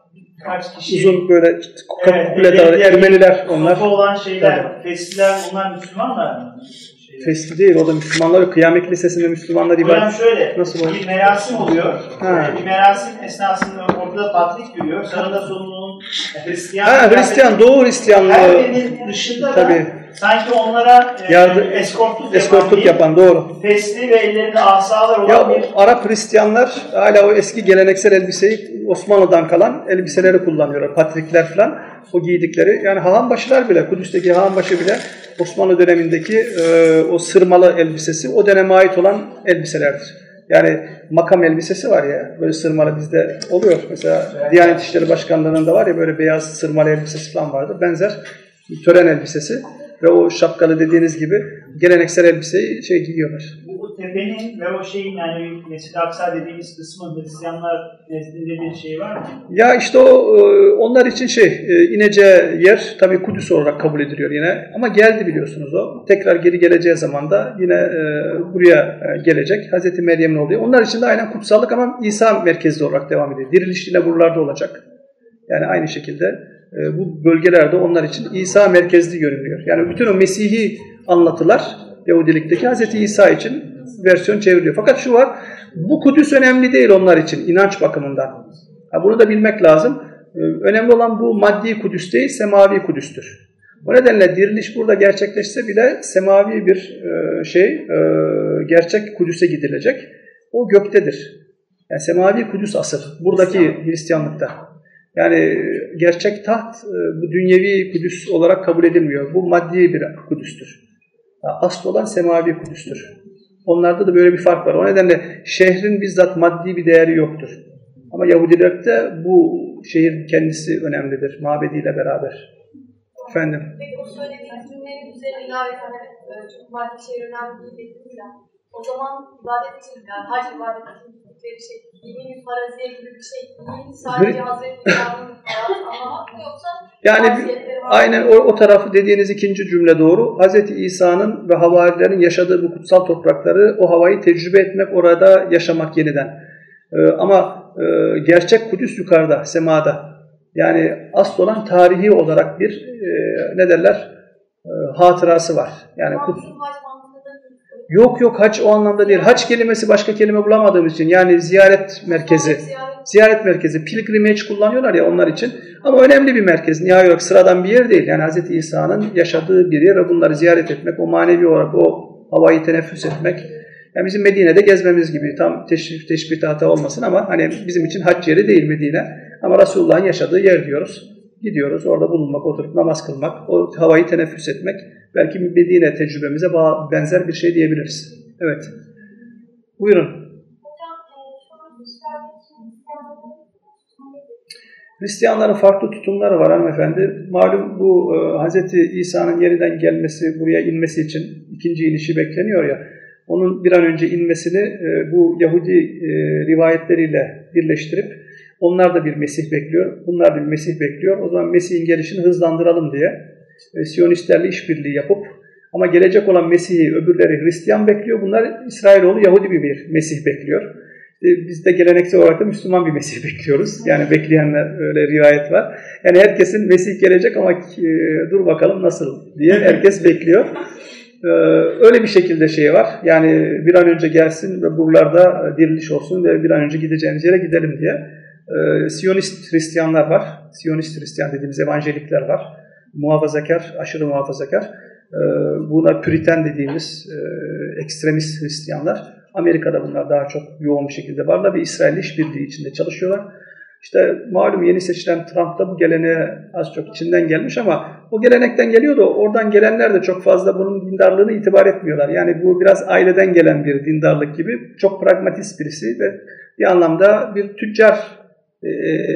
kaç kişi. Uzun böyle evet, kuleler, Ermeniler onlar. Sopa olan şeyler, festiler bunlar Müslümanlar mı? Festi değil, o da Müslümanlar. Kıyamet Lisesi'nde Müslümanlar ibadet. Hocam şöyle, nasıl bir merasim oluyor. Ha. Bir merasim esnasında ortada patlik yürüyor. Sağında solunun Hristiyan. Ha, Hristiyan, Doğu Hristiyanlığı. Her birinin dışında tabii. da sanki onlara Yardım, e, eskortluk, eskortluk yapan, yapan, doğru. fesli ve ellerinde asalar olan Ya bir... Arap Hristiyanlar hala o eski geleneksel elbiseyi, Osmanlı'dan kalan elbiseleri kullanıyorlar. Patrikler falan, o giydikleri. Yani Hahanbaşılar bile, Kudüs'teki Hahanbaşı bile Osmanlı dönemindeki e, o sırmalı elbisesi o döneme ait olan elbiselerdir. Yani makam elbisesi var ya, böyle sırmalı bizde oluyor. Mesela Diyanet İşleri Başkanlığı'nda var ya, böyle beyaz sırmalı elbisesi falan vardı. Benzer tören elbisesi ve o şapkalı dediğiniz gibi geleneksel elbiseyi şey giyiyorlar. Bu tepenin ve o şeyin, yani Mescid-i Aksa dediğimiz kısmı Hristiyanlar nezdinde bir şey var mı? Ya işte o onlar için şey ineceği yer tabii Kudüs olarak kabul ediliyor yine, ama geldi biliyorsunuz o. Tekrar geri geleceği zaman da yine buraya gelecek. Hazreti Meryem'in oluyor. Onlar için de aynen kutsallık ama İsa merkezli olarak devam ediyor. Diriliş yine buralarda olacak. Yani aynı şekilde bu bölgelerde onlar için İsa merkezli görünüyor. Yani bütün o Mesih'i anlatılar Yahudilikteki Hazreti İsa için versiyon çevriliyor. Fakat şu var, bu Kudüs önemli değil onlar için inanç bakımından. Ha, bunu da bilmek lazım. Ee, önemli olan bu maddi Kudüs değil, semavi Kudüs'tür. O nedenle diriliş burada gerçekleşse bile semavi bir e, şey, e, gerçek Kudüs'e gidilecek. O göktedir. Yani semavi Kudüs asıl. Buradaki Hristiyanlıkta. Yani gerçek taht e, bu dünyevi Kudüs olarak kabul edilmiyor. Bu maddi bir Kudüs'tür. Asıl olan semavi Kudüs'tür. Onlarda da böyle bir fark var. O nedenle şehrin bizzat maddi bir değeri yoktur. Ama Yahudilerde bu şehir kendisi önemlidir, mabediyle beraber. Efendim? Peki o söylediğiniz cümlenin üzerine ilave ederek çok maddi şehir önemli değil dediniz ya. O zaman ibadet için, yani hac ibadet için bir şey, dinin faraziye gibi bir şey değil. Sadece Hazreti İsa'nın hayatını anlamak mı, yoksa yani aynen o, o tarafı dediğiniz ikinci cümle doğru. Hazreti İsa'nın ve havarilerin yaşadığı bu kutsal toprakları, o havayı tecrübe etmek, orada yaşamak yeniden. Ee, ama e, gerçek Kudüs yukarıda, semada. Yani asıl olan tarihi olarak bir e, ne derler e, hatırası var. Yani Kudüs. Yok yok, hac o anlamda değil. Hac kelimesi başka kelime bulamadığımız için, yani ziyaret merkezi. Ziyaret merkezi, pilgrimage kullanıyorlar ya onlar için. Ama önemli bir merkez. Nihayet olarak sıradan bir yer değil. Yani Hz. İsa'nın yaşadığı bir yer ve bunları ziyaret etmek, o manevi olarak o havayı teneffüs etmek. Yani bizim Medine'de gezmemiz gibi, tam teşbih, teşbih hata olmasın ama hani bizim için hac yeri değil Medine. Ama Resulullah'ın yaşadığı yer diyoruz. Gidiyoruz orada bulunmak, oturup namaz kılmak, o havayı teneffüs etmek. Belki Medine tecrübemize benzer bir şey diyebiliriz. Evet. Buyurun. Hristiyanların farklı tutumları var hanımefendi. Malum bu e, Hz. İsa'nın yeniden gelmesi, buraya inmesi için ikinci inişi bekleniyor ya. Onun bir an önce inmesini e, bu Yahudi e, rivayetleriyle birleştirip onlar da bir Mesih bekliyor, bunlar da bir Mesih bekliyor. O zaman Mesih'in gelişini hızlandıralım diye e, Siyonistlerle işbirliği yapıp, ama gelecek olan Mesih'i öbürleri Hristiyan bekliyor. Bunlar İsrailoğlu Yahudi bir, bir Mesih bekliyor. E, biz de geleneksel olarak da Müslüman bir Mesih bekliyoruz. Yani bekleyenler, öyle rivayet var. Yani herkesin Mesih gelecek ama e, dur bakalım nasıl diye herkes bekliyor. Ee, öyle bir şekilde şey var. Yani bir an önce gelsin ve buralarda diriliş olsun ve bir an önce gideceğimiz yere gidelim diye. Ee, Siyonist Hristiyanlar var. Siyonist Hristiyan dediğimiz evangelikler var. Muhafazakar, aşırı muhafazakar. Buna Püriten dediğimiz ekstremist Hristiyanlar. Amerika'da bunlar daha çok yoğun bir şekilde varlar ve İsrail işbirliği içinde çalışıyorlar. İşte malum yeni seçilen Trump da bu geleneğe az çok içinden gelmiş ama o gelenekten geliyor da oradan gelenler de çok fazla bunun dindarlığını itibar etmiyorlar. Yani bu biraz aileden gelen bir dindarlık gibi, çok pragmatist birisi ve bir anlamda bir tüccar e,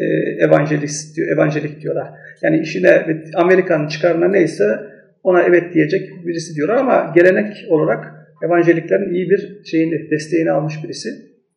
evangelist, evangelik diyorlar. Yani işine, Amerika'nın çıkarına neyse ona evet diyecek birisi diyorlar ama gelenek olarak evangeliklerin iyi bir şeyini, desteğini almış birisi.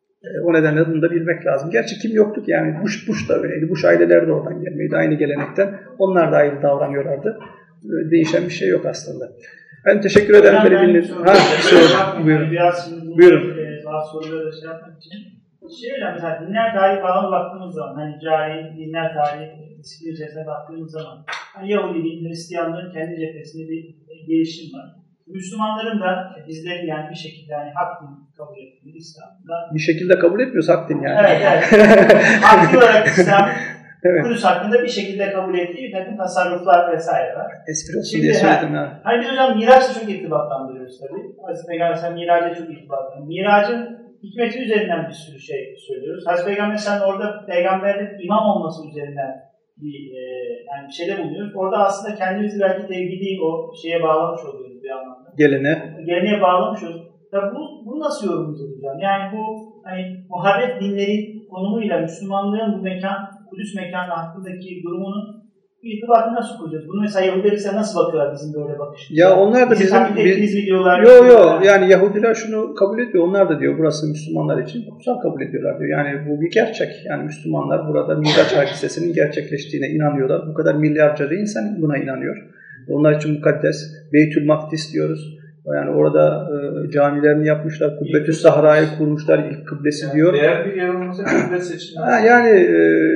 O nedenle bunu da bilmek lazım. Gerçi kim yoktu ki yani Bush, Bush da öyleydi. Bush aileleri de oradan gelmeydi, aynı gelenekten. Onlar da ayrı davranıyorlardı. Değişen bir şey yok aslında. Ben teşekkür ederim. Beni dinlediniz. Ha, şey, buyurun. Biraz şimdi buyurun. E, bazı soruları da şey yapmak için. Şey öyle mesela dinler tarihi falan baktığımız zaman, hani cahil dinler tarihi disiplin içerisine baktığımız zaman, hani Yahudiliğin, Hristiyanlığın kendi cephesinde bir gelişim var. Müslümanların da bizlerin yani bir şekilde hani hak din kabul ettiği İslam'da. Bir şekilde kabul etmiyoruz hak din yani. Evet, evet. Haklı olarak İslam, evet. Kudüs hakkında bir şekilde kabul ettiği bir takım tasarruflar vesaire var. Espri olsun diye söyledim ya. Hani biz hocam Miraç'la çok irtibatlandırıyoruz tabii. Hazreti Peygamber sen Miraç'la çok irtibatlandırıyoruz. Miraç'ın hikmeti üzerinden bir sürü şey söylüyoruz. Hazreti Peygamber sen orada peygamberin imam olması üzerinden bir e, yani bir şeyde bulunuyoruz. Orada aslında kendimizi belki tevhidi o şeye bağlamış oluyoruz bir anlamda. Gelene. Geleneğe bağlamış oluyoruz. Ya bu, bu nasıl yorumlayacağız hocam? Yani bu hani muharref dinlerin konumuyla Müslümanlığın bu mekan, Kudüs mekanı hakkındaki durumunu irtibatı nasıl kuracağız? Bunu mesela Yahudiler ise nasıl bakıyorlar bizim böyle bakışımıza? Ya onlar da bizim... bizim mi diyorlar? Yok yok yani Yahudiler şunu kabul ediyor. Onlar da diyor burası Müslümanlar için kutsal kabul ediyorlar diyor. Yani bu bir gerçek. Yani Müslümanlar burada Miraç hadisesinin gerçekleştiğine inanıyorlar. Bu kadar milyarca insan buna inanıyor. Onlar için mukaddes. Beytül Makdis diyoruz. Yani orada e, camilerini yapmışlar. Kubbetü Sahra'yı kurmuşlar. İlk kıblesi yani diyor. Diğer bir yerimize kıble seçilmesi. Ha, yani e,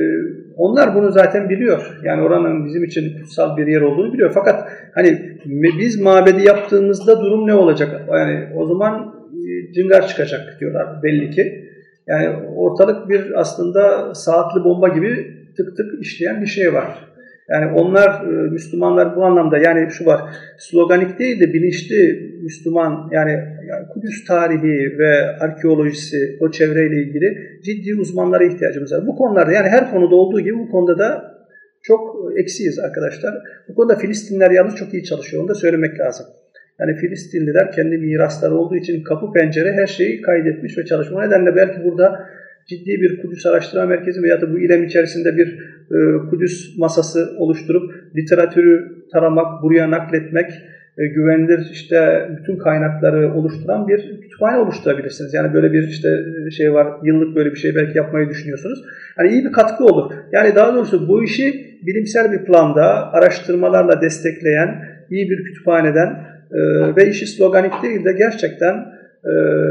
onlar bunu zaten biliyor. Yani oranın bizim için kutsal bir yer olduğunu biliyor. Fakat hani biz mabedi yaptığımızda durum ne olacak? Yani o zaman cıngar çıkacak diyorlar belli ki. Yani ortalık bir aslında saatli bomba gibi tık tık işleyen bir şey var. Yani onlar Müslümanlar bu anlamda yani şu var, sloganik değil de bilinçli Müslüman yani, yani Kudüs tarihi ve arkeolojisi o çevreyle ilgili ciddi uzmanlara ihtiyacımız var. Bu konularda yani her konuda olduğu gibi bu konuda da çok eksiyiz arkadaşlar. Bu konuda Filistinler yalnız çok iyi çalışıyor, onu da söylemek lazım. Yani Filistinliler kendi mirasları olduğu için kapı pencere her şeyi kaydetmiş ve çalışmış. O nedenle belki burada ciddi bir Kudüs Araştırma Merkezi veya da bu ilem içerisinde bir e, Kudüs masası oluşturup literatürü taramak, buraya nakletmek, e, güvenilir işte bütün kaynakları oluşturan bir kütüphane oluşturabilirsiniz. Yani böyle bir işte şey var, yıllık böyle bir şey belki yapmayı düşünüyorsunuz. Hani iyi bir katkı olur. Yani daha doğrusu bu işi bilimsel bir planda araştırmalarla destekleyen iyi bir kütüphaneden e, ve işi sloganik değil de gerçekten E,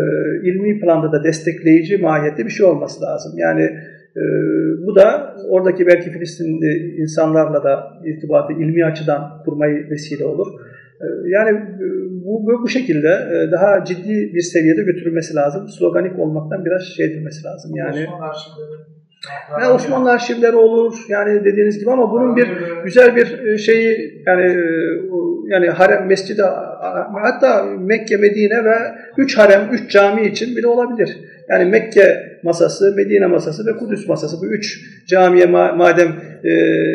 ilmi planda da destekleyici mahiyette bir şey olması lazım. Yani e, bu da oradaki belki Filistinli insanlarla da irtibatı ilmi açıdan kurmayı vesile olur. E, yani bu, bu şekilde e, daha ciddi bir seviyede götürülmesi lazım. Sloganik olmaktan biraz şey edilmesi lazım. Yani Osmanlı arşivleri. Yani Osmanlı arşivleri olur yani dediğiniz gibi ama bunun bir güzel bir şeyi yani yani harem mescidi hatta Mekke, Medine ve üç harem, üç cami için bile olabilir. Yani Mekke masası, Medine masası ve Kudüs masası bu üç camiye madem e,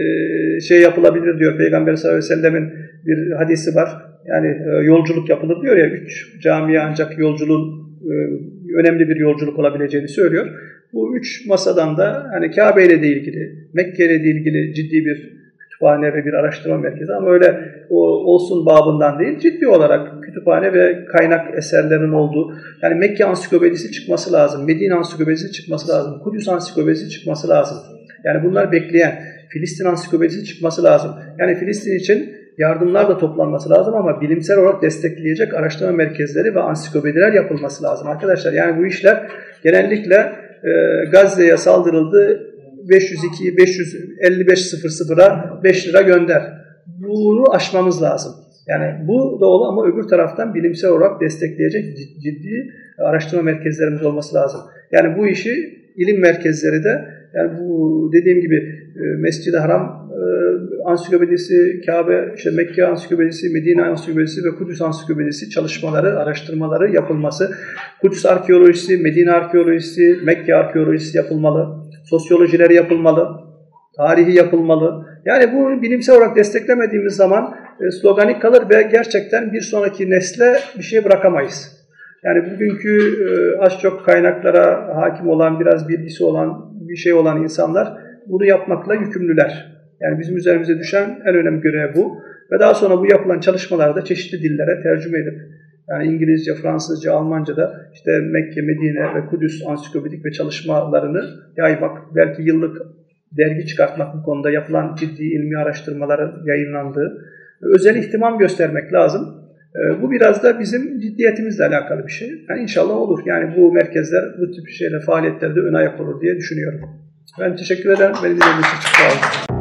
şey yapılabilir diyor Peygamber sallallahu aleyhi ve sellemin bir hadisi var. Yani e, yolculuk yapılır diyor ya üç camiye ancak yolculuğun e, önemli bir yolculuk olabileceğini söylüyor. Bu üç masadan da hani Kabe ile de ilgili, Mekke ile de ilgili ciddi bir kütüphane ve bir araştırma merkezi ama öyle o, olsun babından değil, ciddi olarak kütüphane ve kaynak eserlerin olduğu, yani Mekke ansiklopedisi çıkması lazım, Medine ansiklopedisi çıkması lazım, Kudüs ansiklopedisi çıkması lazım. Yani bunlar bekleyen, Filistin ansiklopedisi çıkması lazım. Yani Filistin için yardımlar da toplanması lazım ama bilimsel olarak destekleyecek araştırma merkezleri ve ansiklopediler yapılması lazım arkadaşlar. Yani bu işler genellikle e, Gazze'ye saldırıldı, beş yüz iki beş yüz elli beş sıfıra beş lira gönder. Bunu aşmamız lazım. Yani bu da olur ama öbür taraftan bilimsel olarak destekleyecek ciddi araştırma merkezlerimiz olması lazım. Yani bu işi ilim merkezleri de Yani bu dediğim gibi e, Mescid-i Haram e, ansiklopedisi, Kabe, işte Mekke ansiklopedisi, Medine ansiklopedisi ve Kudüs ansiklopedisi çalışmaları, araştırmaları yapılması, Kudüs arkeolojisi, Medine arkeolojisi, Mekke arkeolojisi yapılmalı, sosyolojileri yapılmalı, tarihi yapılmalı. Yani bu bilimsel olarak desteklemediğimiz zaman e, sloganik kalır ve gerçekten bir sonraki nesle bir şey bırakamayız. Yani bugünkü e, az çok kaynaklara hakim olan, biraz bilgisi olan, bir şey olan insanlar bunu yapmakla yükümlüler. Yani bizim üzerimize düşen en önemli görev bu. Ve daha sonra bu yapılan çalışmalarda çeşitli dillere tercüme edip, yani İngilizce, Fransızca, Almanca da işte Mekke, Medine ve Kudüs ansiklopedik ve çalışmalarını yaymak, belki yıllık dergi çıkartmak, bu konuda yapılan ciddi ilmi araştırmaların yayınlandığı, özel ihtimam göstermek lazım. Bu biraz da bizim ciddiyetimizle alakalı bir şey. Yani inşallah olur. Yani bu merkezler bu tip şeyler, faaliyetlerde ön ayak olur diye düşünüyorum. Ben teşekkür ederim. Beni dinlediğiniz için çok sağ olun.